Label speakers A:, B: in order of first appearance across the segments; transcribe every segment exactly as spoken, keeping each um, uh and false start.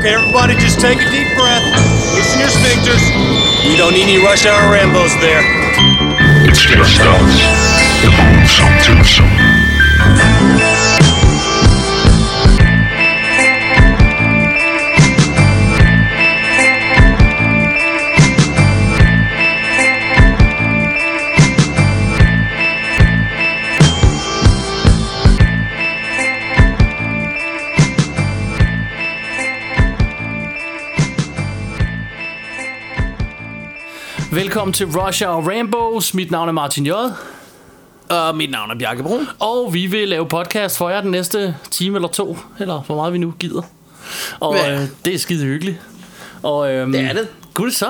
A: Okay, everybody just take a deep breath. Loosen your sphincters. We don't need any rush hour Rambos there.
B: It's just us. The Boomsome Twosome.
C: Velkommen til Rush Hour Rambos. Mit navn er Martin J.
D: Og mit navn er Bjarke Brun.
C: Og vi vil lave podcast for jer den næste time eller to, eller hvor meget vi nu gider. Og
D: ja.
C: øh, det er skide hyggeligt. Og, øhm,
D: det er det.
C: Gud så.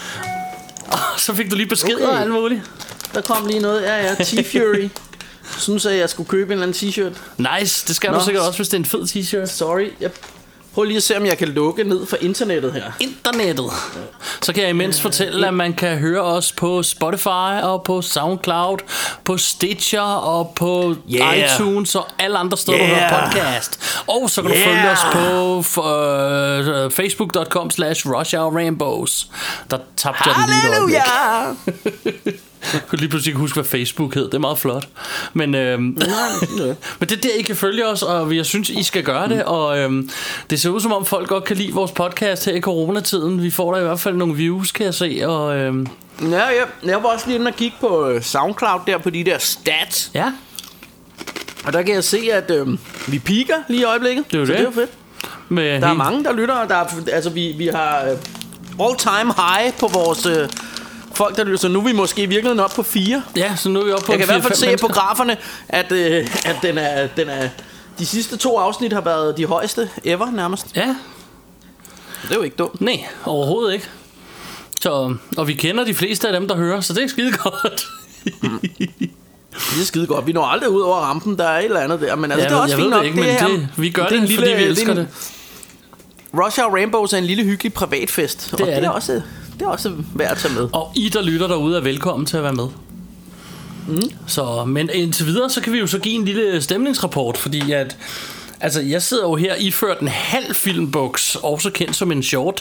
C: Og så fik du lige beskeder okay. og alt muligt.
D: Der kom lige noget. Ja, ja, T-Fury. Synes at jeg skulle købe en eller anden t-shirt.
C: Nice, det skal Nå. du sikkert også, hvis det er en fed t-shirt.
D: Sorry, jeg prøv lige at se, om jeg kan lukke ned for internettet her.
C: Internettet. Så kan jeg imens fortælle, at man kan høre os på Spotify og på SoundCloud, på Stitcher og på yeah. iTunes og alle andre steder, yeah. du hører podcast. Og så kan yeah. du følge os på uh, facebook punktum com slash rush hour rambos. Der tabte jeg den lige
D: Halleluja!
C: Jeg kunne lige pludselig ikke huske, hvad Facebook hed. Det er meget flot. Men, øhm, men det er der, I kan følge os, og jeg synes, I skal gøre det. Og øhm, det ser ud som om, folk godt kan lide vores podcast her i coronatiden. Vi får der i hvert fald nogle views, kan jeg se. Og, øhm,
D: ja, ja, jeg var også lige inde og kigge på SoundCloud der, på de der stats.
C: Ja.
D: Og der kan jeg se, at øhm, vi piker lige i øjeblikket.
C: Det er
D: så
C: det.
D: det er jo fedt.
C: Med
D: der
C: helt...
D: er mange, der lytter. Der er, altså, vi, vi har all time high på vores... Øh, folk, der lytter, så nu er vi måske i virkeligheden op på fire.
C: Ja, så nu er vi oppe på
D: jeg kan i hvert fald se
C: mennesker.
D: på graferne, at, øh, at den er, den er, de sidste to afsnit har været de højeste ever nærmest.
C: Ja.
D: Det er jo ikke dumt.
C: Nej, overhovedet ikke. Så, og vi kender de fleste af dem, der hører, så det er skide godt.
D: mm. Det er skide godt. Vi når aldrig ud over rampen. Der er et eller andet der. Men altså,
C: ja,
D: det er også fint nok.
C: Ikke, det, men det, vi gør det, det lille, fordi vi elsker det.
D: Rush Hour Rambos er en lille hyggelig privatfest.
C: Det
D: og
C: er
D: det
C: det.
D: er også... Det er også værd at tage med.
C: Og I, der lytter derude, er velkommen til at være med. Mm. Så, men indtil videre, så kan vi jo så give en lille stemningsrapport. Fordi at, altså, jeg sidder jo her iført en halv filmboks, også kendt som en short.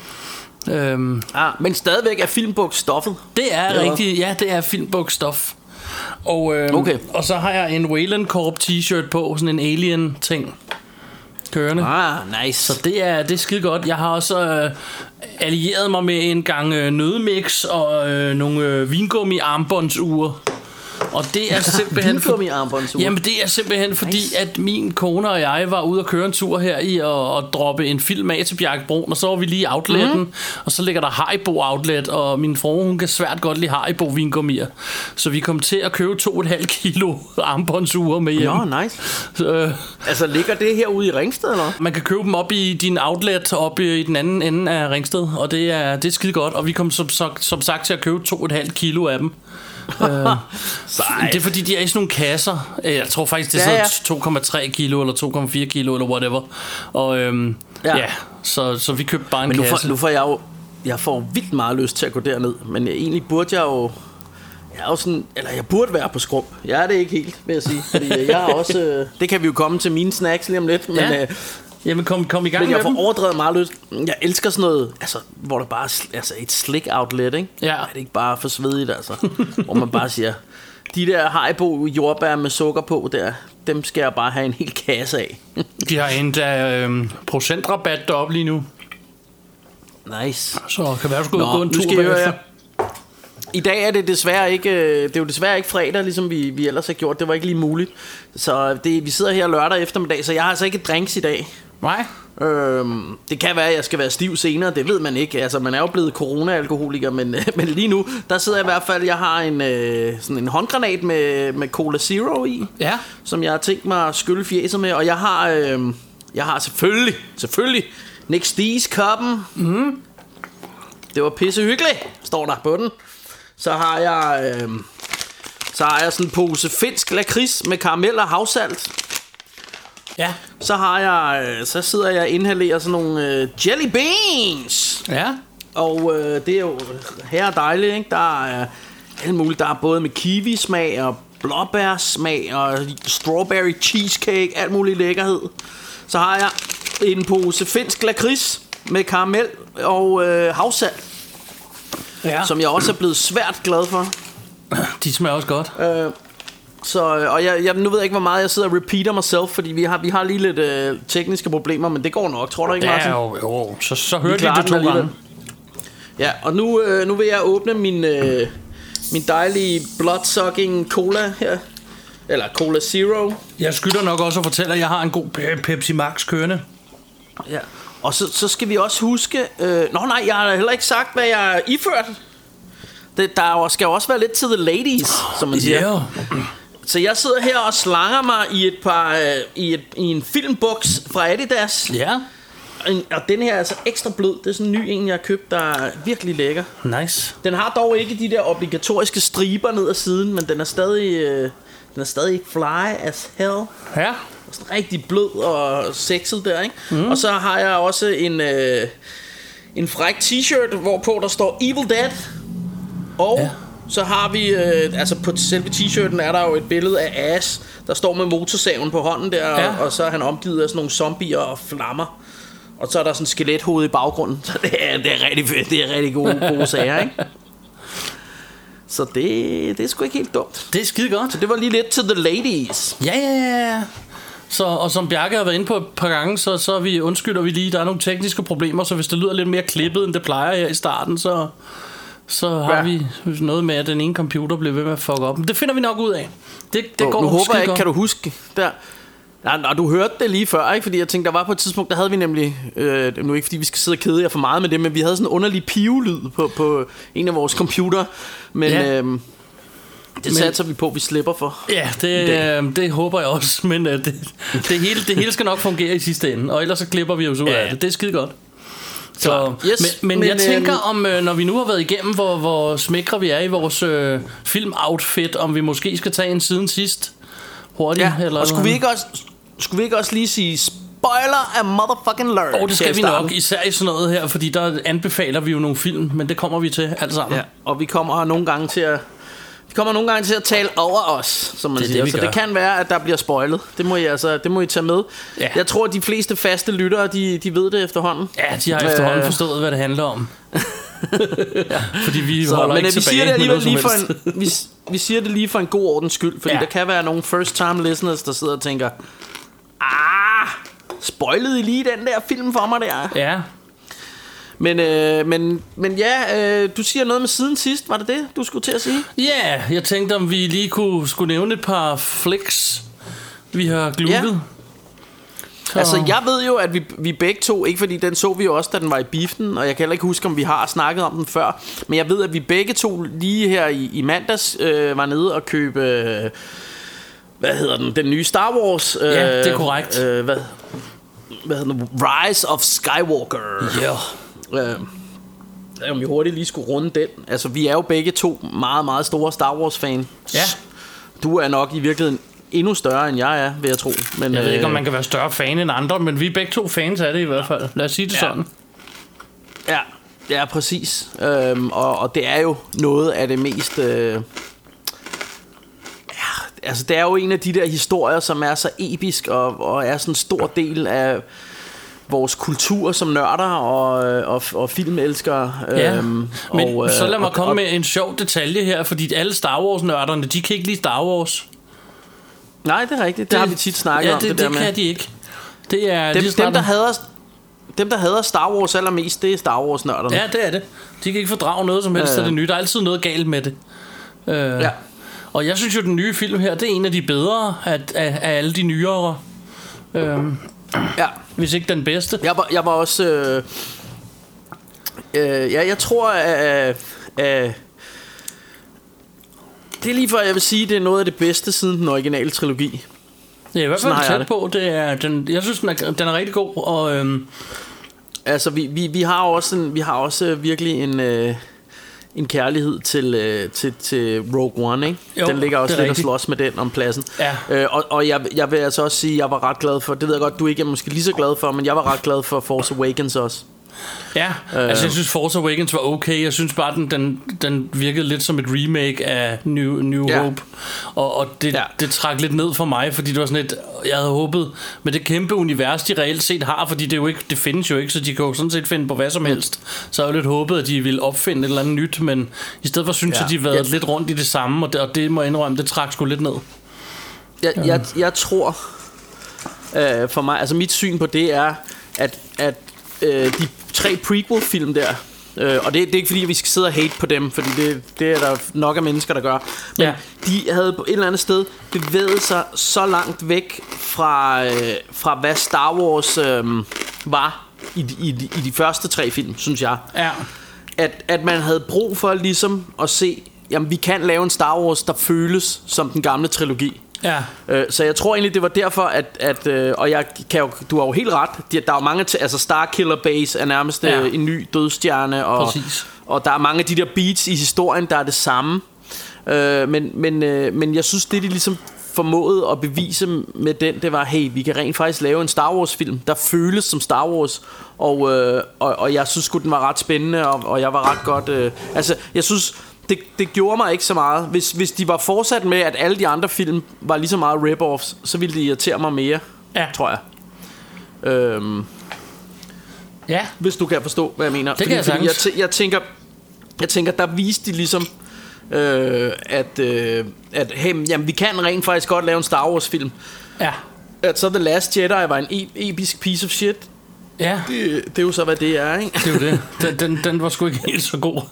C: Øhm,
D: ah, men stadigvæk er filmboks stoffet.
C: Det er ja. rigtigt, ja, det er filmboks stof. Og, øhm,
D: okay.
C: og så har jeg en Wayland Corp t-shirt på, sådan en alien ting kørende.
D: Ah, nice.
C: Så det er, det er skide godt. Jeg har også øh, allieret mig med en gang øh, nødmix og øh, nogle øh, vingummi armbåndsure. Og det er simpelthen
D: vingummi armbåndsure.
C: Jamen det er simpelthen fordi nice. At min kone og jeg var ude at køre en tur her i og, og droppe en film af til Bjarke Brun, og så var vi lige i outletten, mm. og så ligger der Haribo outlet, og min frue, hun kan svært godt lide Haribo vingummier. Så vi kom til at købe to og et halvt kilo armbåndsure med hjem.
D: Nå, nice.
C: Så, øh,
D: altså ligger det herude i Ringsted eller?
C: Man kan købe dem op i din outlet op i den anden ende af Ringsted, og det er det er skide godt, og vi kom som, som sagt til at købe to og et halvt kilo af dem. øh, det er fordi de er i sådan nogle kasser. Jeg tror faktisk det er ja, ja. to komma tre kilo eller to komma fire kilo eller whatever. Og øhm, ja, ja så, så vi købte bare en
D: men nu
C: kasse.
D: får, nu får jeg jo jeg får vildt meget lyst til at gå derned. Men jeg, egentlig burde jeg jo Jeg er jo sådan, eller jeg burde være på skrump. Jeg er det ikke helt, vil jeg sige. Fordi jeg har også øh, det kan vi jo komme til mine snacks lige om lidt. Men,
C: ja.
D: øh,
C: Jamen kom, kom i gang.
D: Men jeg får
C: dem.
D: overdrevet meget lyst. Jeg elsker sådan noget, altså hvor der bare er altså et slick outlet, ikke?
C: Ja.
D: Er det ikke bare for svedigt, altså? Hvor man bare siger, de der Haribo jordbær med sukker på der, dem skal jeg bare have en hel kasse af.
C: De har en der øh, procentrabat deroppe lige nu.
D: Nice.
C: Så kan være, du skulle gå en tur bagefter.
D: I dag er det desværre ikke, det er jo desværre ikke fredag, ligesom vi, vi ellers har gjort. Det var ikke lige muligt. Så det, vi sidder her lørdag eftermiddag, så jeg har altså ikke drinks i dag.
C: Nej.
D: Øhm, det kan være, at jeg skal være stiv senere. Det ved man ikke. Altså, man er jo blevet corona-alkoholiker, men, men lige nu, der sidder jeg i hvert fald. Jeg har en, øh, sådan en håndgranat med, med Cola Zero i,
C: ja.
D: som jeg har tænkt mig at skylle fjeset med. Og jeg har, øh, jeg har selvfølgelig, selvfølgelig Nick Stees koppen.
C: Mm.
D: Det var pisse hyggeligt, står der på den. Så har jeg øh, Så har jeg sådan en pose finsk lakrids med karamel og havsalt.
C: Ja.
D: Så har jeg øh, Så sidder jeg og inhalerer sådan nogle øh, jelly beans.
C: Ja.
D: Og øh, det er jo her dejligt, ikke? Der er alt muligt. Der er både med kiwi smag og blåbær smag og strawberry cheesecake, alt muligt lækkerhed. Så har jeg en pose finsk lakrids med karamel og øh, havsalt,
C: Ja.
D: som jeg også er blevet svært glad for.
C: De smager også godt.
D: Øh, så, og jeg, jeg, nu ved jeg ikke, hvor meget jeg sidder og repeater mig selv, fordi vi har, vi har lige lidt øh, tekniske problemer, men det går nok, tror du ikke, Martin?
C: Ja, jo, jo. Så, så hørte
D: klarer
C: de det to
D: den alligevel.
C: gange.
D: Ja, og nu, øh, nu vil jeg åbne min, øh, min dejlige bloodsucking cola her. Eller Cola Zero.
C: Jeg skylder nok også at fortælle, at jeg har en god Pe- Pepsi Max kørende.
D: Ja. Og så, så skal vi også huske... Øh, nå nej, jeg har heller ikke sagt, hvad jeg er iført. Det, der skal jo også være lidt til the ladies, som man siger.
C: Yeah.
D: Så jeg sidder her og slanger mig i et par øh, i, et, i en filmboks fra Adidas.
C: Ja.
D: En, og den her er altså ekstra blød. Det er sådan en ny en, jeg har købt, der er virkelig lækker.
C: Nice.
D: Den har dog ikke de der obligatoriske striber ned ad siden, men den er stadig øh, den er stadig fly as hell.
C: Ja.
D: Sådan rigtig blød og sexet der, ikke? Mm. Og så har jeg også en øh, en fræk t-shirt, hvorpå der står Evil Dead. Og ja. Så har vi øh, altså på selve t-shirten er der jo et billede af Ash, der står med motorsaven på hånden der, ja. og, og så er han omgivet af sådan nogle zombier og flammer. Og så er der sådan et skelethoved i baggrunden. Så det er, det er rigtig fedt. Det er rigtig gode, gode sager, ikke? Så det, det er sgu ikke helt dumt.
C: Det er skide godt.
D: Så det var lige lidt til the ladies.
C: Ja, ja, ja. Så, og som Bjarke har været inde på et par gange, så, så vi undskylder vi lige, der er nogle tekniske problemer, så hvis det lyder lidt mere klippet, end det plejer her i starten, så, så har ja. vi noget med, at den ene computer bliver ved med at fuck op. Men det finder vi nok ud af. Det, det
D: Nå,
C: går
D: nu håber jeg ikke,
C: godt.
D: kan du huske der... Nej, nej, du hørte det lige før, ikke? Fordi jeg tænkte, der var på et tidspunkt, der havde vi nemlig øh, nu ikke fordi vi skal sidde og kede jer for meget med det, men vi havde sådan en underlig pivelyd på, på en af vores computer. Men ja. øh, det men, satser vi på, at vi slipper for.
C: Ja, det, øh, det håber jeg også. Men øh, det, det, hele, det hele skal nok fungere i sidste ende. Og ellers så klipper vi jo så ud
D: ja.
C: af det. Det er skide godt. Så,
D: yes,
C: men, men,
D: men
C: jeg tænker
D: øh,
C: om øh, når vi nu har været igennem hvor, hvor smækre vi er i vores øh, filmoutfit, om vi måske skal tage en siden sidst hurtigt.
D: Ja,
C: eller
D: og skulle vi ikke også Skulle vi ikke også lige sige spoiler af motherfucking alert?
C: Og det skal vi nok, især i sådan noget her, fordi der anbefaler vi jo nogle film, men det kommer vi til alt sammen.
D: Ja, og vi kommer nogle gange til at vi kommer nogle gange til at tale over os, som man
C: det
D: siger.
C: det,
D: så
C: gør.
D: det kan være, at der bliver spoilet. Det må I altså, det må I tage med.
C: Ja.
D: Jeg tror, at de fleste faste lyttere, de, de ved det efterhånden.
C: Ja, de har efterhånden øh. forstået, hvad det handler om. Ja, fordi vi
D: så,
C: holder
D: men
C: ikke
D: vi siger det
C: tilbage med
D: lige for
C: noget som
D: en, vi, vi siger det lige for en god ordens skyld, fordi ja. Der kan være nogle first time listeners, der sidder og tænker, ah, spoilede I lige den der film for mig der?
C: Ja.
D: Men, øh, men, men ja, øh, du siger noget med siden sidst. Var det det, du skulle til at sige?
C: Ja, yeah, jeg tænkte, om vi lige kunne skulle nævne et par flicks, vi har gluttet.
D: Ja. Altså, jeg ved jo, at vi, vi begge to, ikke fordi den så vi jo også, da den var i biffen, og jeg kan heller ikke huske, om vi har snakket om den før, men jeg ved, at vi begge to lige her i, i mandags øh, var nede og købe, øh, hvad hedder den, den nye Star Wars. Øh,
C: ja, det er korrekt.
D: Øh, hvad, hvad hedder den? Rise of Skywalker.
C: Ja.
D: Øh, om vi hurtigt lige skulle runde den. Altså, vi er jo begge to meget, meget store Star Wars-fan.
C: Ja.
D: Du er nok i virkeligheden endnu større, end jeg er, vil jeg tro. Men,
C: jeg ved ikke, om
D: øh,
C: man kan være større fan end andre, men vi er begge to fans af det i hvert fald. Lad os sige det
D: ja.
C: sådan.
D: Ja, ja, præcis. Øhm, og, og det er jo noget af det mest... Øh, ja, altså, det er jo en af de der historier, som er så episk, og, og er sådan en stor del af vores kultur som nørder og, og, og filmelskere.
C: Ja,
D: øhm,
C: men
D: og,
C: så lad mig
D: og,
C: komme
D: og,
C: med en sjov detalje her, fordi alle Star Wars-nørderne, de kan ikke lide Star Wars.
D: Nej, det er rigtigt. Det, det har vi tit snakket
C: ja,
D: om.
C: Det,
D: det,
C: det,
D: der
C: det
D: med.
C: kan de ikke. Det er
D: dem,
C: de
D: dem, der hader, dem, der hader Star Wars allermest, det er Star Wars-nørderne.
C: Ja, det er det. De kan ikke fordrage noget som helst af
D: øh.
C: det nye. Der er altid noget galt med det. Øh,
D: ja.
C: Og jeg synes jo, den nye film her, det er en af de bedre af, af, af alle de nyere. Øh,
D: ja.
C: Hvis ikke den bedste.
D: Jeg var, jeg var også... Øh, øh, ja, jeg tror, at... Øh, det er lige før, jeg vil sige, det er noget af det bedste siden den originale trilogi.
C: Ja, i hvert fald tæt på. Det er, den, jeg synes, den er, den er rigtig god. Og, øhm,
D: altså, vi, vi, vi har også en, vi har også virkelig en... Øh, en kærlighed til, øh, til, til Rogue One, ikke?
C: Jo,
D: den ligger også lidt
C: rigtigt.
D: og slås med den om pladsen.
C: Ja.
D: øh, Og, og jeg, jeg vil altså også sige, at jeg var ret glad for, det ved jeg godt, du ikke er måske lige så glad for, men jeg var ret glad for Force Awakens også.
C: Ja, øh. altså jeg synes Force Awakens var okay. Jeg synes bare den, den, den virkede lidt som et remake af New, New ja. Hope. Og, og det, ja. det trak lidt ned for mig, fordi det var sådan et, jeg havde håbet med det kæmpe univers de reelt set har, fordi det, er jo ikke, det findes jo ikke, så de kan jo sådan set finde på hvad som helst. Så jeg havde lidt håbet, at de ville opfinde et eller andet nyt, men i stedet for synes ja. jeg, de har været ja. lidt rundt i det samme, og det, og det må jeg indrømme, det trak sgu lidt ned.
D: Jeg, jeg, jeg tror øh, for mig, altså mit syn på det er, at, at øh, de tre prequel-film der, øh, og det, det er ikke fordi vi skal sidde og hate på dem, fordi det, det er der nok af mennesker der gør, men ja. de havde på et eller andet sted bevæget sig så langt væk fra, øh, fra hvad Star Wars øh, var i, i, i de første tre film, synes jeg.
C: Ja.
D: At, at man havde brug for ligesom at se, jamen vi kan lave en Star Wars, der føles som den gamle trilogi.
C: Ja.
D: Øh, så jeg tror egentlig det var derfor at, at øh, og jeg kan jo, du har jo helt ret. Der er jo mange t- altså Starkiller Base er nærmest ja. en ny dødstjerne, og, og der er mange af de der beats i historien der er det samme. Øh, men men øh, men jeg synes det de ligesom formåede at bevise med den, det var hey, vi kan rent faktisk lave en Star Wars film der føles som Star Wars, og øh, og, og jeg synes sgu den var ret spændende, og, og jeg var ret godt øh, altså jeg synes Det, det gjorde mig ikke så meget. Hvis, hvis de var fortsat med, at alle de andre film var lige så meget rip-offs, så ville det irritere mig mere, ja. tror jeg. Øhm,
C: ja.
D: Hvis du kan forstå, hvad jeg mener.
C: Det
D: fordi,
C: kan jeg
D: fordi jeg, t- jeg tænker, jeg tænker, der viste de ligesom, øh, at, øh, at hey, jamen, vi kan rent faktisk godt lave en Star Wars film.
C: Ja.
D: At så The Last Jedi var en e- episk piece of shit.
C: Ja.
D: Det, det er jo så, hvad det er, ikke?
C: Det er jo det. Den, den, den var sgu ikke helt så god.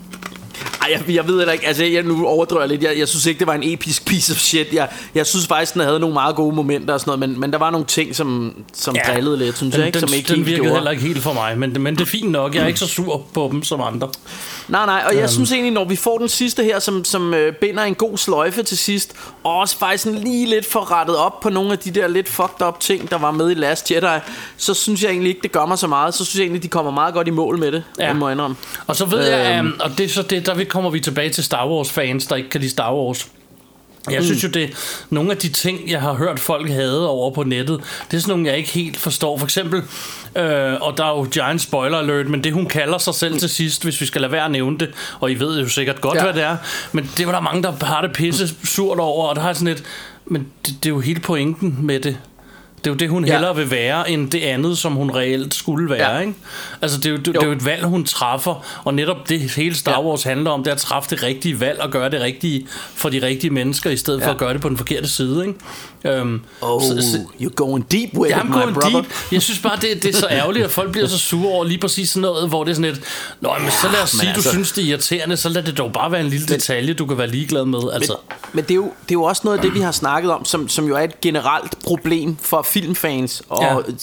D: Ej, jeg, jeg ved heller ikke, altså jeg nu overdrøjer jeg lidt. Jeg, jeg synes ikke det var en episk piece of shit. Jeg, jeg synes faktisk den havde nogle meget gode momenter og sådan noget, men, men der var nogle ting som som ja, drillede lidt, synes
C: den,
D: jeg ikke,
C: den,
D: som ikke
C: den
D: helt
C: virkede
D: gjorde.
C: heller ikke helt for mig, men men det er fint nok. Jeg er ikke så sur på dem som andre.
D: Nej, nej, og jeg um. synes egentlig, når vi får den sidste her, som, som øh, binder en god sløjfe til sidst, og også faktisk sådan lige lidt får rettet op på nogle af de der lidt fucked up ting, der var med i Last Jedi, så synes jeg egentlig ikke, det gør mig så meget. Så synes jeg egentlig, de kommer meget godt i mål med det, ja. Jeg må indrømme.
C: Og så ved jeg, um, og det er så det, der vi kommer vi tilbage til Star Wars fans, der ikke kan lide Star Wars. Jeg mm. synes jo det nogle af de ting jeg har hørt folk havde over på nettet, det er sådan nogle jeg ikke helt forstår. For eksempel øh, og der er jo giant spoiler alert, men det hun kalder sig selv til sidst, hvis vi skal lade være at nævne det, og I ved jo sikkert godt ja. hvad det er, men det var der mange der har det pisse surt over, og der har sådan et, men det, det er jo hele pointen med det. Det er jo det hun ja. hellere vil være end det andet som hun reelt skulle være, ja. ikke? Altså det er, jo, det, det er jo et valg hun træffer, og netop det hele Star Wars ja. handler om, det er at træffe det rigtige valg og gøre det rigtige for de rigtige mennesker i stedet ja. for at gøre det på den forkerte side, ikke? Um,
D: oh, så, så, you're going deep with it, my brother. Deep.
C: Jeg synes bare det, det er så ærgerligt, at folk bliver så sure over lige præcis sådan noget, hvor det er sådan et, nå, men så lad os sige altså, du synes det er irriterende, så lad det dog bare være en lille men, detalje du kan være ligeglad med, altså.
D: Men, men det, er jo, det er jo også noget af det vi har snakket om, som, som jo er et generelt problem for filmfans, og ja.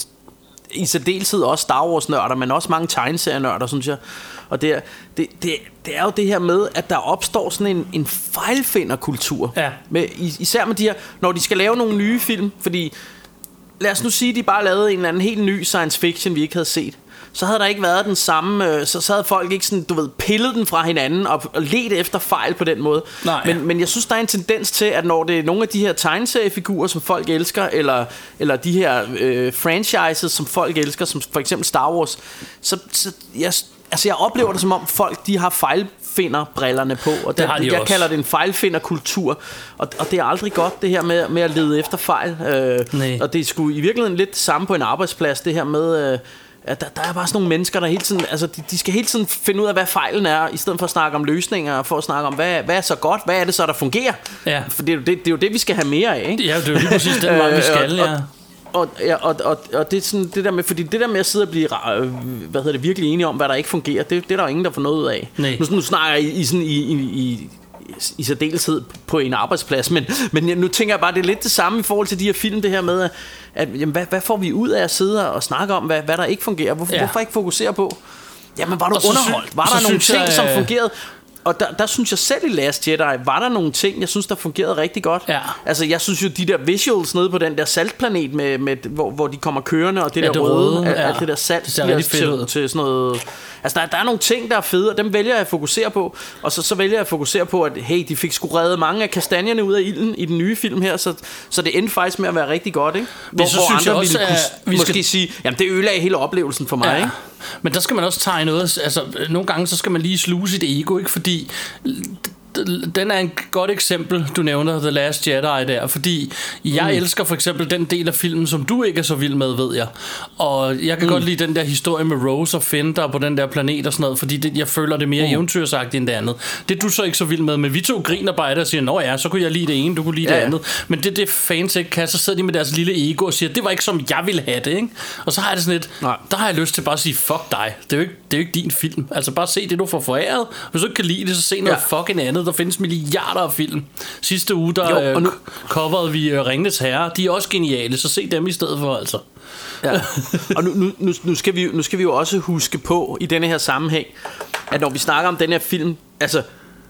D: i særdeleshed også Star Wars nørder, men også mange tegneserienørder, synes jeg. Og det er, det, det, det er jo det her med, at der opstår sådan en, en fejlfinderkultur.
C: Ja.
D: Med, især med de her, når de skal lave nogle nye film, fordi lad os nu sige, at de bare lavede en eller anden helt ny science fiction, vi ikke havde set. Så havde der ikke været den samme, så, så havde folk ikke sådan, du ved, pillet den fra hinanden og, og let efter fejl på den måde.
C: Nej.
D: Men, men jeg synes, der er en tendens til, at når det er nogle af de her tegneseriefigurer, som folk elsker, eller, eller de her øh, franchises, som folk elsker, som for eksempel Star Wars, så, så jeg, altså jeg oplever det som om folk, de har fejlfinderbrillerne på, og det, det jeg også. kalder det en fejlfinderkultur, og, og det er aldrig godt det her med, med at lede efter fejl. Øh, og det er sgu i virkeligheden lidt det samme på en arbejdsplads, det her med... Øh, Ja, der, der er bare sådan nogle mennesker, der hele tiden, altså de, de skal hele tiden finde ud af, hvad fejlen er, i stedet for at snakke om løsninger, for at snakke om, hvad, hvad er så godt, hvad er det så, der fungerer? Ja. For det er, jo det, det er jo det, vi skal have mere af, ikke?
C: Ja, det er jo lige præcis den vej, vi skal, ja.
D: Og, og, ja, og, og, og det er sådan det der med, fordi det der med at sidde og blive, hvad hedder det, virkelig enige om, hvad der ikke fungerer, det, det er der jo ingen, der får noget ud af. Nu, nu snakker jeg i, i sådan i, i, i i særdeleshed på en arbejdsplads, men, men nu tænker jeg bare, det er lidt det samme i forhold til de her film, det her med, at, at jamen, hvad, hvad får vi ud af at sidde og snakke om, hvad, hvad der ikke fungerer? Hvorfor, ja. hvorfor ikke fokusere på, jamen var du underholdt? Var der nogle ting, jeg, som fungerede? Og der, der synes jeg selv i Last Jedi, var der nogle ting, jeg synes, der fungerede rigtig godt.
C: Ja.
D: Altså, jeg synes jo, de der visuals nede på den der saltplanet, med, med, hvor, hvor de kommer kørende, og det ja, der det røde, røde ja. alt det der salt, det
C: ser
D: til, til, til sådan noget... Altså, der, der er nogle ting, der er fede, og dem vælger jeg at fokusere på. Og så, så vælger jeg at fokusere på, at hey, de fik sgu reddet mange af kastanjerne ud af ilden i den nye film her, så, så det endte faktisk med at være rigtig godt, ikke? Hvor,
C: så
D: hvor
C: synes
D: andre
C: jeg også,
D: ville kunne,
C: vi
D: måske
C: skal...
D: sige, jamen det ødelagde hele oplevelsen for mig,
C: ja.
D: ikke?
C: Men der skal man også tage noget. Altså, nogle gange så skal man lige sluge sit ego, ikke? Fordi den er en godt eksempel, du nævner The Last Jedi der, fordi jeg mm. elsker for eksempel den del af filmen, som du ikke er så vild med, ved jeg. Og jeg kan mm. godt lide den der historie med Rose og Finn, der er på den der planet og sådan noget, fordi det, jeg føler det mere mm. eventyrsagtigt end det andet. Det er du så ikke så vild med, men vi to griner bare af det og siger, nå ja, så kunne jeg lide det ene, du kunne lide ja, det andet. Men det det fans ikke kan, så sidder de med deres lille ego og siger, det var ikke som jeg ville have det, ikke? Og så har jeg det sådan lidt, nej. Der har jeg lyst til bare at sige, fuck dig, det er jo ikke, det er jo ikke din film. Altså bare se det, du får foræret. Hvis du ikke kan lide det, så se noget ja. fucking andet. Der findes milliarder af film. Sidste uge der jo, og nu... øh, coverede vi uh, Ringenes Herre. De er også geniale, så se dem i stedet for altså.
D: Ja. Og nu, nu, nu, skal vi, nu skal vi jo også huske på i denne her sammenhæng, at når vi snakker om den her film, altså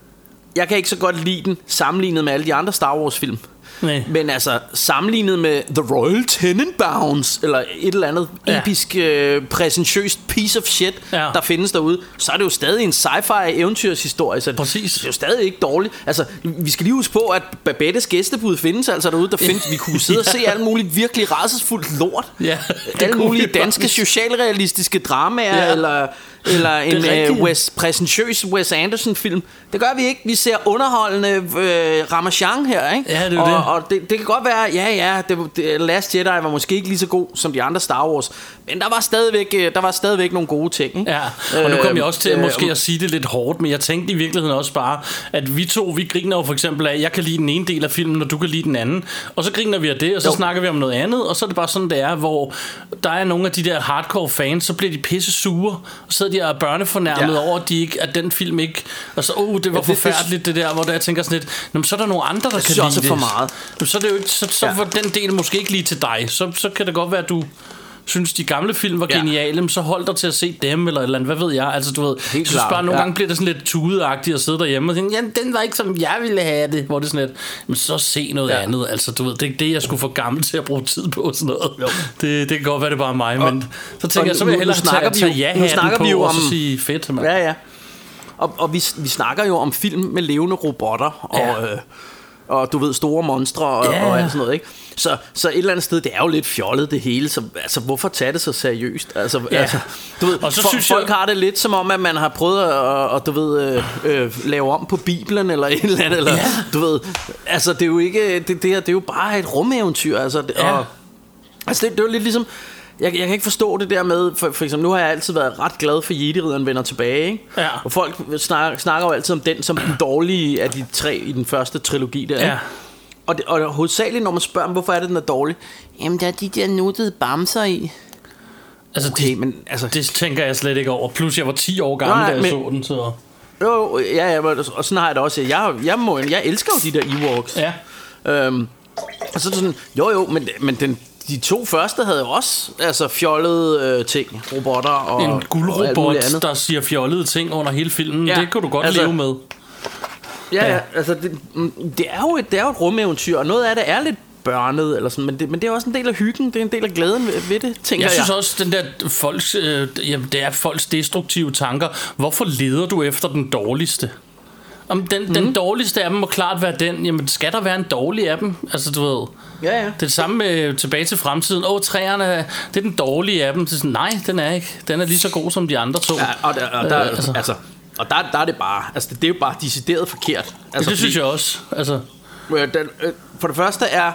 D: jeg kan ikke så godt lide den sammenlignet med alle de andre Star Wars film. Nej. Men altså sammenlignet med The Royal Tenenbaums eller et eller andet ja. episk øh, præsentiøst piece of shit ja. der findes derude, så er det jo stadig en sci-fi eventyrshistorie, så
C: præcis.
D: Det er jo stadig ikke dårligt. Altså vi skal lige huske på, at Babettes gæstebud findes altså derude. Der findes, vi kunne sidde ja. og se alt muligt virkelig rædselsfuldt lort. Ja, alle mulige danske socialrealistiske dramaer ja. eller eller en uh, Wes, præsentiøs Wes Anderson film. Det gør vi ikke. Vi ser underholdende uh, Ramachan her, ikke?
C: Ja, det er
D: og,
C: det.
D: Og det, det kan godt være, ja, ja, det, det, Last Jedi var måske ikke lige så god som de andre Star Wars, men der var stadigvæk, der var stadigvæk nogle gode ting, ikke?
C: Ja, og nu kom jeg også til øh, måske øh, at sige det lidt hårdt, men jeg tænkte i virkeligheden også bare, at vi to, vi griner jo for eksempel af, jeg kan lide den ene del af filmen, og du kan lide den anden, og så griner vi af det, og så jo. snakker vi om noget andet, og så er det bare sådan, det er, hvor der er nogle af de der hardcore fans, så bliver de pisse sure, og så de er børnefornærmet ja. over, at, de ikke, at den film ikke... Og så, oh, det var ja, det, forfærdeligt, det der, hvor der, jeg tænker sådan lidt, så er der nogle andre, der kan lide det.
D: For meget.
C: Så er det jo ikke, så, så ja. var den del måske ikke lige til dig. Så, så kan det godt være, at du synes, de gamle film var ja. geniale, men så hold dig til at se dem, eller et eller andet, hvad ved jeg. Altså, du ved, jeg synes bare, nogle ja. gange bliver det sådan lidt tudeagtigt at sidde derhjemme og tænke, ja, den var ikke som jeg ville have det, hvor det sådan lidt, men så se noget ja. andet. Altså, du ved, det er det, jeg skulle få gammel til at bruge tid på, sådan noget. Det, det kan godt være, det bare mig, og, men så tænker jeg, så vil jeg hellere tage, tage ja-hatten på, og så sige fedt, man.
D: Ja, ja. Og, og vi, vi snakker jo om film med levende robotter, og... Ja. Øh, og du ved, store monstre og, yeah. og alt sådan noget, ikke? Så, så et eller andet sted, det er jo lidt fjollet det hele, så altså, hvorfor tage det så seriøst? Altså, yeah. altså du ved, og så for, synes folk jeg... har det lidt som om, at man har prøvet at, at du ved, øh, øh, lave om på Bibelen eller et eller andet, eller yeah. du ved, altså det er jo ikke, det, det, det er jo bare et rumeventyr, altså, det, yeah. og, altså det, det er jo lidt ligesom, Jeg, jeg kan ikke forstå det der med, for, for eksempel, nu har jeg altid været ret glad for Jedi-ridderen vender tilbage, ikke?
C: Ja.
D: Og folk snakker, snakker jo altid om den som den dårlige af de tre i den første trilogi der,
C: ja.
D: Og, det, og hovedsageligt, når man spørger dem, hvorfor er det, den er dårlig? Jamen, der er de der nuttede bamser i.
C: Altså, okay, det, men, altså, det tænker jeg slet ikke over. Plus, jeg var ti år gammel, nej, da jeg men, så den, så...
D: Jo, ja, ja, og sådan har jeg det også. Jeg, jeg, må, jeg elsker jo de der Ewoks.
C: Ja.
D: Øhm, og så er det sådan, jo jo, men, men den... De to første havde jo også altså fjollede øh, ting, robotter og
C: en guldrobot, der siger fjollede ting under hele filmen. Ja, det kan du godt altså, leve med.
D: Ja, ja, altså det, det er jo et det er jo et rumeventyr, og noget af det er lidt børnet eller sådan, men det, men det er også en del af hyggen, det er en del af glæden ved, ved det, tænker jeg.
C: Jeg synes også den der folks øh, jamen, det er folks destruktive tanker. Hvorfor leder du efter den dårligste? Om den, mm. den dårligste af dem må klart være den. Jamen skal der være en dårlig af dem? Altså du ved.
D: Ja, ja.
C: Det er det samme med Tilbage til fremtiden. Åh, træerne, det er den dårlige af dem. Det er sådan, nej, den er ikke. Den er lige så god som de andre to.
D: Ja, og der, og der, øh, altså. Altså, og der, der er det bare. Altså det er jo bare decideret forkert. Altså,
C: det synes jeg også. Altså.
D: Øh, den, øh, for det første er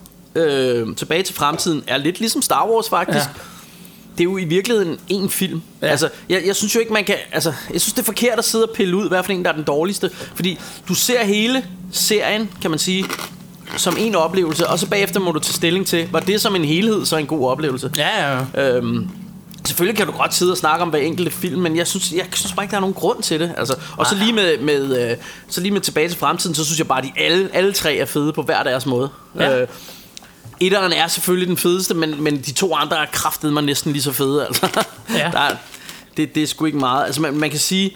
D: øh, Tilbage til fremtiden er lidt ligesom Star Wars faktisk. Ja. Det er jo i virkeligheden en film. Ja. Altså, jeg, jeg synes jo ikke man kan. Altså, jeg synes det er forkert at sidde og pille ud, hvad for en der er den dårligste, fordi du ser hele serien, kan man sige, som en oplevelse, og så bagefter må du tage stilling til, var det som en helhed så en god oplevelse.
C: Ja, ja.
D: Øhm, selvfølgelig kan du godt sidde og snakke om hver enkelte film, men jeg synes, jeg synes bare ikke der er nogen grund til det. Altså, og så lige med, med øh, så lige med Tilbage til fremtiden, så synes jeg bare at de alle alle tre er fede på hver deres måde. Ja. Øh, Etteren er selvfølgelig den fedeste, men, men de to andre er kraftedeme mig næsten lige så fede. Altså. Ja. Der er, det, det er sgu ikke meget. Altså man, man kan sige,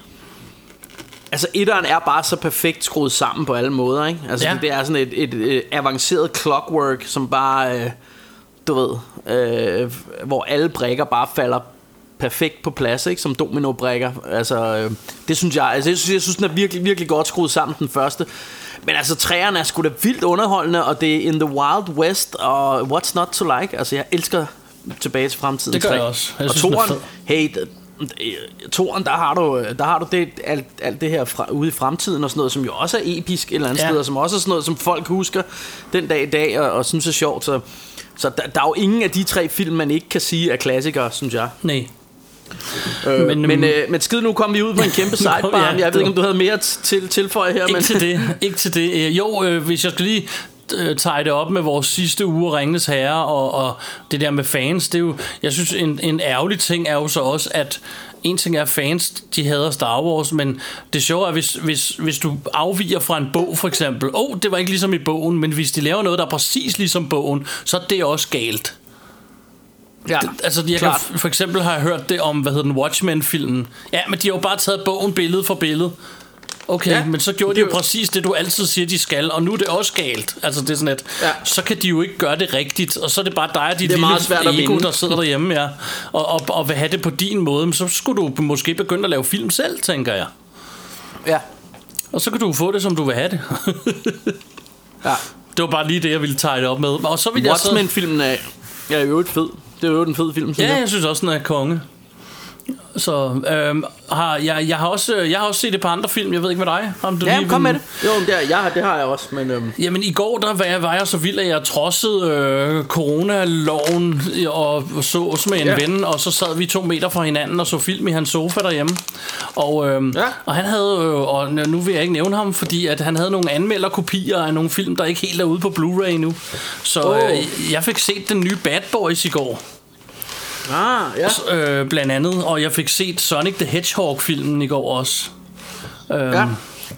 D: altså etteren er bare så perfekt skruet sammen på alle måder, ikke? Altså ja. Det er sådan et, et, et avanceret clockwork, som bare, øh, du ved, øh, hvor alle brikker bare falder perfekt på plads, ikke? Som domino-brikker. Altså øh, det synes jeg. Altså jeg synes, jeg synes den er virkelig virkelig godt skruet sammen, den første. Men altså træerne er sgu da vildt underholdende, og det er in the wild west, og what's not to like. Altså jeg elsker Tilbage til fremtiden.
C: Det gør jeg også. Jeg
D: og toeren, hey, Toren, der har du, der har du det, alt, alt det her fra, ude i fremtiden og sådan noget, som jo også er episk et eller andet ja. sted, og som også er sådan noget, som folk husker den dag i dag og, og synes er sjovt. Så, så der, der er jo ingen af de tre film, man ikke kan sige er klassikere, synes jeg.
C: Nej.
D: Øh, men, men, øh, men skid, nu kom vi ud på en kæmpe sidebar. ja, Jeg ved ikke, om du havde mere til tilføje her.
C: Ikke
D: men...
C: til det, ikke til det. Jo, øh, hvis jeg skal lige tage det op med vores sidste uge Ringenes Herre og, og det der med fans, det er jo, jeg synes en, en ærgerlig ting er jo så også, at en ting er fans, de hader Star Wars, men det sjove er, hvis, hvis, hvis du afviger fra en bog for eksempel, åh, oh, det var ikke ligesom i bogen, men hvis de laver noget, der er præcis ligesom bogen, så er det også galt. Ja, det, altså jeg kan, for eksempel har jeg hørt det om, hvad hedder den, Watchmen-filmen. Ja, men de har jo bare taget bogen billede for billede. Okay, ja, men så gjorde de jo præcis det, du altid siger, de skal, og nu er det også galt. Altså det er sådan et, ja. Så kan de jo ikke gøre det rigtigt, og så er det bare dig og dit lille ego, der sidder derhjemme, ja, og, og, og vil have det på din måde. Men så skulle du måske begynde at lave film selv, tænker jeg. Ja. Og så kan du få det, som du vil have det. Ja. Det var bare lige det, jeg ville tage det op med. Og så vil jeg så...
D: Watchmen-filmen er, er jo et fed. Det er jo en fed film, synes
C: ja,
D: jeg.
C: jeg synes også, den er konge. Så øhm, har, jeg, jeg, har også, jeg har også set det på andre film. Jeg ved ikke med dig om du
D: ja,
C: lige
D: kom
C: vil...
D: med det. Jo, det, er, jeg, det har jeg også men, øhm.
C: Jamen i går der var jeg, var jeg så vild at jeg trodsede øh, coronaloven og så med en ja. ven. Og så sad vi to meter fra hinanden og så film i hans sofa derhjemme. Og, øh, ja. og han havde øh, og nu vil jeg ikke nævne ham, fordi at han havde nogle anmelderkopier af nogle film, der ikke helt er ude på Blu-ray nu. Så oh. øh, jeg fik set den nye Bad Boys i går.
D: Ah, ja.
C: øh, blandt andet. Og jeg fik set Sonic the Hedgehog-filmen i går også. øhm, ja.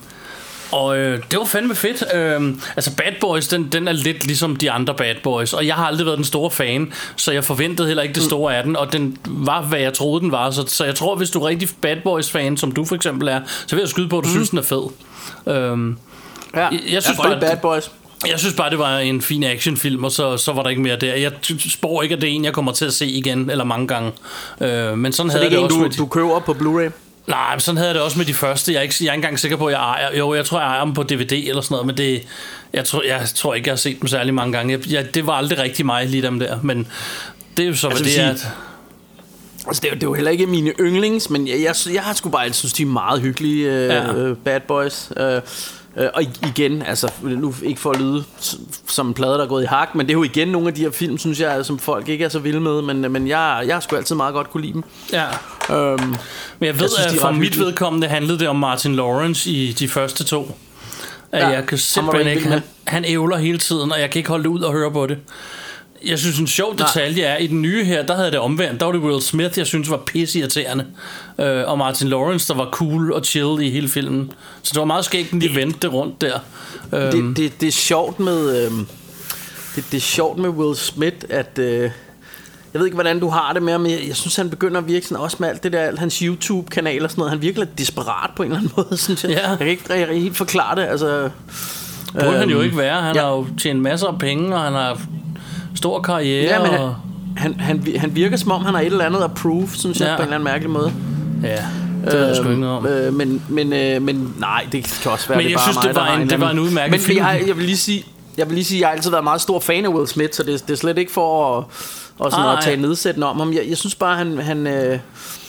C: Og øh, det var fandme fedt. øhm, Altså Bad Boys, den, den er lidt ligesom de andre Bad Boys. Og jeg har aldrig været den store fan, så jeg forventede heller ikke det store af den. Og den var, hvad jeg troede den var. Så, så jeg tror, hvis du er rigtig Bad Boys fan, som du for eksempel er, så vil jeg skyde på, at du mm. synes den er fed. øhm,
D: Ja, jeg, jeg synes bare, Bad Boys.
C: Jeg synes bare, det var en fin actionfilm, og så, så var der ikke mere der. Jeg spår ikke, at det er en, jeg kommer til at se igen, eller mange gange. Øh, men sådan
D: så
C: havde
D: det er
C: det
D: ikke
C: også
D: en, du, du køber på Blu-ray?
C: Nej, men sådan havde jeg det også med de første. Jeg er ikke, jeg er ikke engang sikker på, at jeg ejer. Jo, jeg tror, jeg ejer dem på D V D eller sådan noget, men det, jeg, tror, jeg tror ikke, jeg har set dem særlig mange gange. Jeg, jeg, det var aldrig rigtig mig, lige dem der. Men det er jo så, altså, hvad det er. At...
D: Altså, det er, jo, det er jo heller ikke mine yndlings, men jeg, jeg, jeg har sgu bare altid synes, de er meget hyggelige, uh, ja. uh, Bad Boys. Uh, Uh, og igen, altså nu ikke for at lyde som en plade, der er gået i hak, men det er jo igen nogle af de her film, synes jeg, som folk ikke er så vilde med, men, men jeg, jeg har sgu altid meget godt kunne lide dem.
C: Ja. Um, men jeg ved, jeg synes, at for mit vedkommende handlede det om Martin Lawrence i de første to. At ja, jeg kan simpelthen ikke, han, han ævler hele tiden, og jeg kan ikke holde det ud og høre på det. Jeg synes en sjov detalje er, i den nye her, der havde det omvendt. Der var det Will Smith, jeg synes var pisseirriterende, øh, og Martin Lawrence, der var cool og chill i hele filmen. Så det var meget skægt, de vendte det rundt der.
D: Det, det, det er sjovt med øh, det, det er sjovt med Will Smith, at øh, jeg ved ikke, hvordan du har det med, men jeg, jeg synes, han begynder at virke sådan, også med alt det der, alt hans YouTube-kanal og sådan noget. Han virker lidt desperat på en eller anden måde, synes jeg. Ja. Jeg kan ikke jeg kan helt forklare det. Altså,
C: burde øh, han jo ikke være. Han ja. har jo tjent masser af penge, og han har stor karriere.
D: Ja, men
C: og...
D: han, han, han virker som om han har et eller andet at prove, synes jeg, ja. på en eller anden mærkelig måde.
C: Ja, det ved jeg sgu ikke noget om.
D: øh, men, men, øh, men nej, det kan også være,
C: men
D: det
C: jeg
D: bare
C: synes,
D: mig,
C: det var, en,
D: en
C: det var en udmærket
D: men
C: film.
D: Jeg, jeg vil lige sige, jeg vil lige sige, jeg har altid været meget stor fan af Will Smith, så det, det er slet ikke for at, og sådan ah, at tage nedsættende om ham. Jeg, jeg synes bare, han... han øh,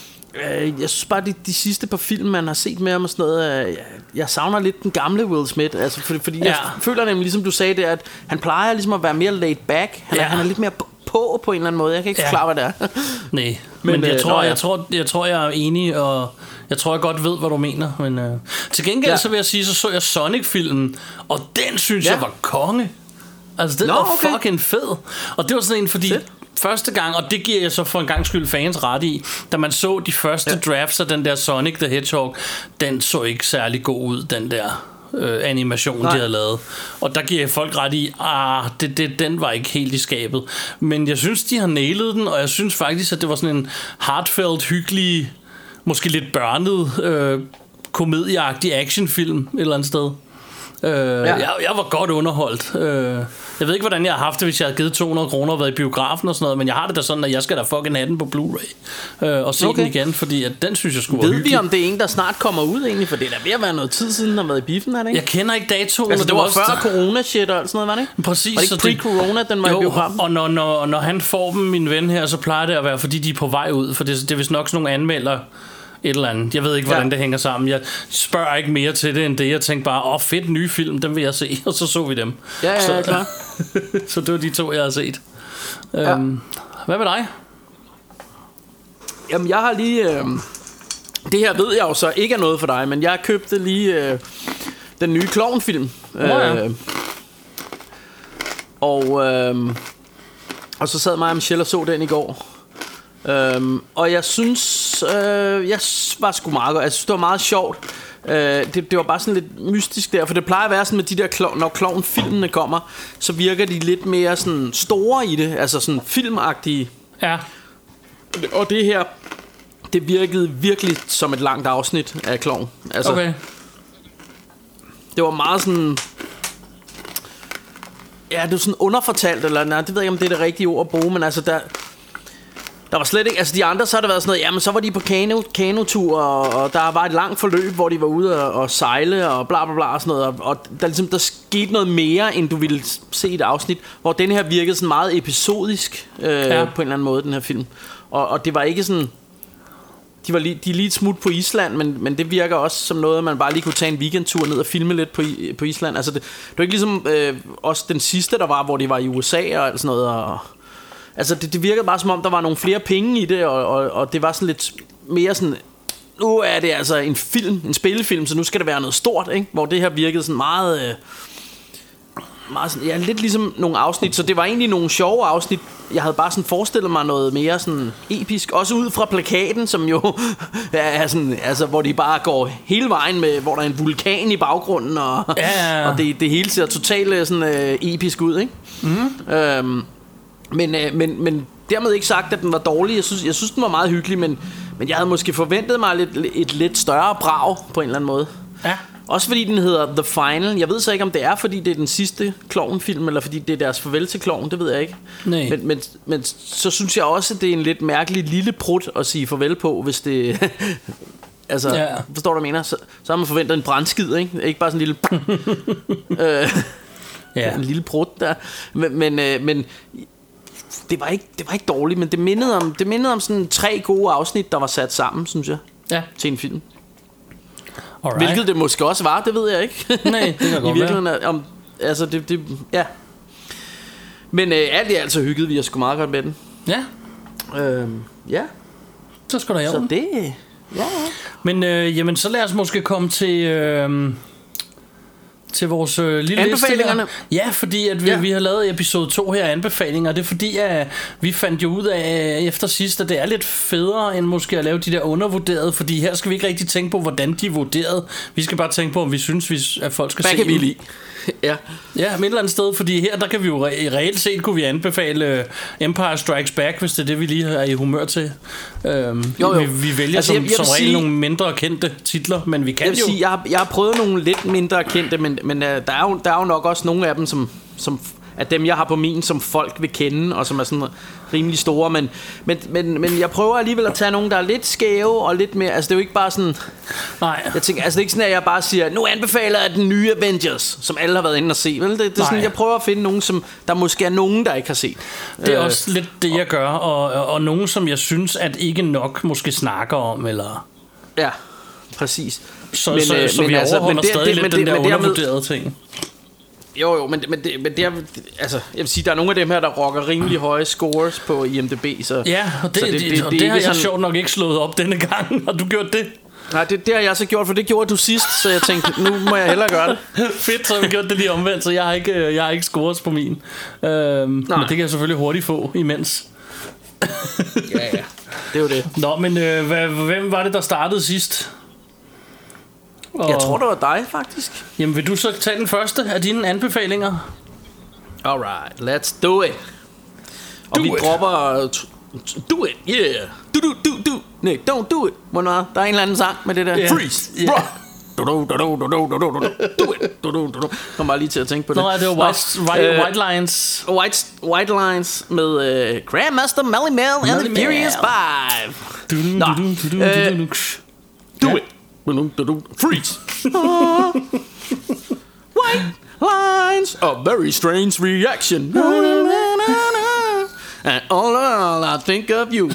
D: jeg synes bare, de, de sidste par film, man har set med ham og sådan noget, jeg, jeg savner lidt den gamle Will Smith. Altså, fordi, fordi ja. jeg føler nemlig, ligesom du sagde det, at han plejer ligesom at være mere laid back. Han, ja. er, han er lidt mere på på en eller anden måde. Jeg kan ikke forklare, ja. hvad det er.
C: Nej, men, men jeg, øh, tror, jeg, tror, jeg tror, jeg er enig, og jeg tror, jeg godt ved, hvad du mener. Men øh, til gengæld, ja. så vil jeg sige, så så jeg Sonic-filmen, og den synes ja. jeg var konge. Altså, den Nå, var okay. fucking fed. Og det var sådan en, fordi... Fedt. Første gang, og det giver jeg så for en gang skyld fans ret i, da man så de første ja. drafts af den der Sonic the Hedgehog, den så ikke særlig god ud, den der øh, animation, Nej. de havde lavet. Og der giver jeg folk ret i, ah, det, det, den var ikke helt i skabet. Men jeg synes, de har nailet den, og jeg synes faktisk, at det var sådan en heartfelt, hyggelig, måske lidt børnet, øh, komedieagtig actionfilm et eller andet sted. Øh, ja. jeg, jeg var godt underholdt. Øh, jeg ved ikke, hvordan jeg har haft det, hvis jeg havde givet to hundrede kroner og været i biografen og sådan noget, men jeg har det da sådan, at jeg skal da fucking have den på Blu-ray øh, og se okay. den igen, fordi at den synes jeg skulle være hyggelig.
D: Ved vi, om det er en, der snart kommer ud egentlig? For det er da ved at være noget tid siden, der har været i biffen, er det ikke?
C: Jeg kender ikke datoen.
D: Altså, det var, det var før corona-shit og sådan noget, var det ikke?
C: Præcis.
D: Var det ikke pre-corona, den var
C: jo,
D: i biografen?
C: Og når, når, når han får dem, min ven her, så plejer det at være, fordi de er på vej ud, for det, det er vist nok sådan nogle anmelder et eller andet. Jeg ved ikke, hvordan ja. det hænger sammen. Jeg spørger ikke mere til det end det. Jeg tænkte bare, åh oh, fedt, nye film, dem vil jeg se. Og så så vi dem.
D: Ja, ja,
C: så,
D: ja klar.
C: Så det var de to, jeg har set.
D: Ja.
C: øhm, Hvad med dig?
D: Jamen, jeg har lige... Øh, det her ved jeg jo så ikke er noget for dig, men jeg købte lige øh, den nye Klovn-film.
C: Oh, ja.
D: øh, og, øh, og så sad mig og Michelle og så den i går. Øhm, og jeg synes øh, jeg var sgu meget godt. Jeg synes det var meget sjovt. øh, det, det var bare sådan lidt mystisk der. For det plejer at være sådan med de der klo- når klovn-filmene kommer, så virker de lidt mere sådan store i det. Altså sådan filmagtige.
C: Ja.
D: Og det her, det virkede virkelig som et langt afsnit af Klovn. Altså,
C: okay.
D: Det var meget sådan... Ja, det var sådan underfortalt. Eller nej, det ved jeg ikke om det er det rigtige ord at bruge. Men altså der... Der var slet ikke, altså de andre, så har det været sådan noget, jamen så var de på kano, kanotur, og, og der var et langt forløb, hvor de var ude og, og sejle, og bla bla bla og sådan noget, og, og der, ligesom, der skete noget mere, end du ville se i et afsnit, hvor den her virkede sådan meget episodisk, øh, ja. på en eller anden måde, den her film, og, og det var ikke sådan, de var lige, de er lige et smut på Island, men, men det virker også som noget, man bare lige kunne tage en weekendtur ned og filme lidt på, på Island, altså det, det var ikke ligesom øh, også den sidste, der var, hvor de var i U S A og alt sådan noget, og altså det, det virkede bare som om der var nogle flere penge i det, og, og, og det var sådan lidt mere sådan, nu er det altså en film, en spillefilm, så nu skal det være noget stort, ikke? Hvor det her virkede sådan meget, øh, meget sådan, ja, lidt ligesom nogle afsnit, så det var egentlig nogle sjove afsnit. Jeg havde bare sådan forestillet mig noget mere sådan episk, også ud fra plakaten, som jo er sådan, altså hvor de bare går hele vejen med, hvor der er en vulkan i baggrunden, og,
C: ja.
D: og det, det hele ser totalt sådan øh, episk ud, ikke? Mm. Øhm, Men, øh, men, men dermed ikke sagt, at den var dårlig. Jeg synes, jeg synes den var meget hyggelig, men, men jeg havde måske forventet mig lidt, et lidt større brag på en eller anden måde.
C: Ja.
D: Også fordi den hedder The Final. Jeg ved så ikke, om det er, fordi det er den sidste Klovn-film, eller fordi det er deres farvel til Klovn. Det ved jeg ikke. Men, men, men så synes jeg også, at det er en lidt mærkelig lille prut at sige farvel på, hvis det... altså, ja. Forstår du, hvad jeg mener? Så, så har man forventet en brandskid, ikke? Ikke bare sådan en lille... øh, ja. En lille prut der. Men... men, øh, men Det var, ikke, det var ikke dårligt, men det mindede om, det mindede om sådan tre gode afsnit, der var sat sammen, synes jeg, ja. Til en film. Alright. Hvilket det måske også var, det ved jeg ikke.
C: Nej, det kan godt
D: I virkeligheden, om, altså det, det, ja. Men øh, alt i alt så hyggede vi os sgu meget godt med den.
C: Ja.
D: Øhm, ja.
C: Så skal der
D: Så det, ja.
C: Men øh, jamen, så lad os måske komme til... Øh til vores øh, lille
D: anbefalingerne.
C: Liste. Ja, fordi at vi, ja. vi har lavet episode to her anbefalinger. Det er fordi at vi fandt jo ud af efter sidst, at det er lidt federe end måske at lave de der undervurderede, fordi her skal vi ikke rigtig tænke på hvordan de er vurderet. Vi skal bare tænke på om vi synes at folk skal
D: Hvad
C: se.
D: Hvad kan vi lide?
C: Ja. Ja, men et eller andet sted, fordi her der kan vi jo re- reelt set kunne vi anbefale Empire Strikes Back, hvis det er det vi lige er i humør til. Øhm, jo, jo. Vi, vi vælger altså, som, jeg, jeg som regel sige, nogle mindre kendte titler, men vi kan
D: jeg vil
C: jo
D: sige, jeg har, jeg har prøvet nogle lidt mindre kendte, men, men uh, der, er jo, der er jo nok også nogle af dem som, som af dem jeg har på min, som folk vil kende, og som er sådan rimelig store, men, men, men, men jeg prøver alligevel at tage nogle, der er lidt skæve og lidt mere, altså det er jo ikke bare sådan. Nej. Jeg tænker, altså det er ikke sådan, at jeg bare siger, nu anbefaler jeg den nye Avengers, som alle har været inde og se, vel? Det, det er sådan, jeg prøver at finde nogen, som der måske er nogen, der ikke har set.
C: Det er øh, også lidt det jeg gør, og, og, og nogen, som jeg synes, at ikke nok måske snakker om, eller.
D: Ja, præcis.
C: Så, men, så, øh, så men, vi altså, overholder det, stadig det, lidt men, den der undervurderede ting.
D: Jo jo, men, men, det, men det er, altså, jeg vil sige, der er nogle af dem her, der rocker rimelig høje scores på I M D B, så
C: ja, og det, så det, det, det, og det, det har jeg sådan sjovt nok ikke slået op denne gang. Har du gjort det?
D: Nej, det, det har jeg så gjort, for det gjorde du sidst, så jeg tænkte, nu må jeg hellere gøre det.
C: Fedt, så har vi gjort det lige omvendt, så jeg har ikke, jeg har ikke scores på min. Øhm, men det kan jeg selvfølgelig hurtigt få imens.
D: Ja, ja, det er jo det.
C: Nå, men øh, hvad, hvem var det, der startede sidst?
D: Og jeg tror, det var dig, faktisk.
C: Jamen, vil du så tage den første af dine anbefalinger?
D: Alright, let's do it. Og do vi it. dropper... Do it, yeah. Do, do, do, do. Nej, don't do it. Hvornår? Der er en eller anden sang med det der. Yeah. Freeze, yeah. Kom bare lige til at tænke på det.
C: Nå, det var White, White, øh, White Lines.
D: White, White Lines med uh, Grandmaster Melly Mel and the Furious Five. Nå, øh, do it. Freeze. White lines, a very strange reaction. And all, all I think of you.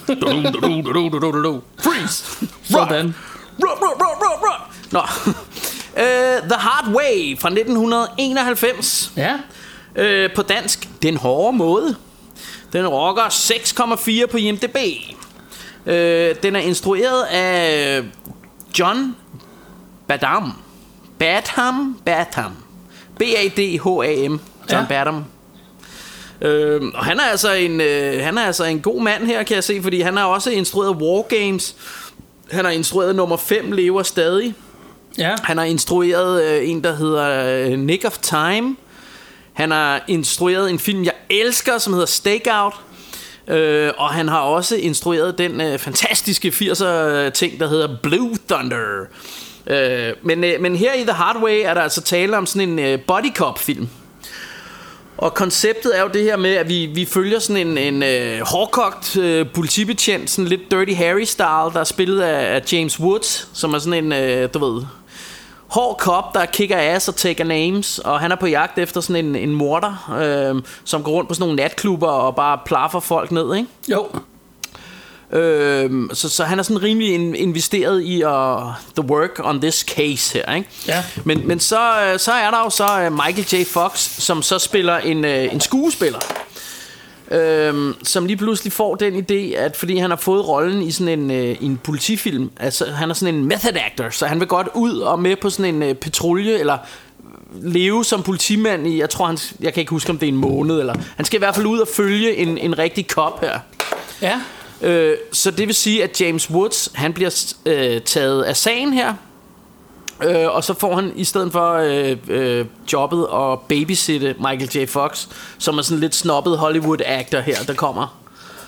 D: Freeze.
C: Sådan.
D: Run, run, run, run, run. Nå. uh, The Hard Way fra nitten enoghalvfems.
C: Ja.
D: Uh, på dansk, Den Hårde Måde. Den rocker seks komma fire på I M D B. Uh, den er instrueret af John Badham. Badham? Badham. B A D H A M. John ja. Badham. Øh, og han er altså en øh, han er altså en god mand her, kan jeg se, fordi han har også instrueret War Games. Han har instrueret nummer fem lever stadig.
C: Ja.
D: Han har instrueret øh, en der hedder øh, Nick of Time. Han har instrueret en film jeg elsker, som hedder Stakeout. Øh, og han har også instrueret den øh, fantastiske firser ting der hedder Blue Thunder. øh, men, øh, men her i The Hard Way er der altså tale om sådan en øh, body cop film. Og konceptet er jo det her med, at vi, vi følger sådan en, en øh, hårdkogt øh, politibetjent, sådan lidt Dirty Harry-style, der er spillet af, af James Woods, som er sådan en, øh, du ved, hård cop, der kicker ass og taker names. Og han er på jagt efter sådan en, en morder, øh, som går rundt på sådan nogle natklubber og bare plaffer folk ned, ikke?
C: Jo.
D: Øh, så, så han er sådan rimelig in, investeret i uh, the work on this case her, ikke?
C: Ja.
D: Men, men så, så er der jo så Michael J. Fox, som så spiller en, en skuespiller, øh, som lige pludselig får den idé, at fordi han har fået rollen i sådan en, øh, en politifilm, altså han er sådan en method actor, så han vil godt ud og med på sådan en øh, patrulje, eller leve som politimand i, jeg tror han, jeg kan ikke huske om det er en måned, eller han skal i hvert fald ud og følge en, en rigtig cop her.
C: Ja.
D: Øh, så det vil sige at James Woods, han bliver øh, taget af sagen her, øh, og så får han i stedet for øh, øh, jobbet at babysitte Michael J. Fox, som er sådan lidt snobbet Hollywood actor her, der kommer.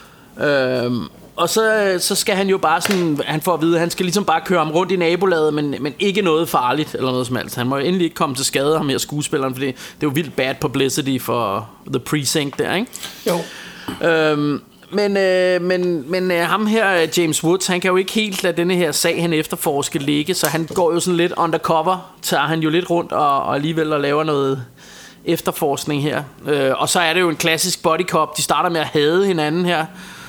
D: øh, Og så, så skal han jo bare sådan, han får at vide, han skal ligesom bare køre ham rundt i nabolaget, men, men ikke noget farligt eller noget som helst. Han må jo endelig ikke komme til skade, ham her skuespilleren, fordi det er jo vildt bad publicity for The Precinct der, ikke?
C: Jo.
D: øh, Men, øh, men, men øh, ham her, James Woods, han kan jo ikke helt lade denne her sag, han efterforsker, ligge. Så han går jo sådan lidt undercover, tager han jo lidt rundt og, og alligevel og laver noget efterforskning her. øh, Og så er det jo en klassisk body cop. De starter med at hade hinanden her,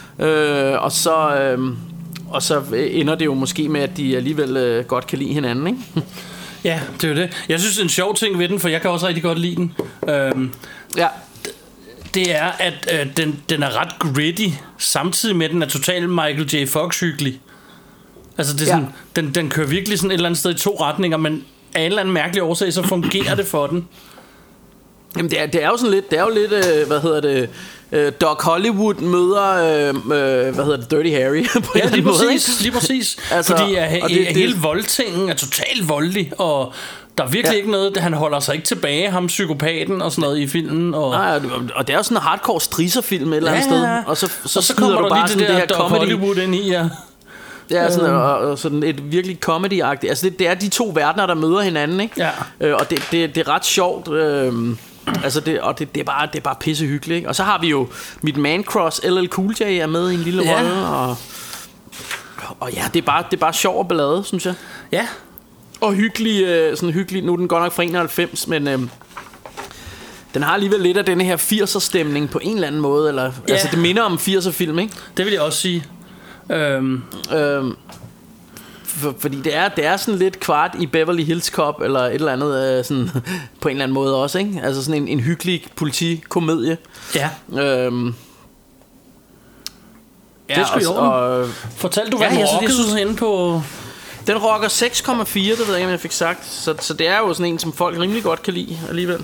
D: øh, og, så, øh, og så ender det jo måske med, at de alligevel øh, godt kan lide hinanden, ikke?
C: Ja, det er jo det. Jeg synes det er en sjov ting ved den, for jeg kan også rigtig godt lide den. øhm,
D: Ja.
C: Det er, at øh, den, den er ret gritty, samtidig med, at den er totalt Michael J. Fox-hyggelig. Altså, det er sådan, ja. den, den kører virkelig sådan et eller andet sted i to retninger, men af en eller anden mærkelig årsag, så fungerer det for den.
D: Jamen, det er, det er jo sådan lidt, det er jo lidt, øh, hvad hedder det, øh, Doc Hollywood møder, øh, øh, hvad hedder det, Dirty Harry på
C: ja,
D: en
C: lige
D: måde,
C: præcis, lige præcis.
D: Altså,
C: fordi at,
D: og det,
C: det,
D: det,
C: hele voldtingen er totalt voldelig, og der er virkelig ja. ikke noget, han holder sig ikke tilbage, ham psykopaten og sådan noget i filmen. Og,
D: nej, og det er jo sådan en hardcore strisserfilm et eller andet
C: ja,
D: sted, og så, så,
C: og så kommer
D: du
C: der
D: bare
C: lige
D: sådan
C: det der,
D: det her
C: Doc Hollywood ind i, ja.
D: Ja, sådan, og, og sådan et virkelig comedy-agtigt. Altså det, det er de to verdener, der møder hinanden, ikke?
C: Ja.
D: Øh, og det, det, det er ret sjovt. Øh, altså det, og det, det, er bare, det er bare pissehyggeligt, ikke? Og så har vi jo mit man-cross, L L Cool J er med i en lille
C: ja.
D: rolle, og, og ja, det er bare, det er bare sjov og ballade, synes jeg.
C: Ja.
D: Og hyggelig, øh, sådan hyggelig. Nu er den godt nok fra enoghalvfems, men øh, den har alligevel lidt af denne her firser stemning på en eller anden måde, eller
C: ja.
D: altså det minder om firser film, ikke?
C: Det vil jeg også sige. Øhm.
D: Øhm, for, fordi det er, det er sådan lidt kvart i Beverly Hills Cop eller et eller andet øh, sådan, på en eller anden måde også, ikke? Altså sådan en, en hyggelig politikomedie.
C: Ja.
D: Øhm,
C: ja, det skulle jo. Og, Fortalte du hvad ja, den rockede inde på?
D: Den rocker seks komma fire, det ved jeg ikke om jeg fik sagt. Så, så det er jo sådan en som folk rimelig godt kan lide alligevel.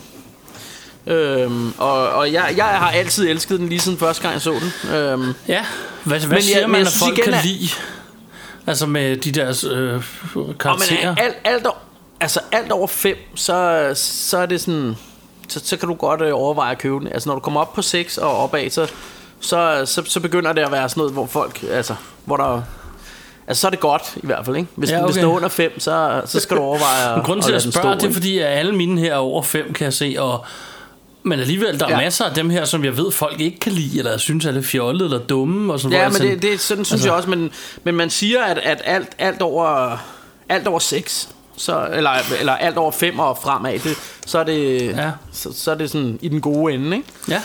D: Øhm, og og jeg, jeg har altid elsket den lige siden første gang jeg så den. Øhm,
C: ja. Hvad, hvad siger
D: jeg,
C: man at
D: synes,
C: folk kan
D: er,
C: lide? Altså med de der øh, karakterer.
D: Og men alt, alt, altså alt over fem, så, så er det sådan, så, så kan du godt øh, overveje at købe den. Altså når du kommer op på seks og opad, så, så, så, så begynder det at være sådan noget, hvor folk, altså hvor der Altså, så er det godt, i hvert fald, ikke? Hvis,
C: Ja,
D: ja, okay. hvis det er under fem, så, så skal du overveje at,
C: Grunden til
D: at,
C: at
D: at
C: spørge,
D: stå,
C: det er fordi, at alle mine her er over fem, kan jeg se, og men alligevel, der er ja. masser af dem her, som jeg ved, folk ikke kan lide, eller synes er lidt fjollet, eller dumme, og sådan
D: ja,
C: noget.
D: Ja, men det, det, sådan synes altså, jeg også, men, men man siger, at, at alt, alt over alt over seks, så, eller, eller alt over fem og fremad, det, så, er det, ja. så, så er det sådan i den gode ende, ikke?
C: Ja.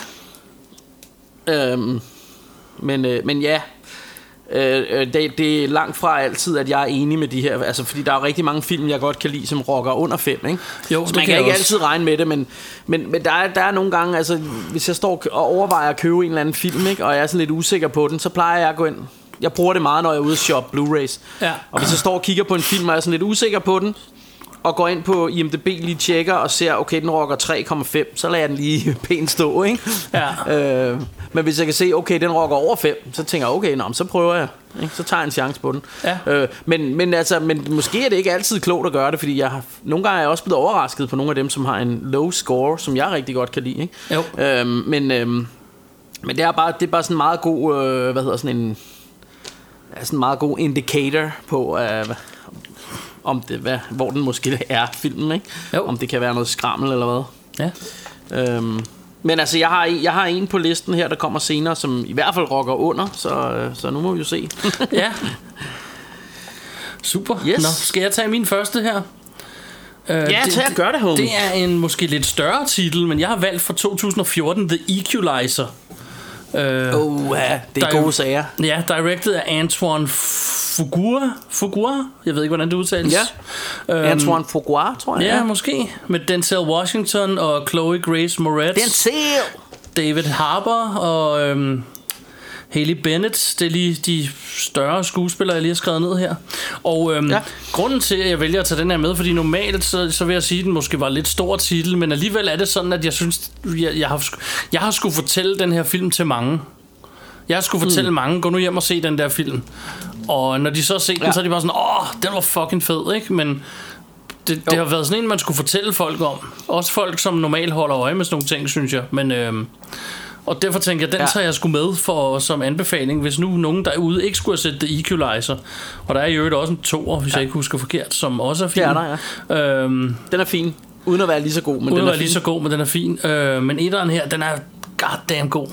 D: Øhm, men, øh, men ja, øh, det, det er langt fra altid, at jeg er enig med de her, altså fordi der er rigtig mange film, jeg godt kan lide, som rocker under fem, ikke?
C: Jo,
D: så man kan, kan ikke også. altid regne med det, men, men, men der, er, der er nogle gange, altså hvis jeg står og overvejer at købe en eller anden film, ikke, og jeg er sådan lidt usikker på den, så plejer jeg at gå ind. Jeg bruger det meget, når jeg er ude og shoppe Blu-rays. Ja. Og hvis jeg står og kigger på en film, og jeg er sådan lidt usikker på den, og går ind på I M D B, lige tjekker og ser, okay, den rocker tre komma fem, så lader jeg den lige pænt stå, ikke? Ja. Øh, men hvis jeg kan se, okay, den rocker over fem, så tænker jeg, okay, nå, så prøver jeg, ikke? Så tager jeg en chance på den. Ja. Øh, men, men, altså, men måske er det ikke altid klogt at gøre det, fordi jeg har, nogle gange er jeg også blevet overrasket på nogle af dem, som har en low score, som jeg rigtig godt kan lide, ikke? Jo. Øh, men, øh, men det er bare, det er bare sådan en meget god, øh, hvad hedder sådan en... er sådan en meget god indicator på uh, om det, hvad, hvor den måske er, filmen, ikke? Jo. Om det kan være noget skrammel eller hvad. Ja. Øhm, men altså jeg har, jeg har en på listen her, der kommer senere, som i hvert fald rocker under, så, så nu må vi jo se.
C: Ja. Super. Yes. Nå, skal jeg tage min første her?
D: Uh, ja, det, tag og gør det, homie.
C: Det er en måske lidt større titel, men jeg har valgt fra to tusind og fjorten The Equalizer.
D: Åh, uh, uh, det er gode sager.
C: Ja, directed af Antoine Fuqua. Fuqua? Jeg ved ikke, hvordan det udtales.
D: Ja. Um, Antoine Fuqua, tror jeg.
C: Ja, ja, måske. Med Denzel Washington og Chloe Grace Moretz.
D: Denzel!
C: David Harbour og øhm, Haley Bennett. Det er lige de større skuespillere, jeg lige har skrevet ned her. Og øhm, ja. grunden til, at jeg vælger at tage den her med, fordi normalt, så, så vil jeg sige, at den måske var lidt stor titel, men alligevel er det sådan, at jeg synes, jeg, jeg har, jeg har skulle fortælle den her film til mange. Jeg har skulle fortælle mm. mange, gå nu hjem og se den der film. Og når de så har set den, ja. så er de bare sådan, åh, den var fucking fed, ikke? Men det, det har været sådan en, man skulle fortælle folk om. Også folk, som normalt holder øje med sådan nogle ting, synes jeg. Men... Øhm, og derfor tænker jeg, den tager jeg sgu med for, som anbefaling, hvis nu nogen derude ikke skulle have set The Equalizer. Og der er jo også en toer, hvis ja. jeg ikke husker forkert, som også er fin.
D: Det er der, ja. øhm, Den er fin, uden at være lige så god, men
C: uden
D: den
C: at
D: er
C: være
D: fin.
C: lige så god, men den er fin. Øh, men etteren her, den er goddamn god.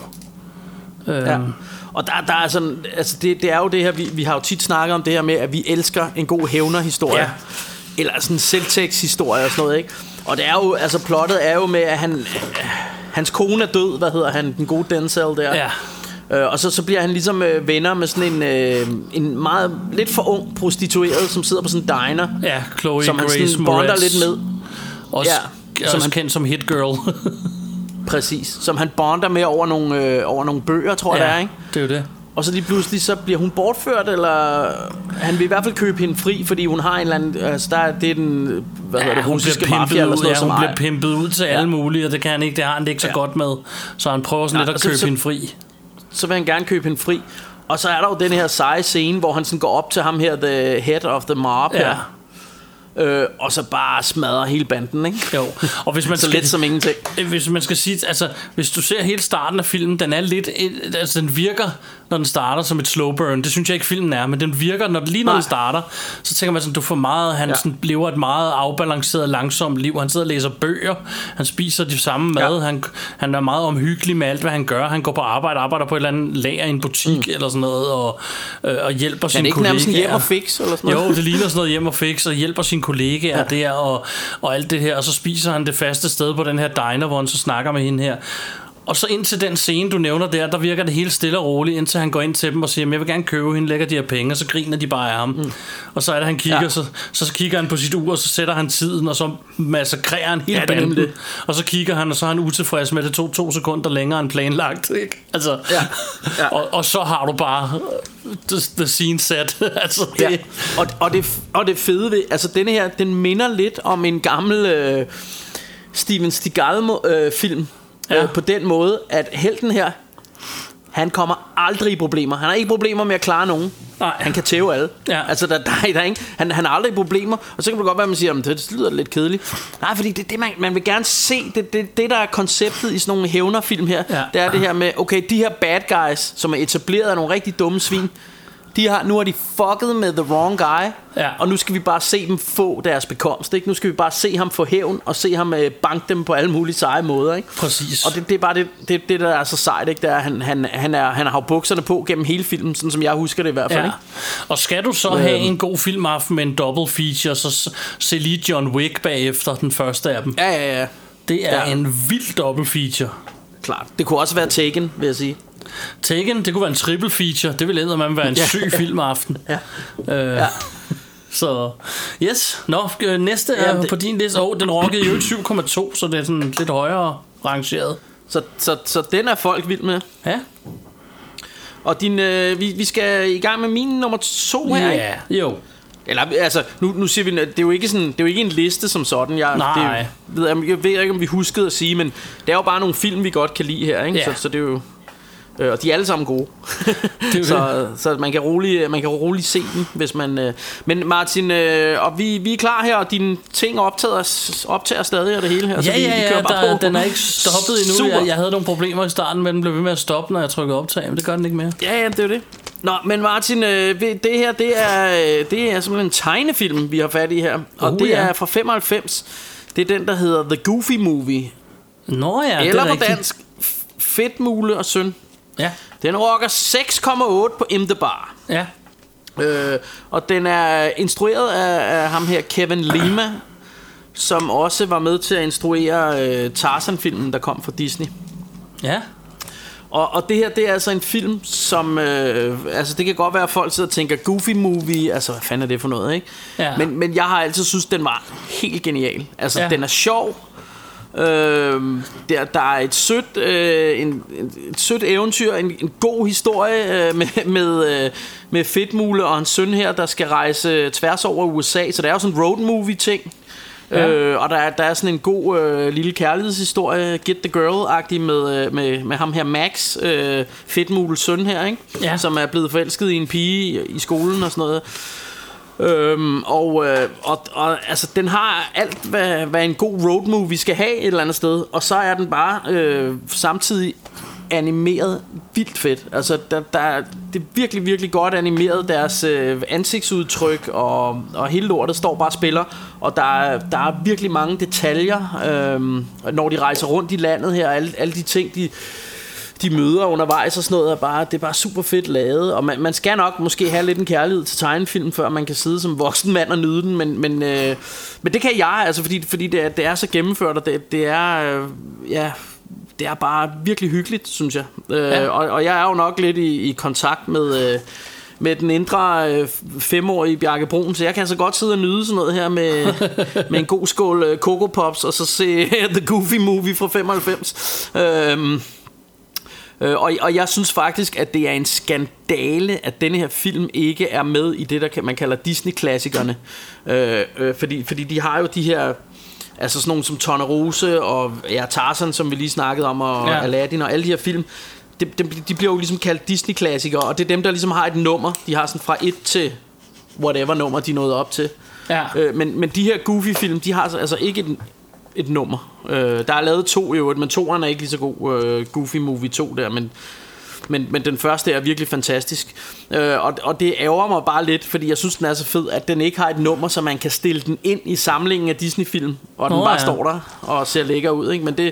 C: Øh,
D: ja. Og der, der er sådan, altså det, det er jo det her, vi, vi har jo tit snakket om det her med, at vi elsker en god hævnerhistorie. Ja. Eller sådan en selvtægtshistorie og sådan noget, ikke? Og det er jo, altså plottet er jo med, at han... Hans kone er død, hvad hedder han, den gode Denzel der. Ja. Øh, og så, så bliver han ligesom øh, venner med sådan en, øh, en meget lidt for ung prostitueret, som sidder på sådan en diner.
C: Ja, Chloe
D: som
C: Grace
D: han sådan bonder lidt med.
C: Også, ja, som også han kendt som Hit Girl.
D: Præcis, som han bonder med over nogle, øh, over nogle bøger, tror jeg
C: ja,
D: det er, ikke?
C: det er jo det.
D: Og så lige pludselig, så bliver hun bortført, eller han vil i hvert fald købe hende fri, fordi hun har en eller anden, altså der, det er den, hvad
C: ja,
D: hedder det, russiske mafia eller sådan noget,
C: ja,
D: som
C: hun
D: ejer.
C: bliver pimpet ud til ja. alle mulige, og det kan han ikke, det har han det ikke så ja. godt med, så han prøver sådan ja, lidt at købe så, hende fri.
D: Så vil han gerne købe hende fri, og så er der jo den her seje scene, hvor han sådan går op til ham her, the head of the mob ja. her. Øh, og så bare smadrer hele banden, ikke?
C: Jo. Og hvis man
D: så
C: skal,
D: lidt som ingenting.
C: Hvis man skal sige, altså hvis du ser hele starten af filmen, den er lidt, altså den virker, når den starter som et slow burn. Det synes jeg ikke filmen er, men den virker, når lige når Nej. den starter, så tænker man sådan, du får meget, han ja. sådan, lever et meget afbalanceret, langsomt liv. Han sidder og læser bøger, han spiser de samme mad, ja. han, han er meget omhyggelig med alt, hvad han gør. Han går på arbejde, arbejder på et eller andet lager i en butik mm. eller sådan noget, og, øh, og hjælper sine kollegaer.
D: Er det ikke nærmest hjem og fix eller sådan noget?
C: Jo, det ligner sådan noget hjem og fix, og hjælper sine kollegaer ja. der, og, og alt det her, og så spiser han det faste sted på den her diner, hvor han så snakker med hende her. Og så indtil den scene, du nævner der, der virker det helt stille og roligt, indtil han går ind til dem og siger, jeg vil gerne købe hende, lægger de her penge, og så griner de bare af ham. Mm. Og så er det, han kigger, ja. så, så kigger han på sit ur, og så sætter han tiden, og så massakrerer han hele ja, banden. Og så kigger han, og så er han utilfreds med, det tog to sekunder længere end planlagt. Ikke? Altså,
D: ja. Ja.
C: og, og så har du bare the, the scene set. altså, det.
D: Ja. Og, og, det, og det fede ved, altså denne her, den minder lidt om en gammel øh, Steven Seagal-film. Øh, Ja. Øh, på den måde, at helten her, han kommer aldrig i problemer. Han har ikke problemer med at klare nogen. Nej. Han kan tæve alle. Ja. Altså der, der, der, der er ikke, han, han har aldrig problemer. Og så kan det godt være, at man siger, at det lyder lidt kedeligt. Nej, fordi det, det man, man vil gerne se, det, det, det der er konceptet i sådan nogle hævnerfilm her, ja. det er det her med, okay, de her bad guys, som er etableret af nogle rigtig dumme svin, de har, nu har de fucket med the wrong guy,
C: ja.
D: og nu skal vi bare se dem få deres bekomst, ikke? Nu skal vi bare se ham få hævn, og se ham uh, banke dem på alle mulige seje måder, ikke?
C: Præcis.
D: Og det, det er bare det, det, det, der er så sejt, ikke? Det er, han, han, han, er, han har bukserne på gennem hele filmen, sådan som jeg husker det i hvert fald,
C: ja.
D: ikke?
C: Og skal du så have en god filmaften med en double feature, så se lige John Wick bagefter, den første af dem.
D: Ja, ja, ja.
C: Det er
D: ja.
C: en vild double feature.
D: Klart. Det kunne også være Taken, vil jeg sige.
C: Taken, det kunne være en triple feature. Det ville eddermame være en
D: ja.
C: syg filmaften.
D: ja.
C: Øh, ja. Så, yes. Nå, næste er ja, det... på din liste. Åh, oh, den rockede jo syv komma to, så det er sådan lidt højere rangeret.
D: Så, så, så den er folk vild med.
C: Ja.
D: Og din, øh, vi, vi skal i gang med min nummer to her,
C: ja,
D: ikke?
C: Jo.
D: Eller altså, nu, nu siger vi, det er jo ikke sådan, det er jo ikke en liste som sådan. Jeg,
C: Nej.
D: Det, ved, jeg, jeg ved ikke, om vi huskede at sige, men det er jo bare nogle film, vi godt kan lide her, ikke?
C: Ja.
D: Så, så det er jo... Øh, og de er alle sammen gode.
C: det
D: så, så man kan roligt man kan roligt se dem, hvis man øh. Men Martin, øh, og vi, vi er klar her, og dine ting optager, optager stadig og det hele her.
C: Ja,
D: så vi,
C: ja,
D: vi
C: ja,
D: kører bare
C: der,
D: på.
C: den er ikke stoppet endnu. Jeg, jeg havde nogle problemer i starten, men den blev ved med at stoppe, når jeg trykkede optag, men det gør den ikke mere.
D: Ja, ja, det er det. Nå, men Martin, øh, det her, det er, det er simpelthen en tegnefilm, vi har fat i her. Og
C: oh,
D: det
C: ja.
D: er fra femoghalvfems. Det er den, der hedder The Goofy Movie.
C: Nå ja,
D: eller
C: det er
D: på dansk, Fedtmule og Søn.
C: Ja.
D: Den rocker seks komma otte på M The Bar.
C: Ja.
D: øh, Og den er instrueret af, af ham her Kevin Lima, som også var med til at instruere øh, Tarzan-filmen, der kom fra Disney.
C: Ja.
D: Og, og det her, det er altså en film, som øh, altså det kan godt være, at folk sidder og tænker Goofy Movie, altså hvad fanden er det for noget, ikke?
C: Ja.
D: Men, men jeg har altid synes den var helt genial. Altså
C: ja.
D: den er sjov. Øh, der, der er et sødt, øh, en, et sødt eventyr, en, en god historie øh, med, med, øh, med Fedtmule og en søn her, der skal rejse tværs over U S A. Så det er jo sådan en road movie ting. Ja. Øh, og der er, der er sådan en god øh, lille kærlighedshistorie, Get the Girl-agtig med, med, med ham her Max, øh, Fedtmules søn her, ikke?
C: Ja.
D: Som er blevet forelsket i en pige i, i skolen og sådan noget. Øhm, og, øh, og, og altså den har alt hvad, hvad en god road movie skal have et eller andet sted. Og så er den bare øh, samtidig animeret vildt fedt. Altså der, der, det er virkelig virkelig godt animeret. Deres øh, ansigtsudtryk og, og hele lortet står bare og spiller. Og der er, der er virkelig mange detaljer øh, når de rejser rundt i landet her. Alle, alle de ting de de møder undervejs og sådan noget er bare, det er bare super fedt lavet. Og man, man skal nok måske have lidt en kærlighed til tegnefilm, før man kan sidde som voksen mand og nyde den. Men, men, øh, men det kan jeg, altså fordi, fordi det, er, det er så gennemført. Og det, det er øh, ja, det er bare virkelig hyggeligt, synes jeg. øh, ja. og, og jeg er jo nok lidt i, i kontakt med øh, med den indre øh, femårige Bjarke Brun, så jeg kan så godt sidde og nyde sådan noget her med, med en god skål øh, Coco Pops og så se The Goofy Movie fra femoghalvfems. øh, Øh, og, og jeg synes faktisk, at det er en skandale, at denne her film ikke er med i det, der kan, man kalder Disney-klassikerne. Øh, øh, fordi, fordi de har jo de her, altså sådan nogle som Tornerose og ja, Tarzan, som vi lige snakkede om, og ja. Aladdin og alle de her film. De, de, de bliver jo ligesom kaldt Disney-klassikere, og det er dem, der ligesom har et nummer. De har sådan fra et til whatever nummer, de nåede op til.
C: Ja.
D: Øh, men, men de her Goofy-film, de har altså ikke et, et nummer. Øh, der er lavet to i øvrigt, men toeren er ikke lige så god. øh, Goofy Movie to der, men, men, men den første er virkelig fantastisk. øh, og, og det ærger mig bare lidt, fordi jeg synes den er så fed, at den ikke har et nummer, så man kan stille den ind i samlingen af Disney-film, og den oh, bare ja. står der og ser lækker ud, ikke? Men det,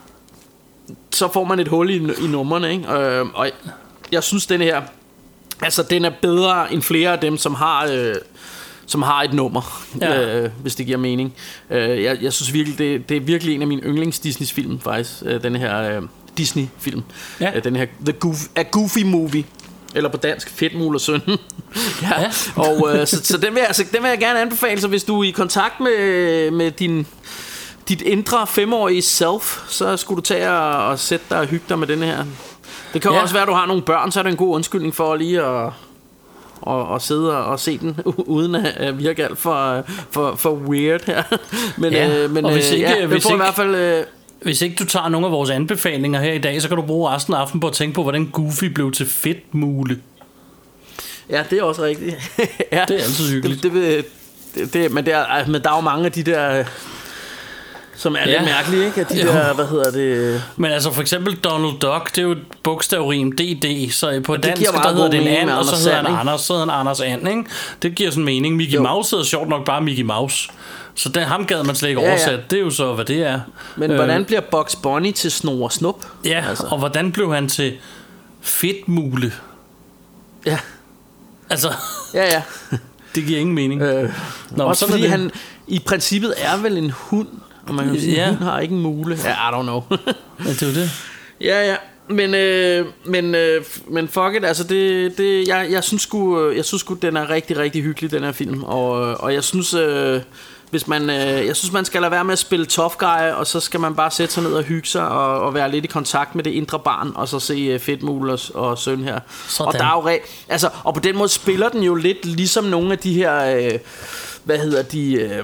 D: så får man et hul i, i numrene, ikke? Øh, og jeg synes den her, altså den er bedre end flere af dem, som har øh, som har et nummer, ja. øh, hvis det giver mening. øh, jeg, jeg synes virkelig det, det er virkelig en af mine yndlings Disney-film faktisk, øh, den her øh, Disney-film, ja. øh, den her The Goofy, A Goofy Movie, eller på dansk Fedtmule og Søn. ja. ja. Og øh, så, så den vil jeg, altså, den vil jeg gerne anbefale. Så hvis du er i kontakt med med din dit indre femårige self, så skulle du tage og, og sætte dig og hygge dig med den her. Det kan ja. også være, at du har nogle børn, så er det en god undskyldning for lige at Og, og sidde og, og se den uden at virke alt for, for, for weird her. Men,
C: ja,
D: øh, men
C: og hvis ikke,
D: ja,
C: hvis
D: får
C: ikke,
D: i hvert fald øh,
C: hvis ikke du tager nogle af vores anbefalinger her i dag, så kan du bruge resten af aftenen på at tænke på, hvordan Goofy blev til Fedtmule.
D: Ja, det er også rigtigt. ja,
C: det er altid hyggeligt.
D: Det, det, det, det, men, det er, men der er jo mange af de der Som er
C: Ja.
D: lidt mærkeligt, ikke? At de
C: Jo.
D: der, hvad hedder det...
C: Men altså for eksempel Donald Duck, det er jo et bogstavrim D D, så på dansk
D: giver
C: der
D: meget
C: hedder
D: god
C: det en
D: mening
C: and,
D: med
C: og så
D: Anders
C: hedder han
D: And, ikke?
C: Anders, så hedder han Anders And, ikke? Det giver sådan mening. Mickey
D: Jo.
C: Mouse hedder sjovt nok bare Mickey Mouse. Så den, ham gad man slet ikke
D: Ja, ja.
C: oversætte. Det er jo så, hvad det er.
D: Men øh, hvordan bliver Bugs Bunny til Snor og Snup?
C: Ja,
D: altså.
C: og hvordan blev han til fedtmule?
D: Ja,
C: Altså,
D: ja, ja.
C: det giver ingen mening.
D: Øh,
C: Nå,
D: også
C: sådan er
D: fordi
C: det.
D: han i princippet er vel en hund, og man kan jo sige,
C: Ja.
D: en hund har ikke en mule. Ja, I don't know.
C: Ja, det er jo det.
D: ja, ja. Men, øh, men, øh, men fuck it, altså det, det, jeg, jeg synes sgu, jeg synes sgu, den er rigtig, rigtig hyggelig, den her film. Og, og jeg synes, øh, hvis man, øh, jeg synes, man skal lade være med at spille tough guy, og så skal man bare sætte sig ned og hygge sig, og, og være lidt i kontakt med det indre barn, og så se uh, Fedtmule og, og søn her.
C: Sådan.
D: Og der er jo re- altså, og på den måde spiller den jo lidt ligesom nogle af de her, øh, hvad hedder de... Øh,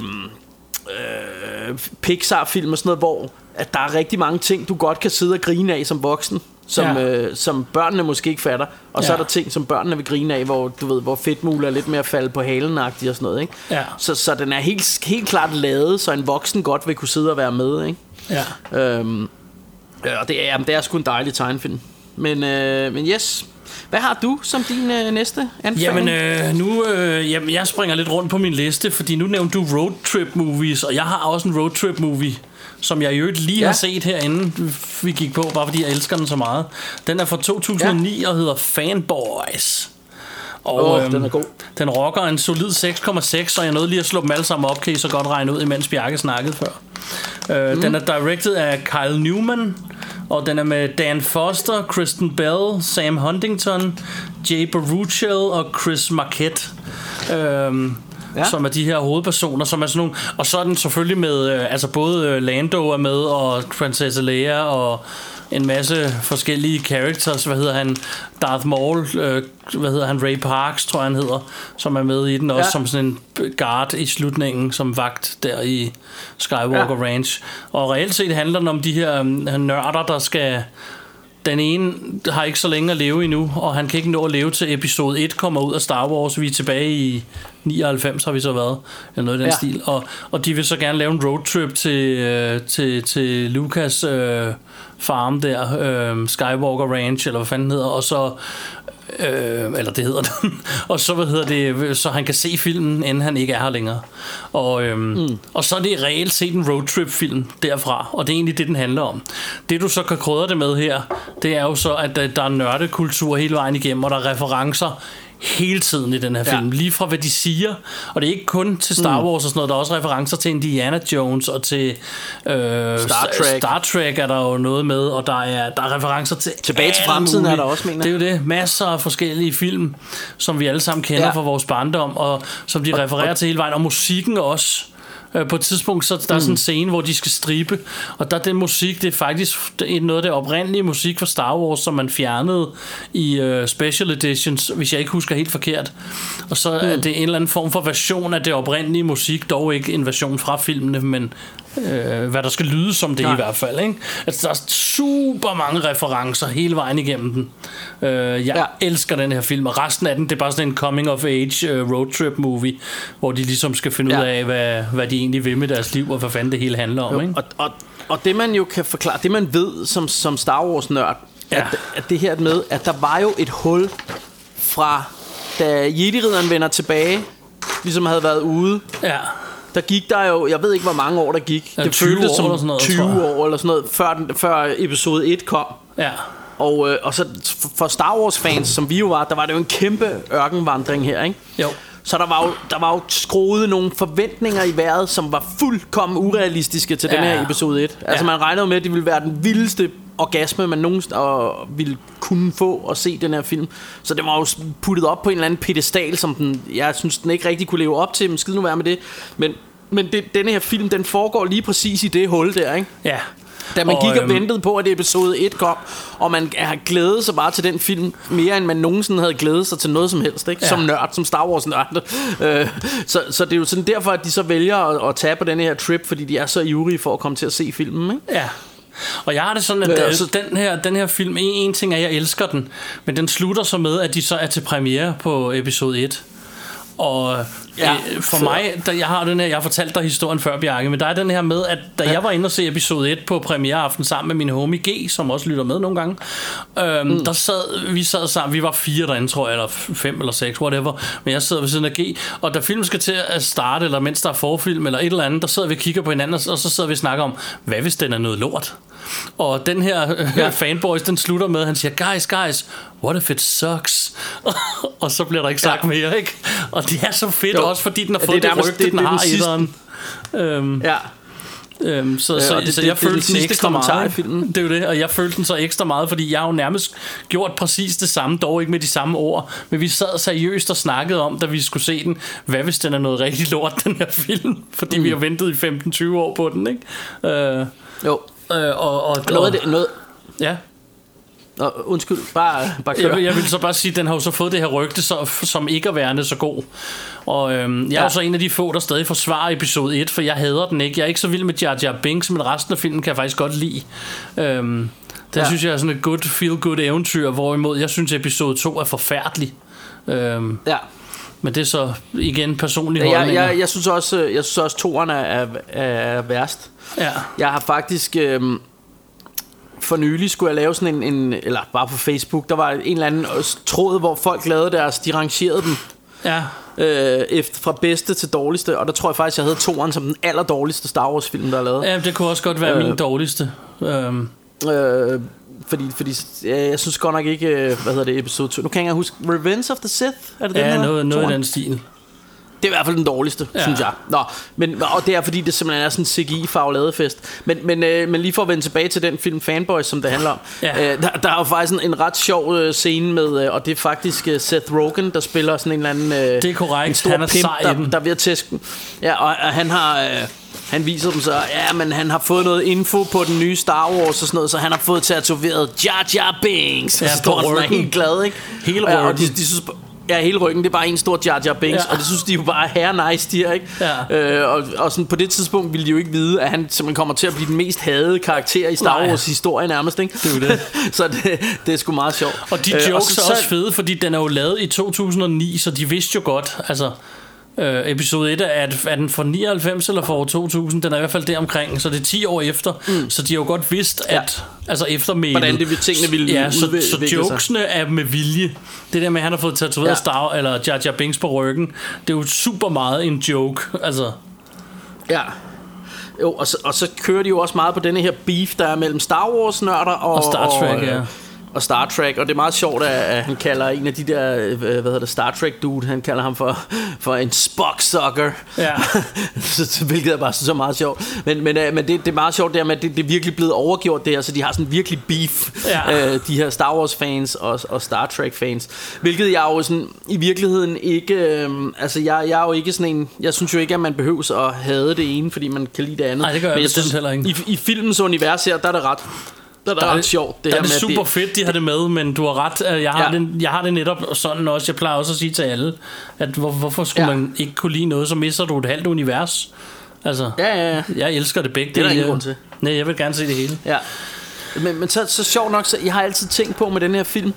D: Øh, Pixar-film og sådan noget, hvor at der er rigtig mange ting, du godt kan sidde og grine af som voksen, som,
C: Ja.
D: øh, som børnene måske ikke fatter. Og så
C: Ja.
D: er der ting, som børnene vil grine af, hvor du ved, hvor Fedtmule er lidt mere falde på halen-agtig og sådan noget, ikke?
C: Ja.
D: Så, så den er helt, helt klart lavet, så en voksen godt vil kunne sidde og være med, ikke?
C: Ja.
D: Øhm, ja, og det er, jamen, det er sgu en dejlig tegnefilm. Men, øh, men yes. Hvad har du som din øh, næste anbefaling?
C: Jamen, øh, nu, øh, jamen, jeg springer lidt rundt på min liste, fordi nu nævnte du roadtrip movies, og jeg har også en roadtrip movie, som jeg i øvrigt lige
D: Ja.
C: har set herinde, vi gik på, bare fordi jeg elsker den så meget. Den er fra to tusind og ni ja. og hedder Fanboys. Og
D: Åh, den er god.
C: Den rocker en solid seks komma seks, og jeg nåede lige at slå dem alle sammen op, kan I så godt regne ud, imens Bjarke snakkede før. Uh, mm. Den er directed af Kyle Newman, og den er med Dan Foster, Kristen Bell, Sam Huntington, Jay Baruchel og Chris Marquette. Uh, Ja. Som er de her hovedpersoner, som er sådan nogle. Og så er den selvfølgelig med, øh, altså både øh, Lando er med, og Princess Leia, og en masse forskellige characters. Hvad hedder han? Darth Maul, øh, hvad hedder han? Ray Parks, tror jeg han hedder, som er med i den også, ja. som sådan en guard i slutningen, som vagt der i Skywalker ja. Ranch. Og reelt set handler den om de her øh, nørder, der skal. Den ene har ikke så længe at leve endnu, og han kan ikke nå at leve til episode et kommer ud af Star Wars. Vi er tilbage i nioghalvfems har vi så været, eller noget i den ja. stil. Og, og de vil så gerne lave en roadtrip til, øh, til, til Lucas øh, farm der, øh, Skywalker Ranch, eller hvad fanden hedder, og så... Øh, eller det hedder den. Og så hvad hedder det, så han kan se filmen, inden han ikke er her længere. Og, øhm, mm. og så er det reelt set en roadtrip film derfra. Og det er egentlig det den handler om. Det du så kan krydre det med her, det er jo så at der er nørdekultur hele vejen igennem, og der er referencer hele tiden i den her film, ja. Lige fra hvad de siger. Og det er ikke kun til Star Wars og sådan noget, der er også referencer til Indiana Jones og til øh,
D: Star Trek.
C: Star Trek er der jo noget med, og der er, der er referencer til
D: Tilbage til fremtiden
C: mulige.
D: er der også, mener.
C: Det er jo det, masser af forskellige film, som vi alle sammen kender ja. fra vores barndom, og som de refererer til hele vejen, og musikken også. På et tidspunkt, så der er sådan en scene, hvor de skal stribe, og der er den musik, det er faktisk noget af det oprindelige musik fra Star Wars, som man fjernede i uh, special editions, hvis jeg ikke husker helt forkert. Og så er det en eller anden form for version af det oprindelige musik, dog ikke en version fra filmene, men øh, hvad der skal lyde som det Nej. I hvert fald, ikke? Altså, der er super mange referencer hele vejen igennem den. Øh, jeg ja. elsker den her film, og resten af den, det er bare sådan en coming of age uh, roadtrip movie, hvor de ligesom skal finde ja. ud af, hvad, hvad de egentlig vil med deres liv, og hvad fanden det hele handler om,
D: jo,
C: ikke?
D: Og, og, og det man jo kan forklare, det man ved som, som Star Wars nørd, ja. at, at det her med, at der var jo et hul fra, da Jedi-ridderen vender tilbage, ligesom havde været ude.
C: Ja.
D: Der gik der jo, jeg ved ikke hvor mange år der gik.
C: Ja,
D: det føltes som
C: eller sådan noget,
D: tyve år eller sådan noget, før, den, før episode et kom.
C: Ja.
D: Og, øh, og så for Star Wars fans, som vi jo var, der var det jo en kæmpe ørkenvandring her, ikke?
C: Jo.
D: Så der var jo, der var jo skruet nogle forventninger i vejret, som var fuldkommen urealistiske til ja. den her episode et. Altså ja. man regnede med, at det ville være den vildeste orgasme, man nogensinde ville kunne få og se den her film. Så det var jo puttet op på en eller anden pedestal, som den, jeg synes, den ikke rigtig kunne leve op til, men skide nu være med det. Men, men det, denne her film, den foregår lige præcis i det hul der, ikke?
C: Ja.
D: Da man
C: og,
D: gik og
C: øhm,
D: ventede på, at episode et kom, og man har glædet sig bare til den film, mere end man nogensinde havde glædet sig til noget som helst, ikke? Ja. Som nørd, som Star Wars nørd. øh, så, så det er jo sådan derfor, at de så vælger at, at tage på den her trip, fordi de er så ivrige for at komme til at se filmen, ikke?
C: Ja. Og jeg har det sådan, at
D: Ja,
C: altså,
D: så-
C: den, her, den her film, en, en ting er, at jeg elsker den, men den slutter så med, at de så er til premiere på episode et. Og ja, øh, for så. mig, da jeg har den her, jeg har fortalt dig historien før, Bjarke, men der er den her med, at da ja. jeg var inde og se episode et på premiereaften sammen med min homie G, som også lytter med nogle gange, øhm, mm. der sad, vi sad sammen, vi var fire derinde, tror jeg, eller fem eller seks, whatever, men jeg sidder ved siden af G, og da filmen skal til at starte, eller mens der er forfilm, eller et eller andet, der sidder vi og kigger på hinanden, og så sidder vi og snakker om, hvad hvis den er noget lort? Og den her ja. fanboys, den slutter med, han siger, guys, guys, what if it sucks? Og så bliver der ikke sagt ja. mere, ikke? Og det er så fedt jo. Også, fordi den har fået ja, det, det rygte, det, den det, har i den. Øhm, ja. Øhm, så, så, øh, det, så jeg det, følte det, den ekstra meget i filmen. Det er jo det, og jeg følte den så ekstra meget, fordi jeg har jo nærmest gjort præcis det samme, dog ikke med de samme ord, men vi sad seriøst og snakkede om, da vi skulle se den, hvad hvis den er noget rigtig lort, den her film, fordi mm. vi har ventet i femten til tyve år på den, ikke? Øh, jo. Øh, og, og,
D: noget af det, noget...
C: Ja.
D: Nå, undskyld, bare, bare kør.
C: Jeg, jeg vil så bare sige, at den har jo så fået det her rygte så, som ikke er værende så god. Og øhm, jeg ja. er jo så en af de få, der stadig forsvarer episode et, for jeg hader den ikke. Jeg er ikke så vild med Jar Jar Binks, men resten af filmen kan jeg faktisk godt lide. øhm, Det ja. synes jeg er sådan et good, feel good eventyr, hvorimod jeg synes episode to er forfærdelig. øhm, Ja. Men det er så igen personlige
D: ja,
C: holdninger.
D: jeg, jeg, jeg synes også, jeg synes også toeren er, er, er værst.
C: Ja.
D: Jeg har faktisk øhm, for nylig skulle jeg lave sådan en, en, eller bare på Facebook, der var en eller anden tråd, hvor folk lavede deres, de rangerede dem ja. øh, efter, fra bedste til dårligste, og der tror jeg faktisk, jeg havde toeren som den aller dårligste Star Wars film, der er lavet.
C: Ja, det kunne også godt være øh, min dårligste. øhm.
D: øh, Fordi, fordi ja, jeg synes godt nok ikke, hvad hedder det, episode to. Nu kan jeg ikke huske, Revenge of the Sith, er det den
C: ja,
D: her?
C: noget, noget i den stil.
D: Det er i hvert fald den dårligste, ja. synes jeg. Nå, men, og det er fordi, det simpelthen er sådan en C G I-farveladefest. Men, men, øh, men lige for at vende tilbage til den film Fanboys, som det handler om. Ja. Øh, der, der er jo faktisk en, en ret sjov øh, scene med, øh, og det er faktisk øh, Seth Rogen, der spiller sådan en eller anden... Øh,
C: det er korrekt,
D: en stor
C: han er
D: pimp,
C: sej
D: der, der er ved at tæske. Ja, og, og han har... Øh, han viser dem så, ja, men han har fået noget info på den nye Star Wars og sådan noget, så han har fået tatoveret Jar Jar Binks. Ja, så står han sådan helt glad, ikke?
C: Hele ryggen.
D: Ja, og de, de synes, ja, hele ryggen, det er bare en stor Jar Jar Binks, ja. Og det synes de jo bare er her nice, de her, ikke? Ja. Øh, og, og sådan på det tidspunkt ville de jo ikke vide, at han simpelthen kommer til at blive den mest hadede karakter i Star Wars historie nærmest, ikke? Det er jo det. Så det, det er sgu meget sjovt.
C: Og de jokes øh, og så, er også fede, fordi den er jo lavet i to tusind og ni, så de vidste jo godt, altså... Øh, episode et er, er den fra nioghalvfems eller fra år to tusind. Den er i hvert fald deromkring, så det er ti år efter. mm. Så de har jo godt vidst at ja. altså eftermælet,
D: hvordan det tingene ville
C: ja, så, så jokesene sig. Er med vilje. Det der med at han har fået tatoveret ja. Star eller Jar Jar Binks på ryggen, det er jo super meget en joke. Altså
D: ja. Jo, og så, og så kører de jo også meget på denne her beef, der er mellem Star Wars nørder og,
C: og Star Trek, og, ja.
D: og Star Trek, og det er meget sjovt, at han kalder en af de der, hvad hedder det, Star Trek dude, han kalder ham for, for en Spock-sucker. Ja. Hvilket er bare så meget sjovt. Men, men, men det, det er meget sjovt, det her med, at det, det er virkelig blevet overgjort det her, så de har sådan virkelig beef, ja. øh, de her Star Wars-fans og, og Star Trek-fans. Hvilket jeg jo sådan, i virkeligheden ikke, øh, altså jeg, jeg er jo ikke sådan en, jeg synes jo ikke, at man behøver at hade det ene, fordi man kan lide det andet.
C: Nej, det gør jeg,
D: men
C: jeg synes, heller ikke.
D: I, I filmens univers her, der er det ret... Der er, der er ret sjovt det
C: der
D: her
C: er det
D: med
C: super det, fedt de har det med. Men du har ret. Jeg har, ja. det, jeg har det netop sådan også. Jeg plejer også at sige til alle, at hvor, hvorfor skulle ja. man ikke kunne lide noget, så mister du et halvt univers. Altså,
D: ja, ja, ja.
C: Jeg elsker det begge.
D: Det er der ingen grund til.
C: Nej, jeg vil gerne se det hele.
D: Ja. Men, men så, så sjovt nok, så jeg har altid tænkt på med den her film,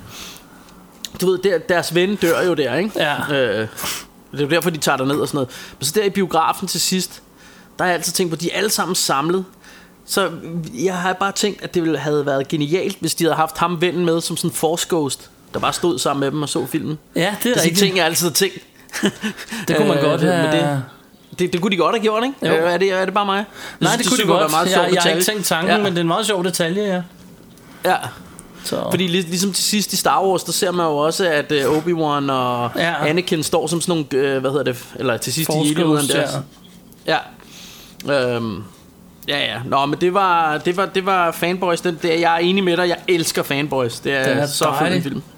D: du ved, der, deres ven dør jo der, ikke? Ja. Øh, det er jo derfor de tager ned og sådan noget. Men så der i biografen til sidst, der har jeg altid tænkt på, de er alle sammen samlet. Så jeg har bare tænkt, at det ville have været genialt, hvis de havde haft ham vennen med som sådan en force ghost, der bare stod sammen med dem og så filmen.
C: Ja, det er
D: det
C: rigtigt.
D: ting, jeg altid har tænkt.
C: Det kunne man øh, godt have.
D: Det, det, det kunne de godt have gjort, ikke? Øh, er, det, er det bare mig?
C: Nej, det, det kunne de godt. Meget jeg, jeg har ikke tænkt tanken, ja. Men det er en meget sjov detalje, ja.
D: Ja. Så. Fordi lig, ligesom til sidst i Star Wars, der ser man jo også, at uh, Obi-Wan og ja. Anakin står som sådan nogle, uh, hvad hedder det, eller til sidst force i Ghost, ja. Ja. Øhm, ja, ja. Nå, men det var, det var, det var Fanboys. Det, det, jeg er enig med dig, jeg elsker Fanboys. Det er, det er så fed en film.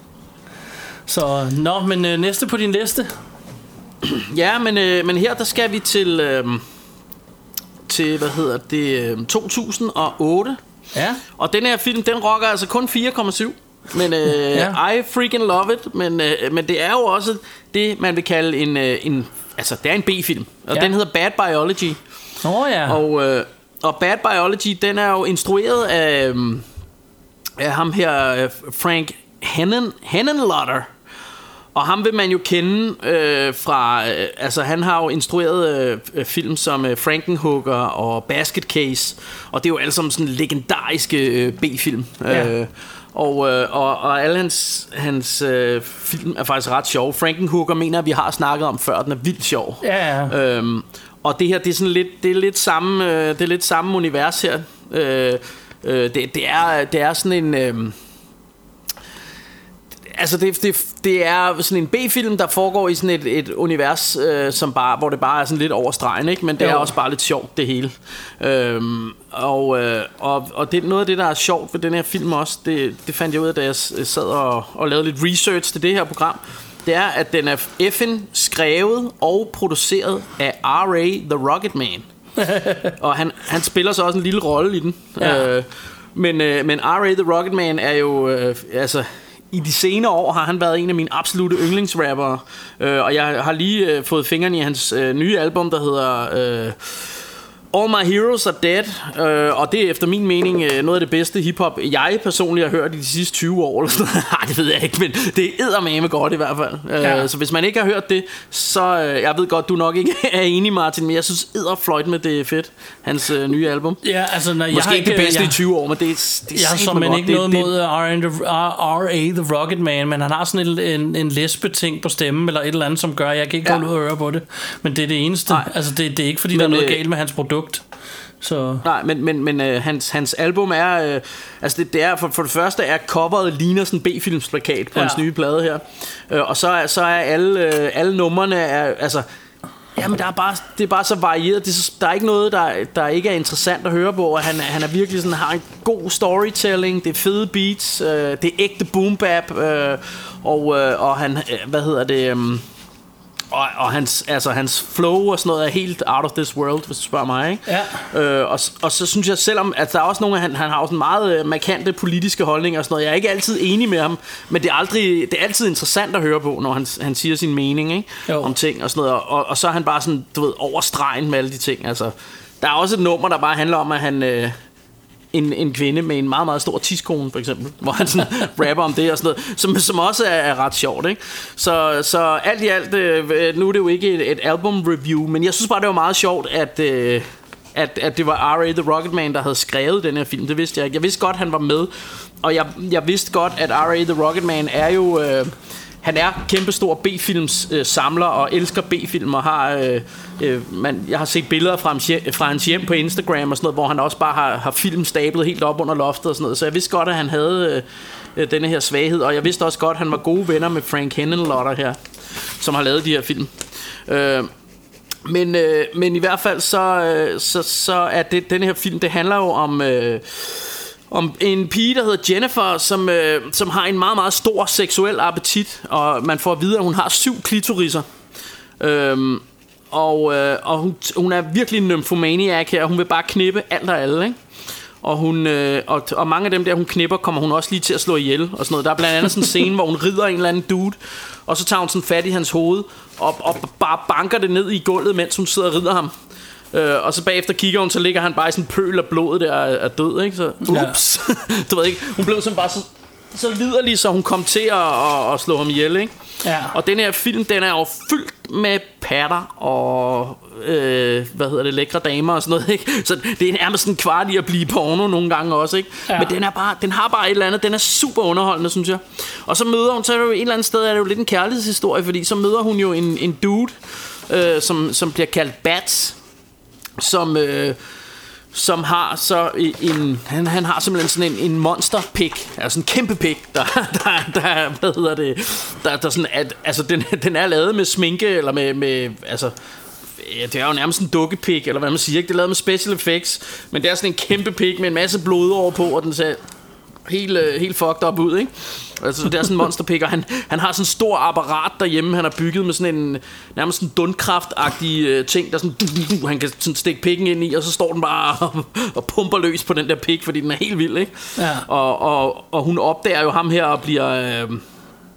C: Så, nå, men øh, næste på din liste.
D: Ja, men, øh, men her der skal vi til, øh, til hvad hedder det, to tusind og otte.
C: Ja.
D: Og den her film, den rocker altså kun fire komma syv. Men øh, ja. I freaking love it. Men, øh, men det er jo også det, man vil kalde en, øh, en altså det er en B-film. Og ja. Den hedder Bad Biology.
C: Åh oh, ja.
D: Og, øh, og Bad Biology, den er jo instrueret af, af ham her, Frank Hennen, Henenlotter. Og ham vil man jo kende øh, fra, øh, altså han har jo instrueret øh, film som øh, Frankenhooker og Basket Case, og det er jo alle sammen sådan legendariske øh, B-film. Ja. Øh, og, øh, og, og alle hans, hans øh, film er faktisk ret sjove. Frankenhooker mener vi har snakket om før, den er vildt sjov.
C: Ja, ja.
D: Øhm, og det her, det er sådan lidt, det er lidt samme, øh, det er lidt samme univers her. Øh, øh, det, det er, det er sådan en øh, altså det, det, det er sådan en B-film, der foregår i sådan et, et univers, øh, som bare, hvor det bare er sådan lidt over stregen, ikke? Men det jo. er også bare lidt sjovt, det hele. Øhm, og øh, og, og det, noget af det, der er sjovt ved den her film også, det, det fandt jeg ud af, da jeg sad og, og lavede lidt research til det her program, det er, at den er F'en skrevet og produceret af R A The Rocket Man. Og han, han spiller så også en lille rolle i den. Ja. Øh, men, øh, men R A The Rocket Man er jo, øh, altså... I de senere år har han været en af mine absolutte yndlingsrappere, øh, og jeg har lige øh, fået fingrene i hans øh, nye album, der hedder øh, All My Heroes Are Dead, øh, og det er efter min mening øh, noget af det bedste hiphop, jeg personligt har hørt i de sidste tyve år. Nej, det ved jeg ikke, men det er eddermame godt i hvert fald. Ja. Øh, så hvis man ikke har hørt det, så øh, jeg ved godt, du nok ikke er enig, Martin, men jeg synes edderfløjt med det er fedt, hans øh, nye album.
C: Ja, altså, når
D: Måske
C: jeg
D: ikke det bedste
C: jeg,
D: i tyve år, men det er, det er
C: jeg har så men ikke det, noget det, mod R A The Rocket Man, men han har sådan en, en, en lesbe-ting på stemmen, eller et eller andet, som gør, jeg kan ikke ja. gå ud og høre på det, men det er det eneste. Nej. Altså, det, det er ikke fordi, men, der er noget øh, galt med hans produkt. Så. Nej,
D: men, men, men øh, hans, hans album er øh, altså det, det er for, for det første er coveret ligner sådan en B-filmsplakat på ja. hans nye plade her, øh, og så er, så er alle øh, alle numrene er, altså jamen der er bare det er bare så varieret. Det er så, der er ikke noget der der ikke er interessant at høre på, og han han er virkelig sådan har en god storytelling. Det er fede beats, øh, det er ægte boom bap, øh, og øh, og han hvad hedder det øh, Og, og hans, altså, hans flow og sådan noget er helt out of this world, hvis du spørger mig, ikke?
C: Ja.
D: Øh, og, og så synes jeg, selvom at der er også nogle, han, han har også en meget øh, markante politiske holdninger og sådan noget. Jeg er ikke altid enig med ham, men det er, aldrig, det er altid interessant at høre på, når han, han siger sin mening, ikke? Om ting og sådan noget. Og, og så er han bare sådan, du ved, over stregen med alle de ting. Altså, der er også et nummer, der bare handler om, at han... Øh, En, en kvinde med en meget, meget stor tidskone, for eksempel, hvor han sådan rapper om det og sådan noget, som, som også er, er ret sjovt, ikke? Så, så alt i alt, øh, nu er det jo ikke et, et album-review, men jeg synes bare, det var meget sjovt, at, øh, at, at det var R A The Rocket Man, der havde skrevet den her film. Det vidste jeg ikke. Jeg vidste godt, han var med, og jeg, jeg vidste godt, at R A The Rocket Man er jo... Øh, han er kæmpestor B-films øh, samler og elsker B-film og har øh, øh, man, jeg har set billeder fra hans, hjem, fra hans hjem på Instagram og sådan noget, hvor han også bare har, har film stablet helt op under loftet og sådan noget. Så jeg vidste godt, at han havde øh, denne her svaghed, og jeg vidste også godt, at han var gode venner med Frank Henenlotter her, som har lavet de her film. Øh, men, øh, men i hvert fald så, øh, så, så er det, denne her film, det handler jo om... Øh, om en pige, der hedder Jennifer, som, øh, som har en meget, meget stor seksuel appetit, og man får at vide, at hun har syv klitoriser. Øhm, og øh, og hun, hun er virkelig en nymphomaniac her, og hun vil bare knippe alt og alle, ikke? Og, hun, øh, og, og mange af dem der, hun knipper, kommer hun også lige til at slå ihjel og sådan noget. Der er blandt andet sådan en scene, hvor hun rider en eller anden dude, og så tager hun sådan fat i hans hoved, og, og bare banker det ned i gulvet, mens hun sidder og rider ham. Uh, og så bagefter kigger hun, så ligger han bare i sådan en pøl af blodet der er, er død, ikke? Så ups. Ja. Du ved ikke, hun blev sådan bare så, så liderlig, så hun kom til at, at, at slå ham ihjel, ikke? Ja. Og den her film, den er jo fyldt med patter og øh, hvad hedder det, lækre damer og sådan noget, ikke? Så det er nærmest en kvart i at blive porno nogle gange også, ikke? Ja. Men den er bare, den har bare et eller andet. Den er super underholdende, synes jeg. Og så møder hun, så er det jo et eller andet sted, er det jo lidt en kærlighedshistorie, fordi så møder hun jo en, en dude, øh, som, som bliver kaldt Bats, som øh, som har så en han, han har simpelthen sådan en, en monster pik, altså en kæmpe pik, der der der hvad hedder det, der der sådan at altså den den er lavet med sminke eller med med altså ja, det er jo nærmest en dukkepik, eller hvad man siger, ikke? Det er lavet med special effects, men det er sådan en kæmpe pik med en masse blod over på, og den ser helt uh, helt fucked up ud, ikke? Altså det er sådan en monsterpik, og han han har sådan en stor apparat derhjemme, han har bygget med sådan en nærmest en dundkraftagtig uh, ting, der sådan uh, uh, han kan sådan stikke pikken ind i, og så står den bare og, og pumper løs på den der pik, fordi den er helt vild, ikke? Ja. Og og og hun opdager jo ham her og bliver uh,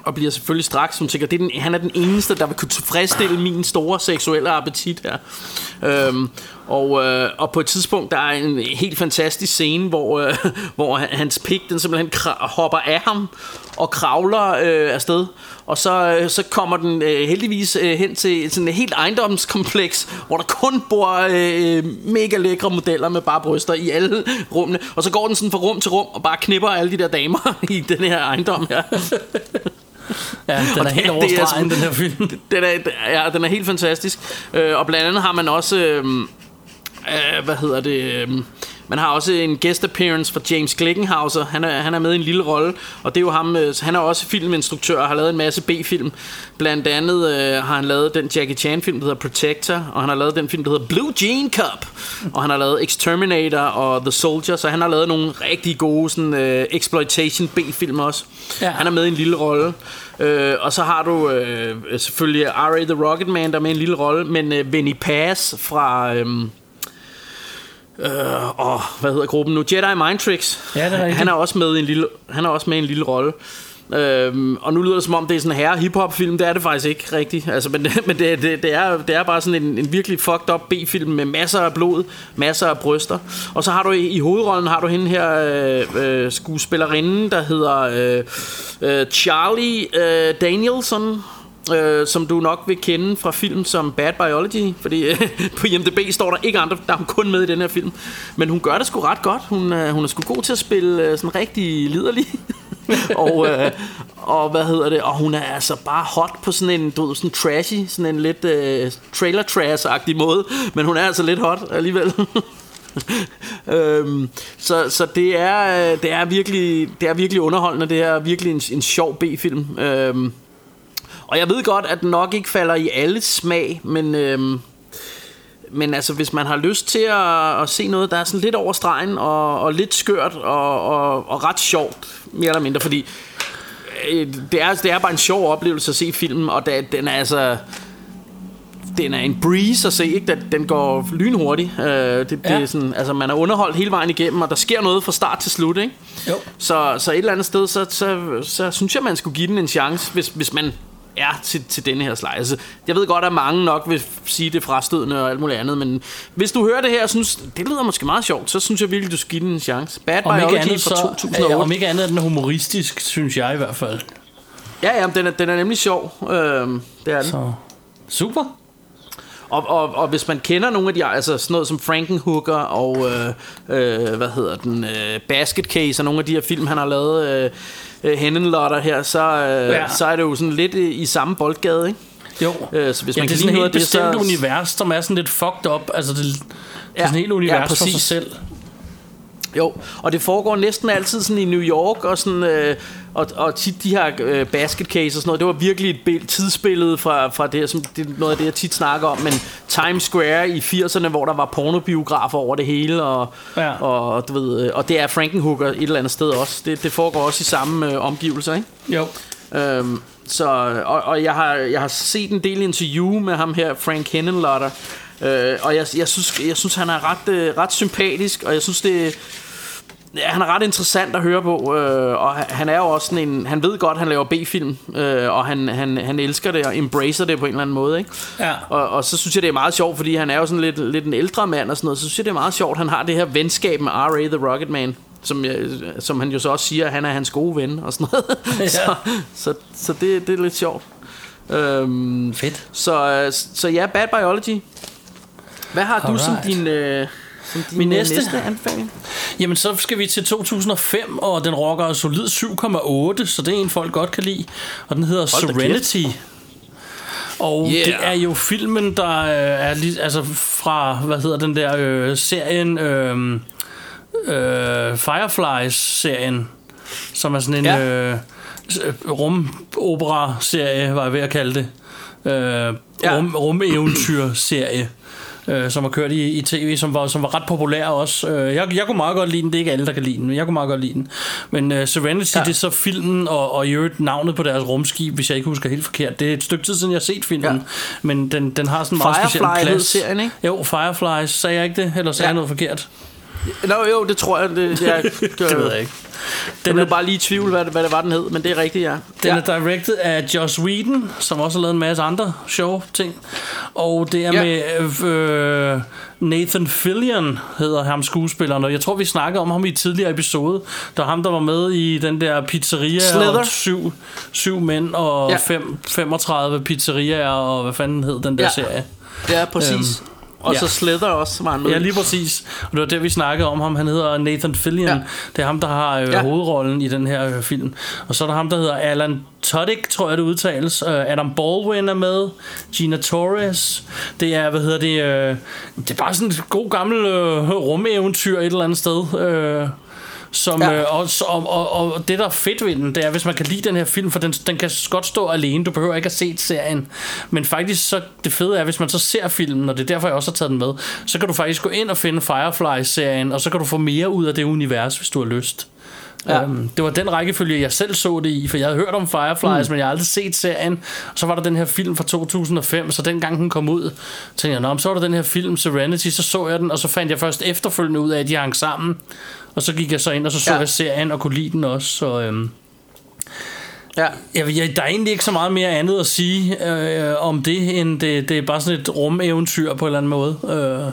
D: og bliver selvfølgelig straks, hun tænker, det er den, han er den eneste, der vil kunne tilfredsstille min store seksuelle appetit her. Øhm, og, øh, og på et tidspunkt, der er en helt fantastisk scene, hvor, øh, hvor hans pik, den simpelthen kra- hopper af ham og kravler øh, afsted. Og så, øh, så kommer den øh, heldigvis øh, hen til sådan et helt ejendomskompleks, hvor der kun bor øh, mega lækre modeller med bare bryster i alle rummene. Og så går den sådan fra rum til rum og bare knipper alle de der damer i den her ejendom her.
C: Ja, den er helt overstregen, den her film.
D: Den er, ja, den er helt fantastisk. øh, Og blandt andet har man også øh, øh, Hvad hedder det øh, Man har også en guest appearance fra James Glickenhauser. Han er, han er med i en lille rolle. Og det er jo ham, øh, han er også filminstruktør og har lavet en masse B-film. Blandt andet øh, har han lavet den Jackie Chan film, der hedder Protector. Og han har lavet den film, der hedder Blue Jean Cup. Og han har lavet Exterminator og The Soldier. Så han har lavet nogle rigtig gode sådan, øh, exploitation B-film også. Ja. Han er med i en lille rolle. Øh, og så har du øh, selvfølgelig R A The Rocketman, der er med i en lille rolle. Men øh, Vinnie Paz fra... Øh, Øh, og hvad hedder gruppen nu? Jedi Mind Tricks.
C: Ja, det er
D: han er også med i en lille, han er også med i en lille rolle. Øhm, og nu lyder det som om det er sådan en herre hiphop film. Det er det faktisk ikke rigtigt. Altså, men men det, det, det, er, det er bare sådan en, en virkelig fucked up B-film med masser af blod, masser af bryster. Og så har du i, i hovedrollen har du hende her øh, øh, skuespillerinden, der hedder øh, øh, Charlie øh, Danielson. Øh, som du nok vil kende fra film som Bad Biology, fordi øh, på I M D B står der ikke andre, der er hun kun med i den her film. Men hun gør det sgu ret godt. Hun, øh, hun er sgu god til at spille øh, sådan rigtig liderlig. og, øh, og hvad hedder det? Og hun er altså bare hot på sådan en, du ved, sådan trashy, sådan en lidt øh, trailer trash-agtig måde. Men hun er altså lidt hot alligevel. øhm, så så det er det er virkelig det er virkelig underholdende. Det er virkelig en, en sjov B-film. Øhm, Og jeg ved godt, at den nok ikke falder i alles smag, men, øhm, men altså, hvis man har lyst til at, at se noget, der er sådan lidt over stregen, og, og lidt skørt, og, og, og ret sjovt, mere eller mindre, fordi øh, det, er, det er bare en sjov oplevelse at se filmen, og det, den er altså... Den er en breeze at se, ikke? Den, den går lynhurtigt. øh, det, det
C: ja.
D: er sådan, altså, man er underholdt hele vejen igennem, og der sker noget fra start til slut, ikke?
C: Jo.
D: Så, så et eller andet sted, så, så, så synes jeg, man skulle give den en chance, hvis, hvis man... er til, til denne her slag. Altså, jeg ved godt, at mange nok vil sige det frastødende og alt muligt andet, men hvis du hører det her og synes, det lyder måske meget sjovt, så synes jeg virkelig, du skal give den en chance. Bad Biology fra to tusind og otte.
C: Om ikke andet er den humoristisk, synes jeg i hvert fald.
D: Ja, ja, den er, den er nemlig sjov. Øhm, det er den.
C: Så. Super.
D: Og, og, og hvis man kender nogle af de, altså sådan noget som Frankenhooker og øh, øh, hvad hedder den, øh, Basket Case og nogle af de her film, han har lavet, øh, øh, Henenlotter her, så, øh, ja. så er det jo sådan lidt i, i samme boldgade, ikke?
C: Jo.
D: Øh, så hvis
C: ja,
D: man
C: det er
D: kan
C: sådan et helt
D: det,
C: bestemt
D: så...
C: univers, som er sådan lidt fucked up. Altså det, det er
D: ja,
C: sådan et helt univers
D: ja,
C: for sig selv.
D: Jo, og det foregår næsten altid sådan i New York og sådan øh, og, og tit de her øh, basket case og sådan noget. Det var virkelig et bill- tidsbillede fra fra det, som det er noget af det jeg tit snakker om, men Times Square i firserne, hvor der var pornobiografer over det hele, og
C: ja.
D: og du ved, og det er Frankenhooker et eller andet sted også. Det det foregår også i samme øh, omgivelser, ikke?
C: Jo.
D: Øhm, så og, og jeg har jeg har set en del interview med ham her, Frank Henenlotter. Øh, og jeg jeg synes jeg synes han er ret øh, ret sympatisk, og jeg synes det ja, han er ret interessant at høre på, øh, og han er jo også sådan en, han ved godt, han laver B-film, øh, og han, han, han elsker det og embracer det på en eller anden måde, ikke?
C: Ja.
D: Og, og så synes jeg, det er meget sjovt, fordi han er jo sådan lidt, lidt en ældre mand og sådan noget, så synes jeg, det er meget sjovt, han har det her venskab med R A The Rocketman, som, jeg, som han jo så også siger, han er hans gode ven og sådan noget. Ja. så så, så det, det er lidt sjovt. Øhm,
C: Fedt.
D: Så, så ja, Bad Biology. Hvad har Alright. du som din... Øh,
C: Min næste,
D: næste anbefaling?
C: Jamen så skal vi til to tusind og fem, og den rocker solid syv komma otte, så det er en folk godt kan lide. Og den hedder Hold Serenity. Og yeah. det er jo filmen, der øh, er lige, altså fra, hvad hedder den der øh, serien, øh, øh, Fireflies-serien, som er sådan en ja. øh, rumopera-serie, var jeg ved at kalde det. Øh, ja. rum, rumeventyr-serie. Øh, som har kørt i, i tv, som var, som var ret populær også. Øh, jeg, jeg kunne meget godt lide den. Det er ikke alle, der kan lide den, men jeg kunne meget godt lide den. Men uh, Serenity, ja. det er så filmen, og, og i øvrigt navnet på deres rumskib, hvis jeg ikke husker helt forkert. Det er et stykke tid siden, jeg har set filmen, ja. men den, den har sådan en meget speciel plads.
D: Firefly, ikke?
C: Jo, Fireflies. Sagde jeg ikke det? Eller sagde ja. jeg noget forkert?
D: Nå jo, det tror jeg. Det, det, er, det,
C: Det ved jeg ikke.
D: Den
C: Den
D: er
C: er,
D: bare lige i tvivl, hvad, hvad det var, den hed, men det er rigtigt, ja.
C: den
D: ja.
C: er directed af Joss Whedon, som også har lavet en masse andre sjove ting. Og det er
D: Ja.
C: med øh, Nathan Fillion, hedder ham skuespilleren. Og jeg tror, vi snakkede om ham i et tidligere episode. Der var ham, der var med i den der pizzeria.
D: Slither.
C: Og syv, syv mænd og
D: Ja.
C: fem, femogtredive pizzeriaer, og hvad fanden hed den der
D: Ja.
C: serie?
D: Ja, præcis. Øhm, og
C: ja.
D: så Slither også, var han med.
C: Ja, lige præcis. Og det var det, vi snakkede om ham. Han hedder Nathan Fillion.
D: Ja.
C: Det er ham, der har øh,
D: Ja.
C: hovedrollen i den her øh, film. Og så er der ham, der hedder Alan Tudyk, tror jeg det udtales. Uh, Adam Baldwin er med. Gina Torres. Det er, hvad hedder det... Øh, det er bare sådan et god gammel øh, rumeventyr et eller andet sted. Øh, Som,
D: Ja.
C: øh, og, og, og, og det der er fedt ved den, det er hvis man kan lide den her film, for den, den kan godt stå alene. Du behøver ikke at se serien. Men faktisk så det fede er, hvis man så ser filmen, og det er derfor jeg også har taget den med, så kan du faktisk gå ind og finde Firefly-serien, og så kan du få mere ud af det univers, hvis du har lyst. Ja. Um, det var den rækkefølge jeg selv så det i, for jeg havde hørt om Fireflies, mm. men jeg har aldrig set serien. Og så var der den her film fra to tusind og fem, så dengang den kom ud, tænkte jeg, nå, så var der den her film Serenity, så så jeg den, og så fandt jeg først efterfølgende ud af, at de hang sammen. Og så gik jeg så ind, og så så ja. jeg serien, og kunne lide den også. Så øhm,
D: Ja.
C: jeg, jeg, der er egentlig ikke så meget mere andet at sige øh, om det, end det, det er bare sådan et rumeventyr på en eller anden måde. Øh,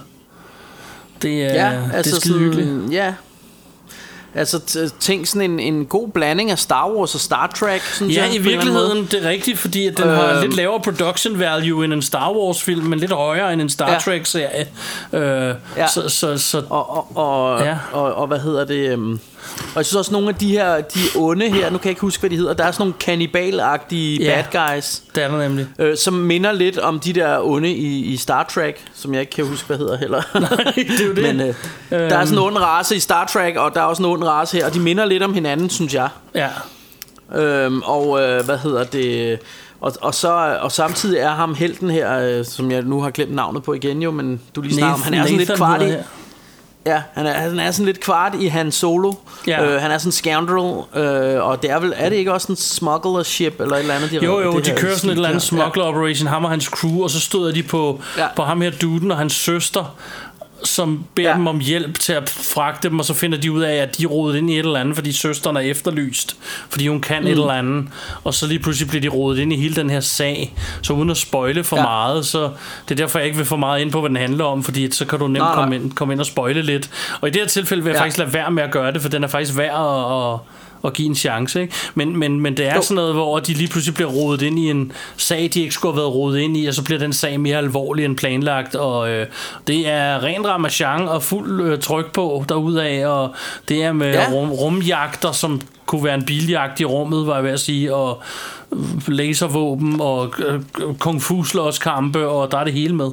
C: det er,
D: Ja,
C: det
D: altså
C: er skide hyggeligt.
D: sådan, ja. Altså t- tænk sådan en, en god blanding af Star Wars og Star Trek, synes
C: Ja,
D: jeg,
C: i
D: på en eller anden måde.
C: virkeligheden, det er rigtigt, fordi at den øhm. har lidt lavere production value end en Star Wars film, men lidt højere end en Star
D: Ja.
C: Trek serie. Øh,
D: Ja.
C: så, så, så
D: Og, og, og,
C: Ja.
D: og, og hvad hedder det? Um, og jeg synes også nogle af de her, de onde her, nu kan jeg ikke huske, hvad de hedder. Der er sådan nogle kannibalagtige
C: Ja.
D: bad guys,
C: det er der nemlig.
D: øh, som minder lidt om de der onde i, i Star Trek, som jeg ikke kan huske, hvad hedder heller.
C: det er jo det.
D: Men øh, der er sådan en ond race i Star Trek, og der er også en ond race her, og de minder lidt om hinanden, synes jeg.
C: Ja.
D: Øhm, og øh, hvad hedder det? Og, og, så, og samtidig er ham helten her, øh, som jeg nu har glemt navnet på igen jo, men du lige snakker om, han er sådan lidt kvart i. Ja, han er, han er sådan lidt kvart i Han Solo.
C: Ja.
D: øh, Han er sådan en scoundrel, øh, og det er vel, er det ikke også en smuggler ship eller et eller andet? De,
C: Jo, jo,
D: det
C: de
D: her
C: kører sådan et eller andet
D: skib der.
C: smuggler operation, ham og hans crew, og så støder de på,
D: Ja.
C: på ham her duden og hans søster, som beder
D: Ja.
C: dem om hjælp til at fragte dem, og så finder de ud af, at de er rodet ind i et eller andet, fordi søsteren er efterlyst, fordi hun kan mm. et eller andet, og så lige pludselig bliver de rodet ind i hele den her sag, så uden at spoile for
D: Ja.
C: meget, så det er derfor, jeg ikke vil for meget ind på, hvad den handler om, fordi så kan du nemt
D: Nej, nej.
C: komme ind, komme ind og spoile lidt, og i det her tilfælde vil jeg
D: Ja.
C: faktisk lade være med at gøre det, for den er faktisk værd at, at og give en chance, ikke? Men, men, men det er
D: Jo.
C: sådan noget, hvor de lige pludselig bliver rodet ind i en sag, de ikke skulle have været rodet ind i, og så bliver den sag mere alvorlig end planlagt, og øh, det er ren ramachan og fuld øh, tryk på derudaf, og det er med
D: Ja.
C: rum, rumjagter, som kunne være en biljagt i rummet, var jeg ved at sige, og laservåben, og øh, kung fu slåskampe, og der er det hele med.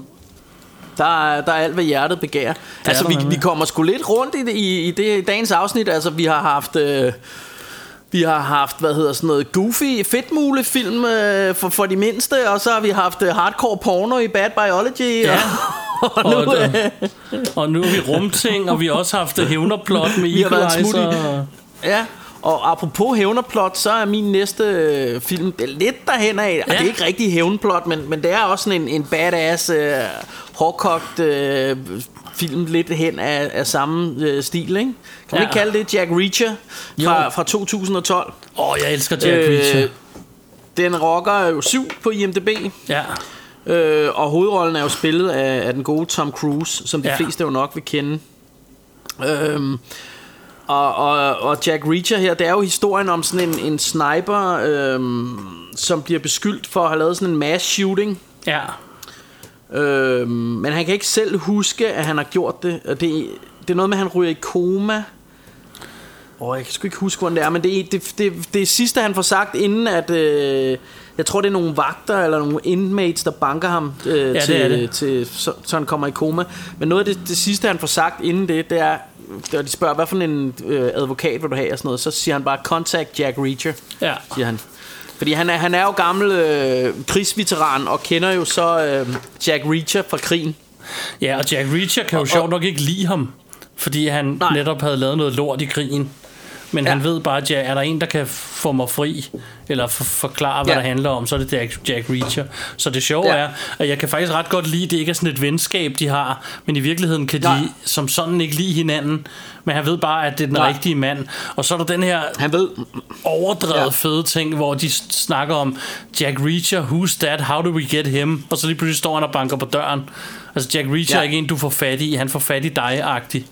D: Der er, der er alt, hvad hjertet begærer. Altså,
C: der
D: vi,
C: nemlig.
D: vi kommer sgu lidt rundt i, det, i, i det i dagens afsnit. Altså, vi har haft... Øh, vi har haft, hvad hedder sådan noget, goofy, fedtmule-film øh, for, for de mindste, og så har vi haft øh, hardcore porno i Bad Biology.
C: Ja.
D: Og, og, nu,
C: Og,
D: øh,
C: og nu er vi rumting, og vi har også haft hævnerplot med
D: Vi har været en smut i-
C: Equalizer.
D: ja, og apropos hævnerplot, så er min næste øh, film, det er lidt derhen af. Ja. Det er ikke rigtig hævnplot, men, men det er også sådan en, en badass, øh, hårdkogt øh, film, lidt hen af, af samme øh, stil, ikke? Kan man
C: Ja.
D: ikke kalde det Jack Reacher fra, fra to tusind og tolv?
C: Åh, oh, jeg elsker Jack Reacher.
D: Den rocker jo syv på I M D B.
C: Ja.
D: Øh, og hovedrollen er jo spillet af, af den gode Tom Cruise, som de
C: Ja.
D: ja. fleste jo nok vil kende. Øhm, og, og, og Jack Reacher her, det er jo historien om sådan en, en sniper, øhm, som bliver beskyldt for at have lavet sådan en mass shooting.
C: Ja.
D: Øhm, men han kan ikke selv huske, at han har gjort det. Og det, det er noget med, at han ryger i koma. Åh, jeg kan sgu ikke huske, hvordan det er, men det er det, det, det sidste, han får sagt, inden at... Øh, jeg tror, det er nogle vagter eller nogle inmates, der banker ham øh,
C: Ja,
D: til,
C: det er det.
D: til så, så han kommer i koma. Men noget af det, det sidste, han får sagt inden det, det er... Og de spørger, hvad for en øh, advokat vil du have og sådan noget, så siger han bare, contact Jack Reacher,
C: Ja.
D: siger han. Fordi han er, han er jo gammel øh, krigsveteran og kender jo så øh, Jack Reacher fra krigen.
C: Ja, og Jack Reacher kan jo
D: Og-
C: sjovt nok ikke lide ham, fordi han
D: Nej.
C: netop havde lavet noget lort i krigen. Men
D: Ja.
C: han ved bare, at er der en, der kan få mig fri, eller for, forklare, hvad
D: Ja.
C: der handler om, så er det Jack, Jack Reacher. Så det sjove
D: Ja.
C: er, at jeg kan faktisk ret godt lide, det ikke er sådan et venskab, de har, men i virkeligheden kan de
D: Nej.
C: som sådan ikke lide hinanden. Men han ved bare, at det er den
D: Nej.
C: rigtige mand. Og så er der den her
D: Han ved...
C: overdrevet
D: Ja.
C: fede ting, hvor de s- snakker om Jack Reacher, who's that, how do we get him? Og så lige pludselig står han og banker på døren. Altså Jack Reacher
D: Ja.
C: er ikke en, du får fat i, han får fat i dig-agtig.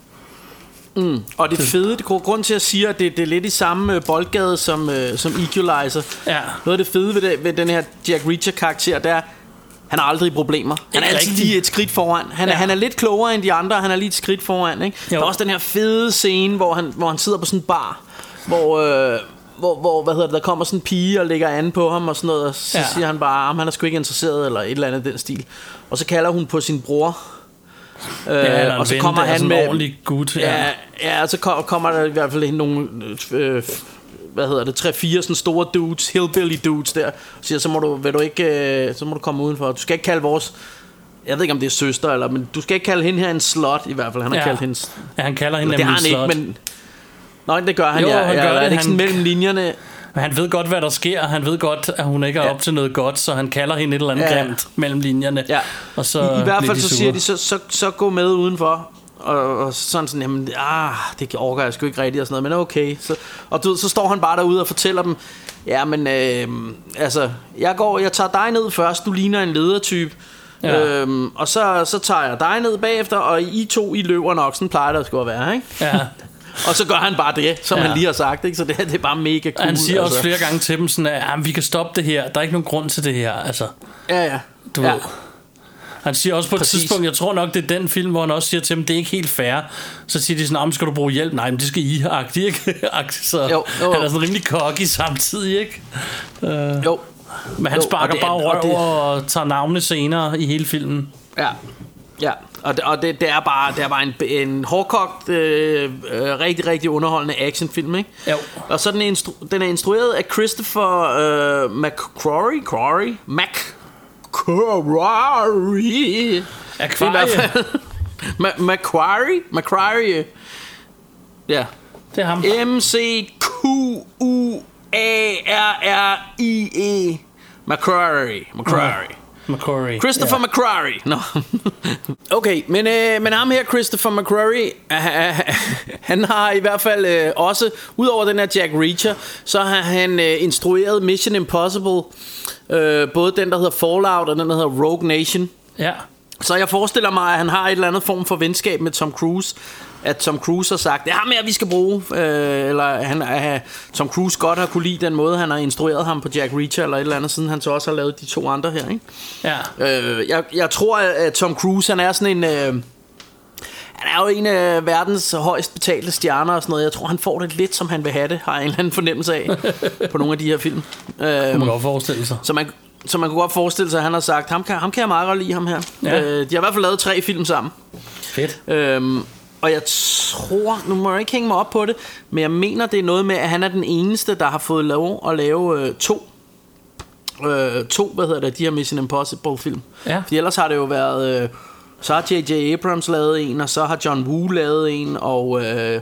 D: Og det fede, det går grund til at sige, at det, det er lidt i samme øh, boldgade som, øh, som Equalizer.
C: Ja.
D: Noget af det fede ved, det, ved den her Jack Reacher-karakter, det er, han har aldrig problemer. Han er
C: Ikke
D: altid
C: rigtigt.
D: lige et skridt foran. Han, er,
C: Ja.
D: han er lidt klogere end de andre, han er lige et skridt foran. Ikke? Der er også den her fede scene, hvor han, hvor han sidder på sådan en bar, hvor... Øh, hvor, hvor hvad hedder det, der kommer sådan en pige og lægger an på ham og sådan noget, og så
C: Ja.
D: siger han bare, at han er sgu ikke interesseret, eller et eller andet i den stil. Og så kalder hun på sin bror. Øh,
C: Ja, eller en
D: og så
C: ven,
D: kommer
C: der er
D: han
C: sådan
D: med
C: en ordentlig gut. Ja.
D: Ja, ja, og så ko- kommer der i hvert fald nogle øh, hvad hedder det, tre-fire sådan store dudes, hillbilly dudes der, og siger, så må du, vil du ikke, øh, så må du komme udenfor. Du skal ikke kalde vores, jeg ved ikke om det er søster, eller, men du skal ikke kalde hende her en slut, i hvert fald. Han har
C: Ja.
D: kaldt hende.
C: Ja, han kalder hende
D: Det har
C: nemlig
D: han
C: en
D: ikke,
C: slut.
D: men... Nå, det gør han,
C: Jo,
D: ja.
C: han
D: ja,
C: gør
D: er
C: det.
D: det ikke sådan
C: Han-
D: mellem linjerne?
C: Men han ved godt, hvad der sker. Han ved godt, at hun ikke er
D: Ja.
C: op til noget godt, så han kalder hende et eller andet
D: Ja.
C: grimt mellem linjerne.
D: Ja.
C: Og så
D: I, I hvert
C: bliver
D: fald
C: de
D: så
C: sure.
D: siger de, så, så, så gå med udenfor. Og, og sådan sådan, jamen, ah, det orker jeg sgu ikke rigtigt og sådan noget, men okay. Så, og du ved, så står han bare derude og fortæller dem, ja, men øh, altså, jeg går, jeg tager dig ned først, du ligner en ledertype.
C: Ja.
D: Øhm, og så, så tager jeg dig ned bagefter, og I to, I løber nok, sådan plejer det at skulle være, ikke?
C: Ja.
D: Og så gør han bare det, som
C: Ja.
D: han lige har sagt, ikke? Så det, det er bare mega cool.
C: Han siger også
D: altså.
C: flere gange til dem sådan, at "Jamen, vi kan stoppe det her. Der er ikke nogen grund til det her. Altså,
D: Ja, ja.
C: du
D: ja.
C: ved. Han siger også på et
D: Præcis.
C: tidspunkt, jeg tror nok, det er den film, hvor han også siger til dem, det er ikke helt fair. Så siger de sådan, "Jamen, skal du bruge hjælp? Nej, men det skal I, agtigt, ikke? Agtigt, så
D: Jo, jo.
C: han er sådan rimelig cocky samtidig, ikke? Uh,
D: Jo.
C: men han
D: Jo,
C: sparker
D: og det er-
C: bare
D: og
C: røv
D: det-
C: og tager navne senere i hele filmen.
D: Ja, ja. Og, det, og det, det er bare, det er bare en, en hårdkogt, øh, øh, rigtig, rigtig underholdende actionfilm, ikke?
C: Jo.
D: Og så er den, instru- den er instrueret af Christopher øh, McQuarrie, Quarry, McQuarrie.
C: Akvarie.
D: Ma- McQuarrie, McQuarrie. Ja.
C: Det er ham.
D: M C Q U A R R I E. McQuarrie, McQuarrie.
C: McQuarrie.
D: Christopher
C: Ja.
D: ja. McQuarrie. Nå. Okay, men, øh, men ham her, Christopher McQuarrie, øh, han har i hvert fald øh, også, udover den her Jack Reacher, så har han øh, instrueret Mission Impossible, øh, både den, der hedder Fallout, og den, der hedder Rogue Nation.
C: Ja.
D: Så jeg forestiller mig, at han har et eller andet form for venskab med Tom Cruise. At Tom Cruise har sagt, det er ham her, vi skal bruge. Øh, eller han, at Tom Cruise godt har kunne lide den måde, han har instrueret ham på Jack Reacher, eller et eller andet, siden han så også har lavet de to andre her, ikke?
C: Ja.
D: Øh, jeg, jeg tror, at Tom Cruise, han er sådan en... Øh, han er jo en af verdens højst betalte stjerner og sådan noget. Jeg tror, han får det lidt, som han vil have det, har jeg en eller anden fornemmelse af, på nogle af de her film. Øh,
C: Kunne man godt forestille sig.
D: så man, så man kunne godt forestille sig, at han har sagt, ham kan, ham kan jeg meget godt lide, ham her.
C: Ja.
D: Øh, de har i hvert fald lavet tre film sammen.
C: Fedt.
D: Øhm, og jeg tror, nu må jeg ikke hænge mig op på det, men jeg mener, det er noget med, at han er den eneste, der har fået lov at lave øh, to, øh, to, hvad hedder det, de her Mission Impossible film.
C: Ja.
D: Fordi ellers har det jo været, øh, så har J J Abrams lavet en, og så har John Woo lavet en, og øh,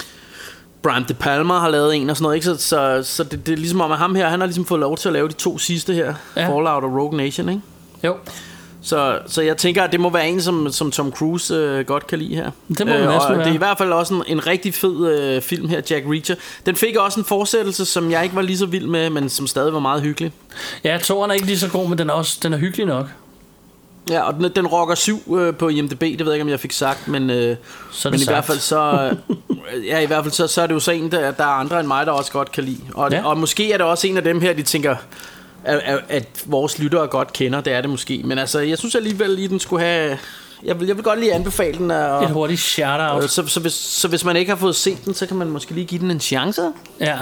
D: Brian De Palma har lavet en og sådan noget, ikke? Så, så, så det, det er ligesom om, at ham her, han har ligesom fået lov til at lave de to sidste her,
C: Ja.
D: Fallout og Rogue Nation, ikke?
C: Jo.
D: Så, så jeg tænker, at det må være en, som, som Tom Cruise øh, godt kan lide her.
C: Det må det næsten
D: og
C: være.
D: det er i hvert fald også en, en rigtig fed øh, film her, Jack Reacher. Den fik også en fortsættelse, som jeg ikke var lige så vild med, men som stadig var meget hyggelig.
C: Ja, toeren er ikke lige så god, men den er også den er hyggelig nok.
D: Ja, og den, den rocker syv øh, på I M D B, det ved jeg ikke, om jeg fik sagt, men, øh,
C: Så er
D: men
C: det
D: i hvert
C: sagt.
D: fald så, øh, ja, i hvert fald så, så er det jo så en, der, der er andre end mig, der også godt kan lide. Og,
C: Ja.
D: ja. og måske er det også en af dem her, de tænker, at, at, at vores lyttere godt kender, det er det måske. Men altså, jeg synes alligevel lige, den skulle have... Jeg vil, jeg vil godt lige anbefale den. Og,
C: Et hurtigt shout-out.
D: øh, så, så, hvis, så hvis man ikke har fået set den, så kan man måske lige give den en chance.
C: Ja.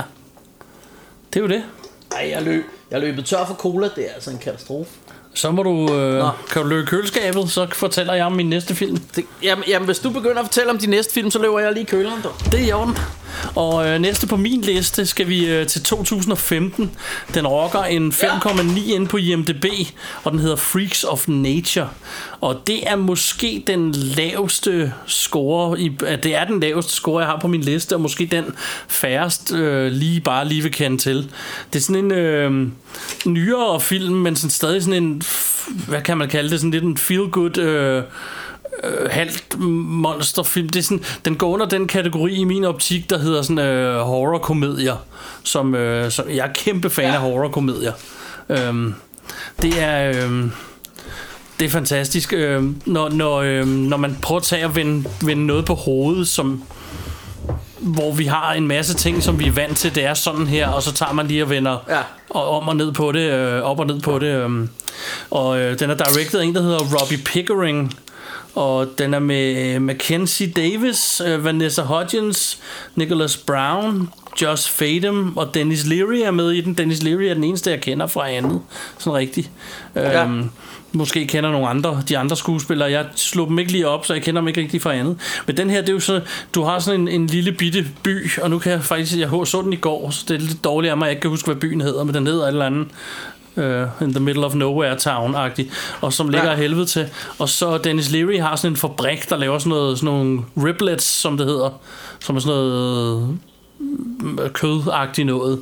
C: Det er jo det.
D: Ej, jeg løb, jeg er løbet tør for cola, det er altså en katastrofe.
C: Så må du, øh,
D: Nå.
C: kan du løbe i køleskabet, så fortæller jeg om min næste film.
D: Det, jamen, jamen, hvis du begynder at fortælle om de næste film, så løber jeg lige i køleren, dog.
C: Det er i orden. Og øh, næste på min liste skal vi øh, til to tusind og femten. Den rocker en fem komma ni inde på I M D B, og den hedder Freaks of Nature. Og det er måske den laveste score i, det er den laveste score jeg har på min liste, og måske den færrest øh, lige bare lige vil kende til. Det er sådan en øh, nyere film, men sådan stadig sådan en, hvad kan man kalde det, sådan lidt en feel good øh, øh, halvt monsterfilm. Det er sådan, den går under den kategori i min optik, der hedder sådan øh, horrorkomedier, som, øh, som jeg er kæmpe fan ja. af horrorkomedier. Øhm, det er øh, det er fantastisk, øh, når, når, øh, når man prøver at tage og vende, vende noget på hovedet, som hvor vi har en masse ting, som vi er vant til, det er sådan her, og så tager man lige og vender ja. og om og ned på det, øh, op og ned på det. Øh. Og øh, den er directed af en, der hedder Robbie Pickering, og den er med Mackenzie Davis, øh, Vanessa Hudgens, Nicholas Brown, Josh Fadem og Dennis Leary er med i den. Dennis Leary er den eneste, jeg kender fra andet, sådan rigtigt. Ja. Øhm, Måske kender nogle andre, de andre skuespillere. Jeg slog dem ikke lige op, så jeg kender dem ikke rigtig fra andet. Men den her, det er jo så, du har sådan en, en lille bitte by, og nu kan jeg faktisk, jeg så den i går, så det er lidt dårligt af mig, jeg ikke kan huske, hvad byen hedder, men den hedder et eller andet uh, in the middle of nowhere town-agtig, og som ligger af ja. helvede til. Og så Dennis Leary har sådan en fabrik, der laver sådan noget, sådan nogle riblets, som det hedder, som er sådan noget kødagtigt noget.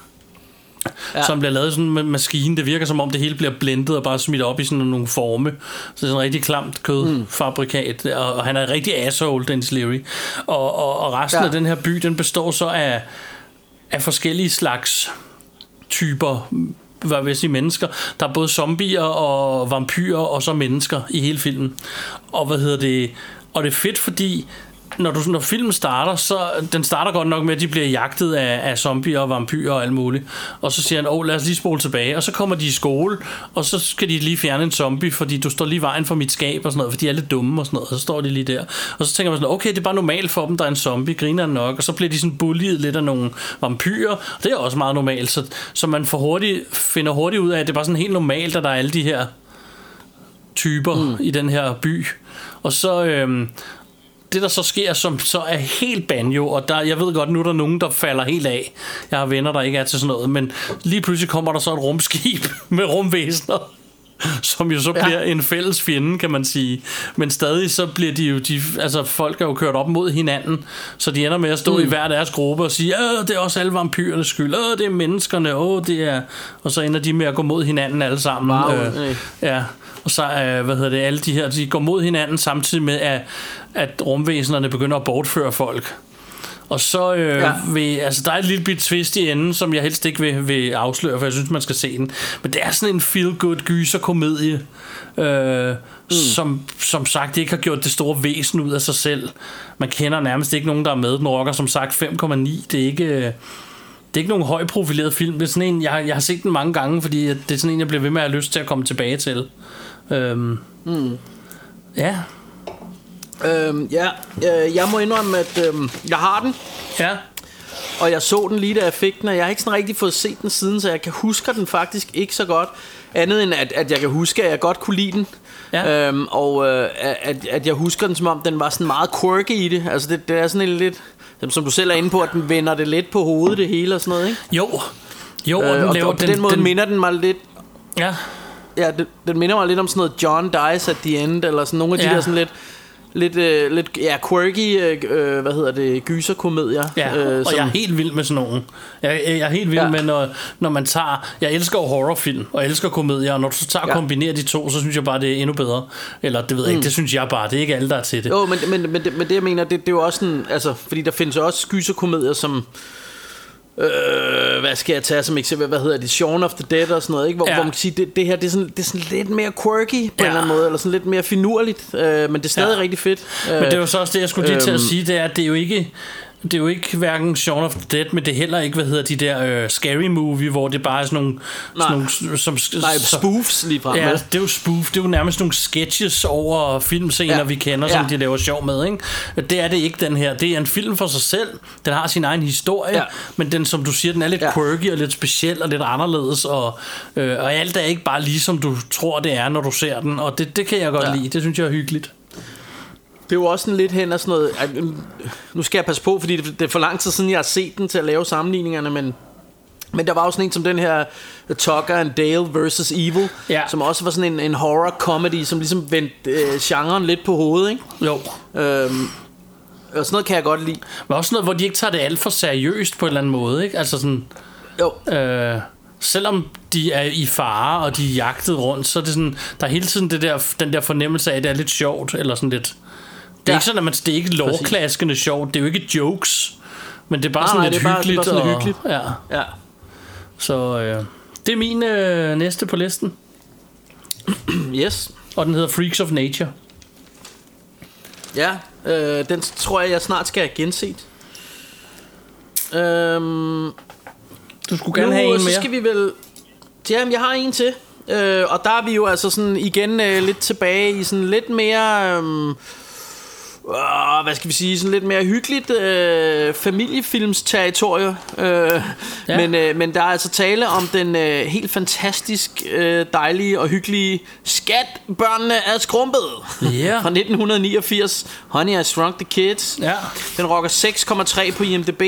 C: Ja. Som bliver lavet sådan med maskine. Det virker som om det hele bliver blendet og bare smidt op i sådan nogle forme. Så det er sådan en rigtig klamt kødfabrikat. Og, og han er en rigtig asshole, Dennis Leary. Og, og, og resten ja. af den her by, den består så af, af forskellige slags typer, hvad vil jeg sige, mennesker. Der er både zombier og vampyrer og så mennesker i hele filmen. Og hvad hedder det? Og det er fedt, fordi Når, du, når filmen starter, så den starter godt nok med, at de bliver jagtet af, af zombier og vampyrer og alt muligt. Og så siger han, åh, lad os lige spole tilbage. Og så kommer de i skole, og så skal de lige fjerne en zombie, fordi du står lige i vejen for mit skab og sådan noget, for de er lidt dumme og sådan noget. Og så står de lige der. Og så tænker man sådan, okay, det er bare normalt for dem, der er en zombie, griner nok. Og så bliver de sådan bulliet lidt af nogle vampyrer. Og det er også meget normalt, så, så man får hurtigt, finder hurtigt ud af, at det er bare sådan helt normalt, at der er alle de her typer mm. i den her by. Og så øhm, det der så sker, som så er helt banjo, og der, jeg ved godt, nu er der nogen, der falder helt af. Jeg har venner, der ikke er til sådan noget, men lige pludselig kommer der så et rumskib med rumvæsener, som jo så bliver ja. en fælles fjende, kan man sige. Men stadig så bliver de jo, de, altså folk er jo kørt op mod hinanden, så de ender med at stå mm. i hver deres gruppe og sige, åh, det er også alle vampyrernes skyld, åh, det er menneskerne, åh, det er... Og så ender de med at gå mod hinanden alle sammen.
D: Wow,
C: øh, ja. Og så, øh, hvad hedder det, alle de her, de går mod hinanden samtidig med, at, at rumvæsenerne begynder at bortføre folk. Og så øh, ja. vil, altså der er et lille bit twist i enden, som jeg helst ikke vil, vil afsløre, for jeg synes man skal se den. Men det er sådan en feel good gyser komedie, øh, mm. som som sagt ikke har gjort det store væsen ud af sig selv. Man kender nærmest ikke nogen, der er med. Den rocker som sagt fem komma ni. Det er ikke det er ikke nogen højt profileret film. Det er sådan en jeg, jeg har set den mange gange, fordi det er sådan en jeg bliver ved med at have lyst til at komme tilbage til. Øhm, mm. Ja.
D: Øhm, ja, øh, jeg må indrømme, at øh, jeg har den.
C: Ja.
D: Og jeg så den lige da jeg fik den, og jeg har ikke sådan rigtig fået set den siden, så jeg kan huske den faktisk ikke så godt. Andet end at, at jeg kan huske, at jeg godt kunne lide den. Ja. Øhm, og øh, at, at jeg husker den, som om den var sådan meget quirky i det. Altså det, det er sådan lidt, som du selv er inde på, at den vender det lidt på hovedet, det hele og sådan noget, ikke?
C: Jo. Jo, og,
D: øh,
C: den
D: og,
C: laver
D: og på
C: den,
D: den måde
C: den...
D: minder den mig lidt.
C: Ja.
D: Ja, den, den minder mig lidt om sådan noget John Dies at the End, eller sådan nogle af de ja. der sådan lidt lidt øh, lidt ja, quirky øh, hvad hedder det, gyserkomedier.
C: Ja, øh, og som... jeg er helt vild med sådan nogle. Jeg, jeg er helt vild ja. med når når man tager, jeg elsker jo horrorfilm og elsker komedier, og når du så tager og ja. kombinerer de to, så synes jeg bare det er endnu bedre. Eller det ved jeg mm. ikke, det synes jeg bare, det er ikke alle der er til det.
D: Jo, men men men det, men det jeg mener, det, det er jo også sådan, altså fordi der findes også gyserkomedier som Øh, hvad skal jeg tage som eksempel? Hvad hedder det? Shaun of the Dead og sådan noget, ikke? Hvor, ja. hvor man kan sige, det, det her det er, sådan, det er sådan lidt mere quirky på ja. en eller anden måde, eller sådan lidt mere finurligt, øh, men det er stadig ja. rigtig fedt.
C: Men det er jo så også det, jeg skulle lige øh, til at sige, det er, at det er jo ikke det er jo ikke hverken Shaun of the Dead, men det er heller ikke, hvad hedder de der uh, scary movie, hvor det bare er sådan nogle, sådan nogle som,
D: nej, spoofs lige frem.
C: Ja, det er jo spoof. Det er jo nærmest nogle sketches over filmscener, ja. vi kender, som ja. de laver sjov med, ikke? Det er det ikke, den her. Det er en film for sig selv. Den har sin egen historie, ja. men den, som du siger, den er lidt ja. quirky og lidt speciel og lidt anderledes, og, øh, og alt er ikke bare lige, som du tror, det er, når du ser den, og det, det kan jeg godt ja. lide. Det synes jeg er hyggeligt.
D: Det er jo også sådan lidt hen og sådan noget. Nu skal jeg passe på, fordi det er for lang tid siden jeg har set den til at lave sammenligningerne, men men der var jo sådan en som den her Tucker and Dale versus. Evil,
C: ja.
D: Som også var sådan en, en horror comedy, som ligesom vendte øh, genren lidt på hovedet, ikke?
C: Jo.
D: Øhm, og sådan noget kan jeg godt lide.
C: Men også noget, hvor de ikke tager det alt for seriøst på en eller anden måde, ikke? Altså sådan.
D: Jo.
C: Øh, selvom de er i fare og de er jagtet rundt, så er det sådan, der er hele tiden det der, den der fornemmelse af, at det er lidt sjovt eller sådan lidt. Det er ja. Ikke sådan, at man, det er ikke lovklaskende sjovt. Det er jo ikke jokes, men det er bare
D: nej,
C: sådan
D: nej,
C: lidt
D: det er bare,
C: hyggeligt.
D: det er bare sådan
C: og,
D: hyggeligt.
C: Ja.
D: Ja.
C: Så øh, det er min øh, næste på listen.
D: Yes.
C: Og den hedder Freaks of Nature.
D: Ja, øh, den tror jeg, jeg snart skal have genset. Øhm,
C: du skulle gerne
D: nu,
C: have en mere.
D: Så skal vi vel. Jamen, jeg har en til. Øh, og der er vi jo altså sådan igen øh, lidt tilbage i sådan lidt mere. Øh, øh, hvad skal vi sige? Sådan lidt mere hyggeligt øh, familiefilmsterritorium. Øh, ja. men, øh, men der er altså tale om den øh, helt fantastisk øh, dejlige og hyggelige Skat, børnene er skrumpet.
C: Yeah.
D: Fra nitten niogfirs. Honey, I Shrunk the Kids.
C: Ja.
D: Den rocker seks komma tre på I M D B.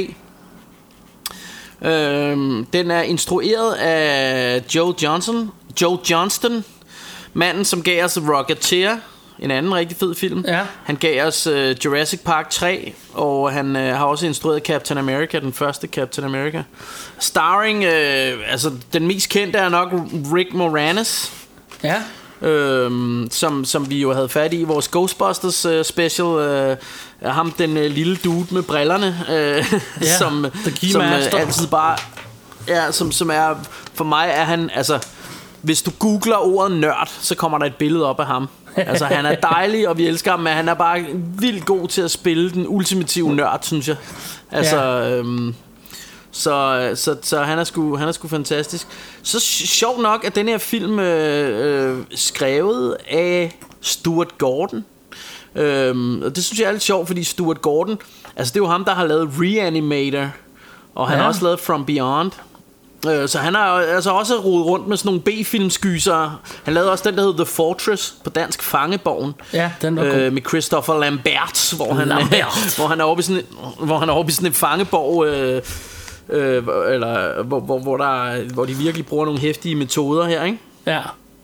D: Øhm, den er instrueret af Joe Johnston Joe Johnston, manden som gav os Rocketeer, en anden rigtig fed film.
C: Ja.
D: Han gav os uh, Jurassic Park tre, og han uh, har også instrueret Captain America, den første Captain America. Starring, uh, altså den mest kendte er nok Rick Moranis.
C: Ja.
D: Øhm, som, som vi jo havde fat i vores Ghostbusters uh, special, uh, ham den uh, lille dude med brillerne, uh, yeah, som, som uh, altid bare ja, som, som er, for mig er han, altså hvis du googler ordet nørd, så kommer der et billede op af ham. Altså han er dejlig, og vi elsker ham, men han er bare vildt god til at spille den ultimative nørd, synes jeg. Altså yeah. øhm, Så, så, så han er sgu han er sgu fantastisk. Så sjovt nok at den her film øh, øh, skrevet af Stuart Gordon. Øhm, og det synes jeg er lidt sjovt, fordi Stuart Gordon, altså det er jo ham, der har lavet Reanimator, og han ja. har også lavet From Beyond. Øh, så han har altså også rodet rundt med sådan nogle B-filmskyser. Han lavede også den, der hedder The Fortress, på dansk, Fangeborgen.
C: Ja, den var god.
D: Øh, med Christopher Lambert, hvor han, Lambert. hvor han er oppe i sådan en, hvor han er oppe i sådan en fangeborg. Øh, Øh, eller hvor, hvor, hvor, der, hvor de virkelig bruger nogle heftige metoder her, ikke?
C: Ja.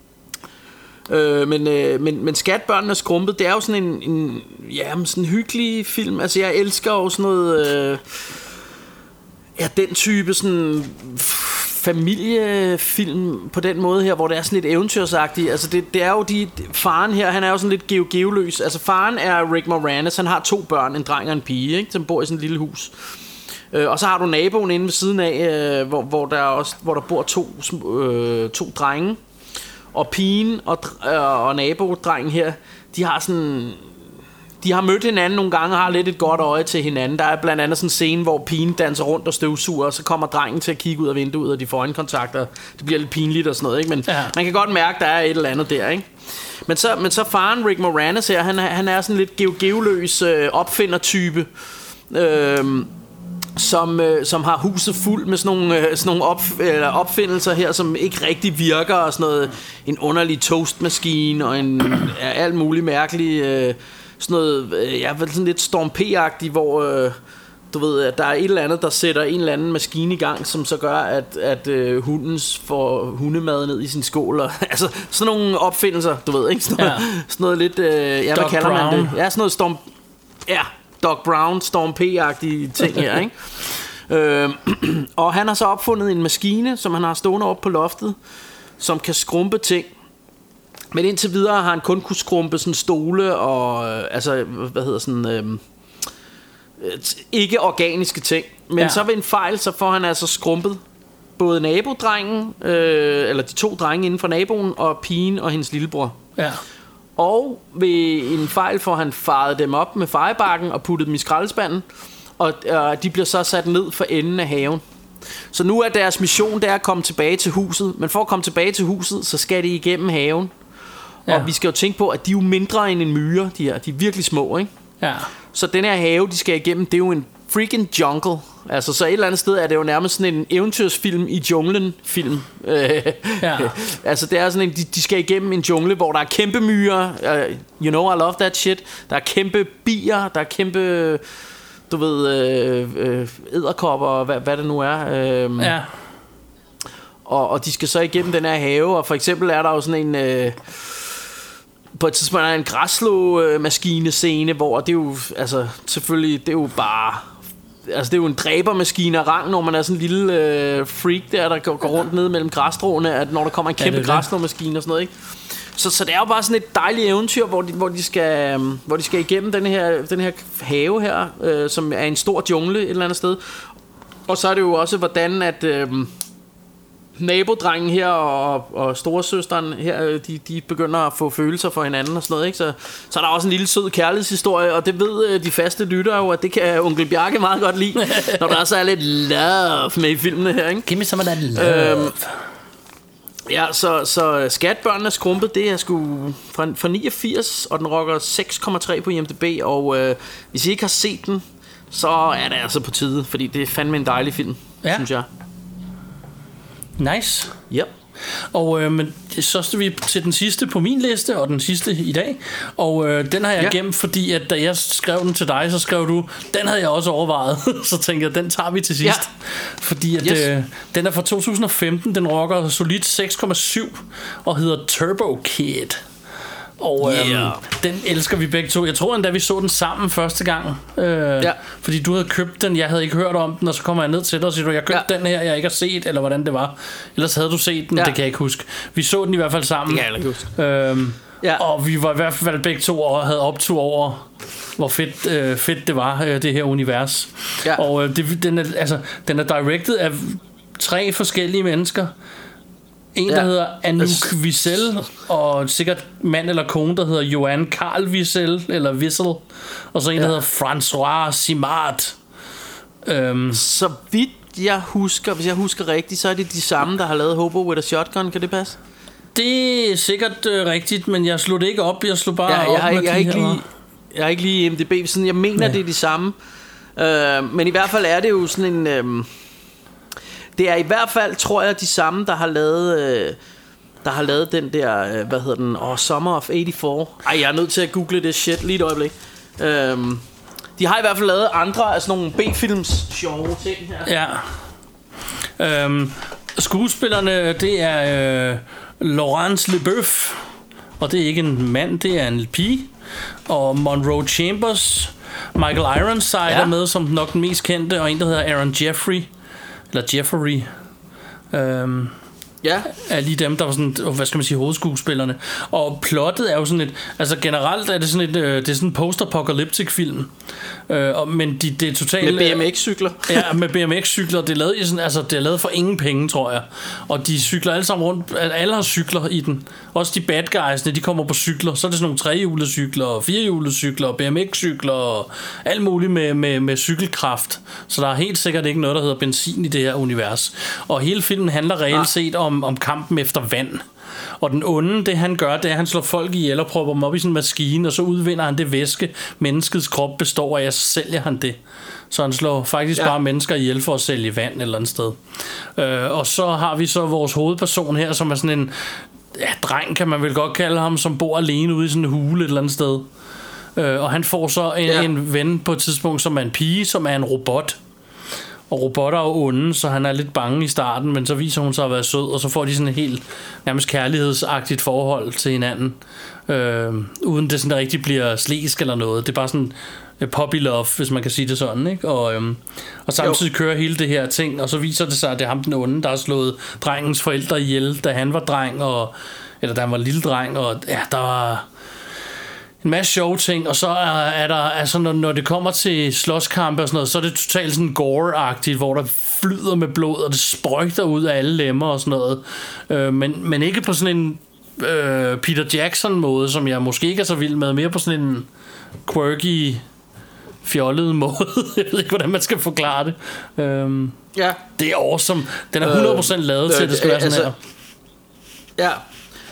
D: øh, men, øh, men, men Skatbørnene er skrumpet. Det er jo sådan en, en ja, sådan en hyggelig film. Altså jeg elsker jo sådan noget øh, ja, den type sådan familiefilm på den måde her, hvor det er sådan lidt eventyrsagtigt. Altså det, det er jo de, faren her, han er jo sådan lidt geo geoløs. Altså faren er Rick Moranis. Han har to børn, en dreng og en pige, ikke? Som bor i sådan et lille hus. Øh, og så har du naboen inde ved siden af, øh, hvor, hvor, der også, hvor der bor to, øh, to drenge. Og pigen og, øh, og nabodrengen her, de har sådan, de har mødt hinanden nogle gange og har lidt et godt øje til hinanden. Der er blandt andet sådan en scene, hvor pigen danser rundt og støvsuger, og så kommer drengen til at kigge ud af vinduet, og de får øjenkontakter. Det bliver lidt pinligt og sådan noget, ikke? Men ja. man kan godt mærke, der er et eller andet der, ikke? Men så, men så faren Rick Moranis her, han, han er sådan lidt geo-geoløs øh, opfindertype. Øh, Som, øh, som har huset fuld med sådan nogle, øh, sådan nogle op, eller opfindelser her, som ikke rigtig virker, og sådan noget, en underlig toastmaskine og en ja, alt muligt mærkelig øh, sådan noget, øh, ja, sådan lidt Storm P-agtigt, hvor øh, du ved, at der er et eller andet, der sætter en eller anden maskine i gang, som så gør, at, at øh, hunden får hundemad ned i sin skål, og, altså sådan nogle opfindelser, du ved, ikke? Sådan noget, ja. sådan noget lidt, øh, ja, hvad kalder man det? Ja, sådan noget Storm, ja, Doc Brown, Storm P-agtige ting her, ikke? øh, og han har så opfundet en maskine, som han har stående op på loftet, som kan skrumpe ting. Men indtil videre har han kun kunne skrumpe sådan stole og øh, altså hvad hedder sådan øh, ikke organiske ting. Men ja. så ved en fejl, så får han altså skrumpet både nabodrengen, øh, eller de to drenge inden for naboen, og pigen og hendes lillebror. Ja. Og ved en fejl får han faret dem op med fejebakken og puttet dem i skraldespanden, og øh, de bliver så sat ned for enden af haven. Så nu er deres mission, det er at komme tilbage til huset. Men for at komme tilbage til huset, så skal de igennem haven. Ja. Og vi skal jo tænke på, at de er jo mindre end en myre, de her. De er virkelig små, ikke? Ja. Så den her have, de skal igennem, det er jo en freaking jungle. Altså, så et eller andet sted er det jo nærmest sådan en eventyrsfilm i junglen film.
C: Ja.
D: Altså, det er sådan en, de, de skal igennem en jungle, hvor der er kæmpe myrer. Uh, you know, I love that shit. Der er kæmpe bier, der er kæmpe, du ved, øh, øh, edderkopper, hvad, hvad det nu er. Øh,
C: Ja.
D: og, og de skal så igennem den her have, og for eksempel er der jo sådan en... Øh, på et tidspunkt er der en græsslå-maskine-scene, hvor det er jo, altså, selvfølgelig, det er jo bare... Altså, det er jo en dræbermaskine af rang, når man er sådan en lille øh, freak der, der går, går rundt ned mellem græsstråene, at når der kommer en kæmpe ja, græsslå-maskine og sådan noget, ikke? Så, så det er jo bare sådan et dejligt eventyr, hvor de, hvor de, skal, hvor de skal igennem den her, den her have her, øh, som er en stor jungle et eller andet sted. Og så er det jo også, hvordan at... Øh, nabodrengen her og, og storesøsteren her, de, de begynder at få følelser for hinanden og sådan noget, ikke? Så, så er der også en lille sød kærlighedshistorie, og det ved de faste lyttere jo, at det kan onkel Bjarke meget godt lide, når der også er lidt love med i filmene her, ikke?
C: Giv me some of that love. Øhm,
D: ja, så, så Skatbørnene skrumpet, det er sgu fra, fra niogfirs, og den rocker seks komma tre på I M D B, og øh, hvis I ikke har set den, så er det altså på tide, fordi det er fandme en dejlig film, ja. Synes jeg.
C: Nice.
D: Yep.
C: Og øh, men så står vi til den sidste på min liste, og den sidste i dag. Og øh, den har jeg ja. gemt, fordi at da jeg skrev den til dig, så skrev du, den havde jeg også overvejet. Så tænkte jeg, den tager vi til sidst. Ja. Fordi at, yes. øh, den er fra to tusind og femten, den rocker solidt seks komma syv og hedder Turbo Kid. Og øhm, yeah. den elsker vi begge to. Jeg tror endda vi så den sammen første gang, øh, ja. Fordi du havde købt den, jeg havde ikke hørt om den. Og så kommer jeg ned til dig og siger du, jeg købte ja. den her, jeg ikke har set, eller hvordan det var. Ellers havde du set den, ja. det kan jeg ikke huske. Vi så den i hvert fald sammen.
D: Det kan jeg ikke huske.
C: øhm,
D: ja.
C: Og vi var i hvert fald begge to og havde optur over hvor fedt, øh, fedt det var, øh, det her univers. ja. Og øh, det, den, er, altså, den er directed af tre forskellige mennesker. En, der ja. hedder Anouk Wiesel, og sikkert mand eller kone, der hedder Johan Carl Wiesel, eller Wiesel. Og så en, ja. der hedder François Simard. Um,
D: så vidt jeg husker, hvis jeg husker rigtigt, så er det de samme, der har lavet Hobo with a Shotgun. Kan det passe?
C: Det er sikkert øh, rigtigt, men jeg slog det ikke op. Jeg slog bare
D: ja, jeg
C: op
D: har
C: med
D: ikke, jeg
C: de
D: har ikke
C: her.
D: lige, jeg har ikke lige I M D B, sådan jeg mener, ja. det er de samme. Uh, men i hvert fald er det jo sådan en... Um, Det er i hvert fald, tror jeg, de samme, der har lavet, øh, der har lavet den der, øh, hvad hedder den, oh, Summer of eighty-four. Ej, jeg er nødt til at google det shit lige et øjeblik. Øhm, de har i hvert fald lavet andre af sådan nogle B-films sjove ting her.
C: Ja. Øhm, skuespillerne, det er øh, Laurence Leboeuf, og det er ikke en mand, det er en pige. Og Monroe Chambers, Michael Ironside ja. er med som nok den mest kendte, og en, der hedder Aaron Jeffrey. Eller Jeffrey øhm,
D: ja.
C: er lige dem, der var sådan, hvad skal man sige, hovedskuespillerne. Og plottet er jo sådan et, altså generelt er det sådan et, øh, det er sådan en post-apocalyptic film, øh, og, men de, det er totalt
D: med B M X-cykler.
C: Ja, med B M X-cykler. Det er lavet i sådan, altså det er lavet for ingen penge, tror jeg. Og de cykler alle sammen rundt, alle har cykler i den. Også de bad guysne, de kommer på cykler. Så er det sådan nogle trehjulede cykler, og firehjulede cykler, og B M X-cykler, og alt muligt med, med, med cykelkraft. Så der er helt sikkert ikke noget, der hedder benzin i det her univers. Og hele filmen handler reelt set om, om kampen efter vand. Og den onde, det han gør, det er, at han slår folk ihjel og propper dem op i sådan en maskine, og så udvinder han det væske, menneskets krop består af, og så sælger han det. Så han slår faktisk ja. bare mennesker ihjel for at sælge vand et eller andet sted. Øh, og så har vi så vores hovedperson her, som er sådan en ja, dreng, kan man vel godt kalde ham, som bor alene ude i sådan en hule et eller andet sted. Øh, og han får så en, ja. en ven på et tidspunkt, som er en pige, som er en robot. Og robotter er jo onde, så han er lidt bange i starten, men så viser hun sig at være sød, og så får de sådan et helt nærmest kærlighedsagtigt forhold til hinanden, øh, uden det sådan rigtig bliver slæsk eller noget. Det er bare sådan puppy love, hvis man kan sige det sådan, ikke? Og, øhm, og samtidig jo. kører hele det her ting, og så viser det sig, at det er ham den onde, der har slået drengens forældre ihjel, da han var dreng, og, eller da han var lille dreng, og ja, der var en masse sjove ting. Og så er, er der, altså når, når det kommer til slåskampe og sådan noget, så er det totalt sådan gore-agtigt, hvor der flyder med blod, og det sprøjter ud af alle lemmer og sådan noget, øh, men, men ikke på sådan en øh, Peter Jackson måde, som jeg måske ikke er så vild med, mere på sådan en quirky fjollet måde. Jeg ved ikke, hvordan man skal forklare det. øhm, ja. Det er awesome. Den er hundrede procent lavet øh, til, at det skal øh, være sådan altså, her. Ja.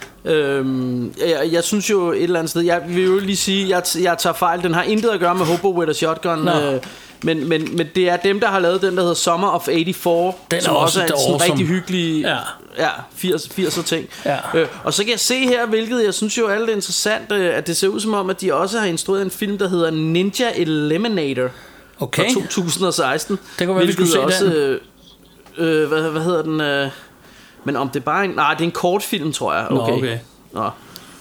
D: Øhm, jeg, jeg synes jo et eller andet sted, jeg vil jo lige sige, jeg, jeg tager fejl. Den har intet at gøre med Hobo with a Shotgun.
C: No.
D: øh, Men, men, men det er dem, der har lavet den, der hedder Summer of eighty-four,
C: den
D: som
C: er
D: også er en sådan
C: awesome.
D: rigtig hyggelig
C: ja.
D: Ja, firs ting.
C: Ja.
D: Øh, og så kan jeg se her, hvilket jeg synes jo er lidt interessant, øh, at det ser ud som om, at de også har instrueret en film, der hedder Ninja Eliminator
C: okay.
D: fra to tusind og seksten.
C: Det kunne være, vi skulle se
D: også,
C: den.
D: Øh, øh, hvad, hvad hedder den? Øh, men om det bare er en... Nej, det er en kortfilm, tror jeg. Okay.
C: Nå, okay.
D: Nå.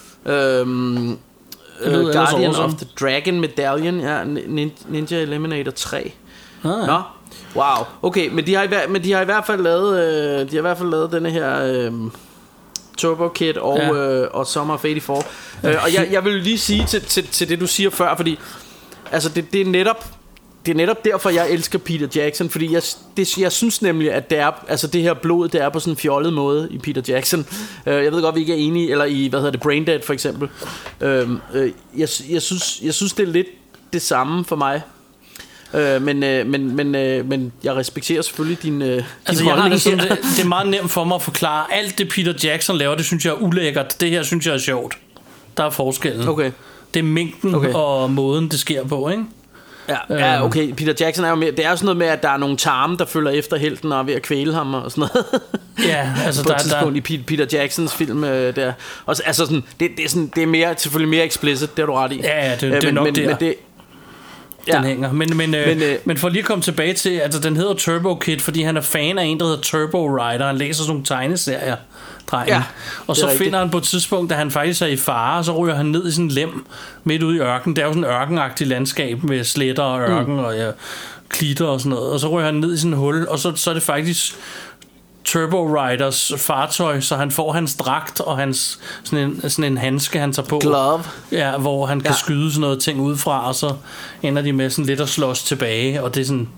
D: Øhm, øh, Guardian of the Dragon Medallion, ja, Ninja Eliminator tre.
C: Ah, ja.
D: Nå. Wow. Okay, men de har i, men de har i hvert fald lavet øh, de har i hvert fald lavet denne her øh, Turbo Kid og
C: ja.
D: øh, og Summer of eighty-four. Øh, og jeg jeg vil lige sige til, til til det du siger før, fordi altså det det er netop det er netop derfor jeg elsker Peter Jackson, fordi jeg det, jeg synes nemlig at det er altså det her blod, det er på sådan en fjollet måde i Peter Jackson. Øh, jeg ved godt vi ikke er enige, eller i hvad hedder det, Braindead for eksempel. Øh, øh, jeg jeg synes jeg synes det er lidt det samme for mig. Øh, men, øh, men, men, øh, men jeg respekterer selvfølgelig din, øh, din
C: altså, jeg har det, sådan,
D: her.
C: det, det er meget nemt for mig at forklare. Alt det Peter Jackson laver, det synes jeg er ulækkert. Det her synes jeg er sjovt. Der er forskellen.
D: Okay.
C: Det er mængden okay. og måden det sker på, ikke?
D: Ja, ja, okay. Peter Jackson er jo mere, det er jo sådan noget med, at der er nogle tarme, der følger efter helten og er ved at kvæle ham og sådan noget.
C: Ja, altså
D: på
C: der
D: et tidspunkt
C: der...
D: i Peter Jacksons film øh, der. Og, altså sådan, det, det er sådan, det er mere selvfølgelig mere explicit, det har du ret i.
C: Ja, ja, det, det er
D: men,
C: nok
D: men,
C: der.
D: Men det,
C: den
D: ja.
C: hænger. Men, men, øh,
D: men, øh,
C: men for lige at komme tilbage til, altså den hedder Turbo Kid, fordi han er fan af en, der hedder Turbo Rider. Han læser sådan nogle tegneserier, drengen.
D: Ja,
C: og så
D: rigtigt.
C: finder han på et tidspunkt, da han faktisk er i fare, og så ryger han ned i sådan en lem midt ude i ørken. Det er jo sådan et ørkenagtigt landskab med sletter og ørken mm. og ja, klitter og sådan noget. Og så ryger han ned i sådan et hul, og så, så er det faktisk Turbo Riders fartøj, så han får hans dragt og hans sådan en, sådan en handske, han tager på.
D: Glove.
C: Ja, hvor han kan ja. skyde sådan noget ting udefra, og så ender de med sådan lidt at slås tilbage, og det er sådan...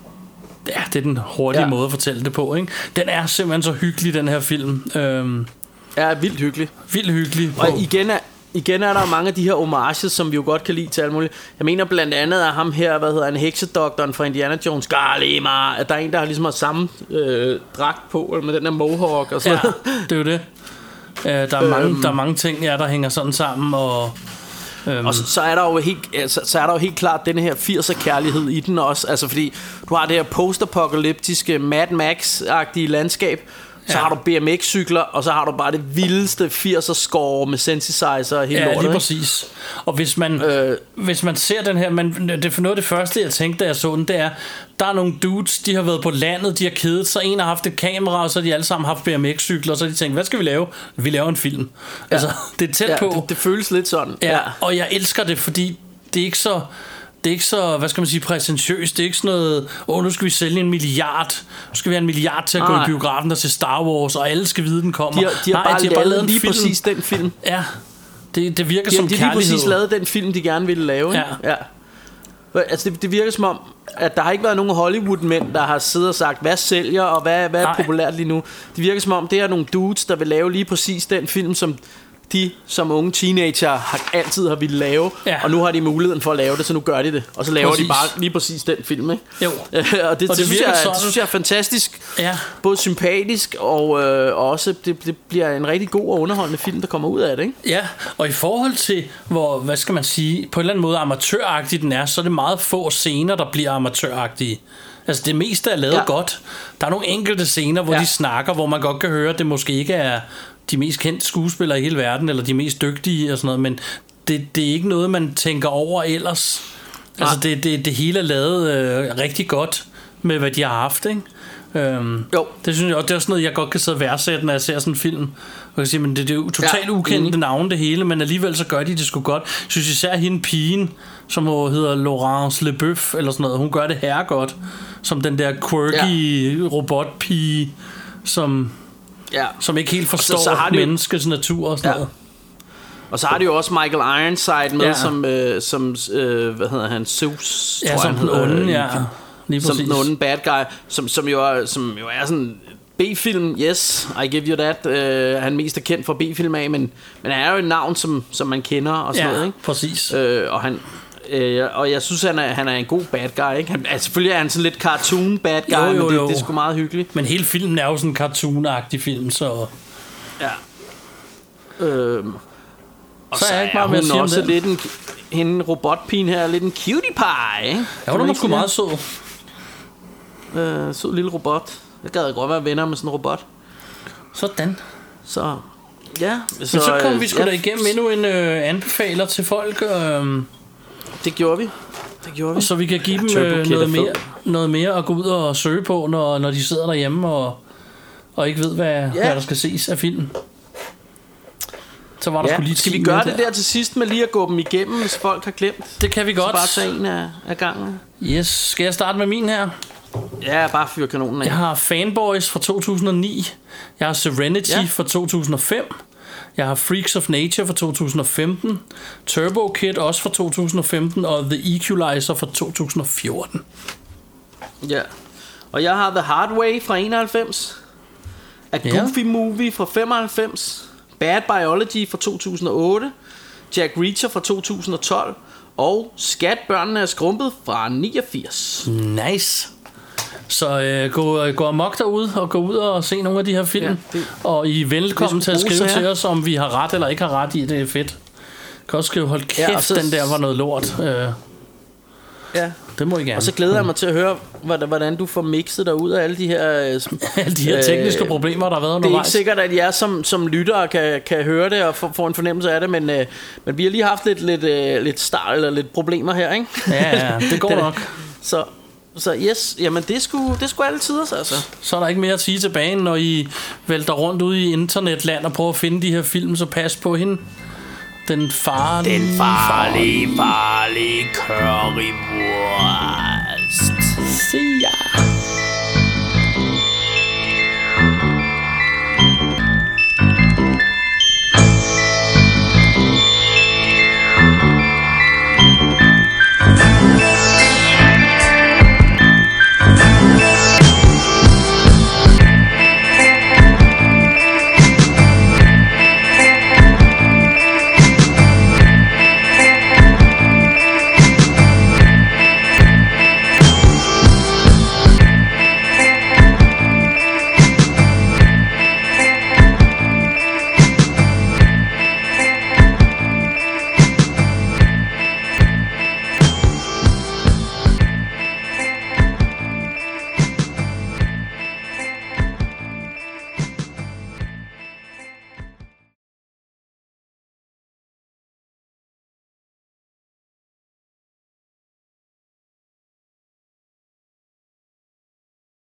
C: Ja, det er den hurtige ja. måde at fortælle det på, ikke? Den er simpelthen så hyggelig, den her film. Øhm,
D: ja, vildt hyggelig.
C: Vildt hyggelig.
D: Og igen er, igen er der mange af de her homages, som vi jo godt kan lide til alt muligt. Jeg mener blandt andet af ham her, hvad hedder han, heksedoktoren fra Indiana Jones, Garlimar, at der er en, der har ligesom har samme øh, dragt på, med den der mohawk og sådan
C: ja, det er jo det. Øh, der, er mange, øhm, der er mange ting, ja, der hænger sådan sammen, og... Øhm.
D: Og så, så er der jo helt altså, så er der jo helt klart denne her firser kærlighed i den også, altså fordi du har det her post-apokalyptiske Mad Max-agtige landskab, så ja. har du B M X-cykler, og så har du bare det vildeste firser score med synthesizer og hele
C: ja,
D: lortet. Ja,
C: lige præcis. Og hvis man øh, hvis man ser den her, men det er noget af det første jeg tænkte, da jeg så den, det er, der er nogle dudes, de har været på landet, de har kedet sig, en har haft et kamera, og så har de alle sammen haft B M X-cykler, og så har de tænkt, hvad skal vi lave? Vi laver en film. Ja. Altså, det er tæt
D: ja,
C: på.
D: Det, det føles lidt sådan.
C: Ja, ja, og jeg elsker det, fordi det er ikke så... Det er ikke så, hvad skal man sige, præsentiøst. Det er ikke sådan noget, åh, oh, nu skal vi sælge en milliard. Nu skal vi have en milliard til at gå i biografen der til Star Wars, og alle skal vide, den kommer.
D: De har, de har,
C: Nej,
D: bare,
C: de har
D: lavet
C: bare lavet
D: lige
C: film.
D: præcis den film.
C: Ja, det, det virker
D: de,
C: som
D: de
C: kærlighed.
D: De har lige præcis lavet den film, de gerne ville lave.
C: Ja.
D: Ja. Altså det, det virker som om, at der har ikke været nogen Hollywood-mænd, der har siddet og sagt, hvad sælger, og hvad, hvad er populært lige nu. Det virker som om, det er nogle dudes, der vil lave lige præcis den film, som de som unge teenager har, altid har ville lave, ja. Og nu har de muligheden for at lave det, så nu gør de det. Og så laver præcis. de bare lige præcis den film, ikke?
C: Jo.
D: og det, og det, det, synes, jeg, det synes jeg er fantastisk.
C: Ja.
D: Både sympatisk, og øh, også det, det bliver en rigtig god og underholdende film, der kommer ud af det, ikke?
C: Ja, og i forhold til, hvor, hvad skal man sige, på en eller anden måde amatøragtig den er, så er det meget få scener, der bliver amatøragtige. Altså det meste er lavet ja. godt. Der er nogle enkelte scener, hvor ja. de snakker, hvor man godt kan høre, at det måske ikke er de mest kendte skuespillere i hele verden, eller de mest dygtige og sådan noget, men det, det er ikke noget, man tænker over ellers. Nej. Altså det, det, det hele er lavet øh, rigtig godt med, hvad de har haft, ikke? Øhm, jo. Det synes jeg også, det er sådan noget, jeg godt kan sidde og værdsætte, når jeg ser sådan en film. Og jeg sige, men det, det er jo totalt ja, ukendte navne det hele, men alligevel så gør de det sgu godt. Jeg synes især hende pigen, som hedder Laurence Leboeuf eller sådan noget, hun gør det herregodt, som den der quirky ja. robotpige, som ja. som ikke helt forstår så, så menneskets natur og sådan ja. noget.
D: Og så har de jo også Michael Ironside med, ja. som, øh, som øh, hvad hedder han, Zeus,
C: ja,
D: tror
C: som
D: han
C: den
D: hedder.
C: Onde, ja. Lige
D: som den onde bad guy, som, som, jo er, som jo er sådan B-film, yes, I give you that. Uh, han mest er kendt for B-film af, men, men han er jo et navn, som, som man kender og sådan
C: ja,
D: noget, ikke?
C: Præcis.
D: Uh, og han... Øh, og jeg synes han er, han er en god bad guy, ikke? Han, altså, selvfølgelig er han sådan lidt cartoon bad guy, jo, jo, men det, det er sgu meget hyggeligt.
C: Men hele filmen er jo sådan en cartoon-agtig film, så
D: ja. øh, og
C: så,
D: så
C: er,
D: er, er hun også lidt en, hende robotpigen her er lidt en cutie pie, ikke?
C: Ja, hun er sgu meget sød.
D: Øh, sød lille robot. Jeg gad godt være venner med sådan en robot.
C: Sådan.
D: Så, ja. Så,
C: Men så kom vi sgu
D: ja,
C: da igennem endnu en øh, anbefaler til folk. Øh,
D: det gjorde vi. Det gjorde vi.
C: så vi kan give dem øh, noget, mere, noget mere at gå ud og søge på, når, når de sidder derhjemme og, og ikke ved, hvad, ja. hvad der skal ses af filmen. Så var der
D: ja,
C: sgu lige
D: skal vi gøre det der til sidst med lige at gå dem igennem, hvis folk har glemt?
C: Det kan vi godt.
D: Så bare tage en af, af gangen.
C: Yes, skal jeg starte med min her?
D: Ja, bare fyr kanonen af.
C: Jeg har Fanboys fra to tusind og ni. Jeg har Serenity ja. fra to tusind og fem. Jeg har Freaks of Nature fra to tusind og femten. Turbo Kid også fra to tusind og femten. Og The Equalizer fra to tusind og fjorten.
D: Ja. Og jeg har The Hard Way fra enoghalvfems. A Goofy ja. Movie fra femoghalvfems. Bad Biology fra to tusind og otte. Jack Reacher fra to tusind og tolv. Og Skat, børnene er skrumpet fra niogfirs.
C: Nice. Så øh, gå, gå amok derude og gå ud og se nogle af de her film. Ja, det, og I er velkommen til at skrive til os, om vi har ret eller ikke har ret i. Det er fedt. Kan også skrive, hold kæft, ja, så, den der var noget lort. Øh,
D: ja.
C: Det må I gerne.
D: Og så glæder jeg mig til at høre, hvordan du får mixet dig ud af alle de her,
C: alle de her tekniske øh, problemer, der har været undervejs.
D: Det er ikke sikkert, at jeg som, som lyttere kan, kan høre det og få, få en fornemmelse af det, men, øh, men vi har lige haft lidt, lidt, øh, lidt start eller lidt problemer her, ikke?
C: Ja, ja, det går nok.
D: Så Så yes, jamen det skulle det skulle altid altså.
C: Så er der ikke mere at sige tilbage, når I vælter rundt ude i internetland og prøver at finde de her film, så pas på hende. Den farlige,
D: Den farlige, farlige currywurst.
C: See ya.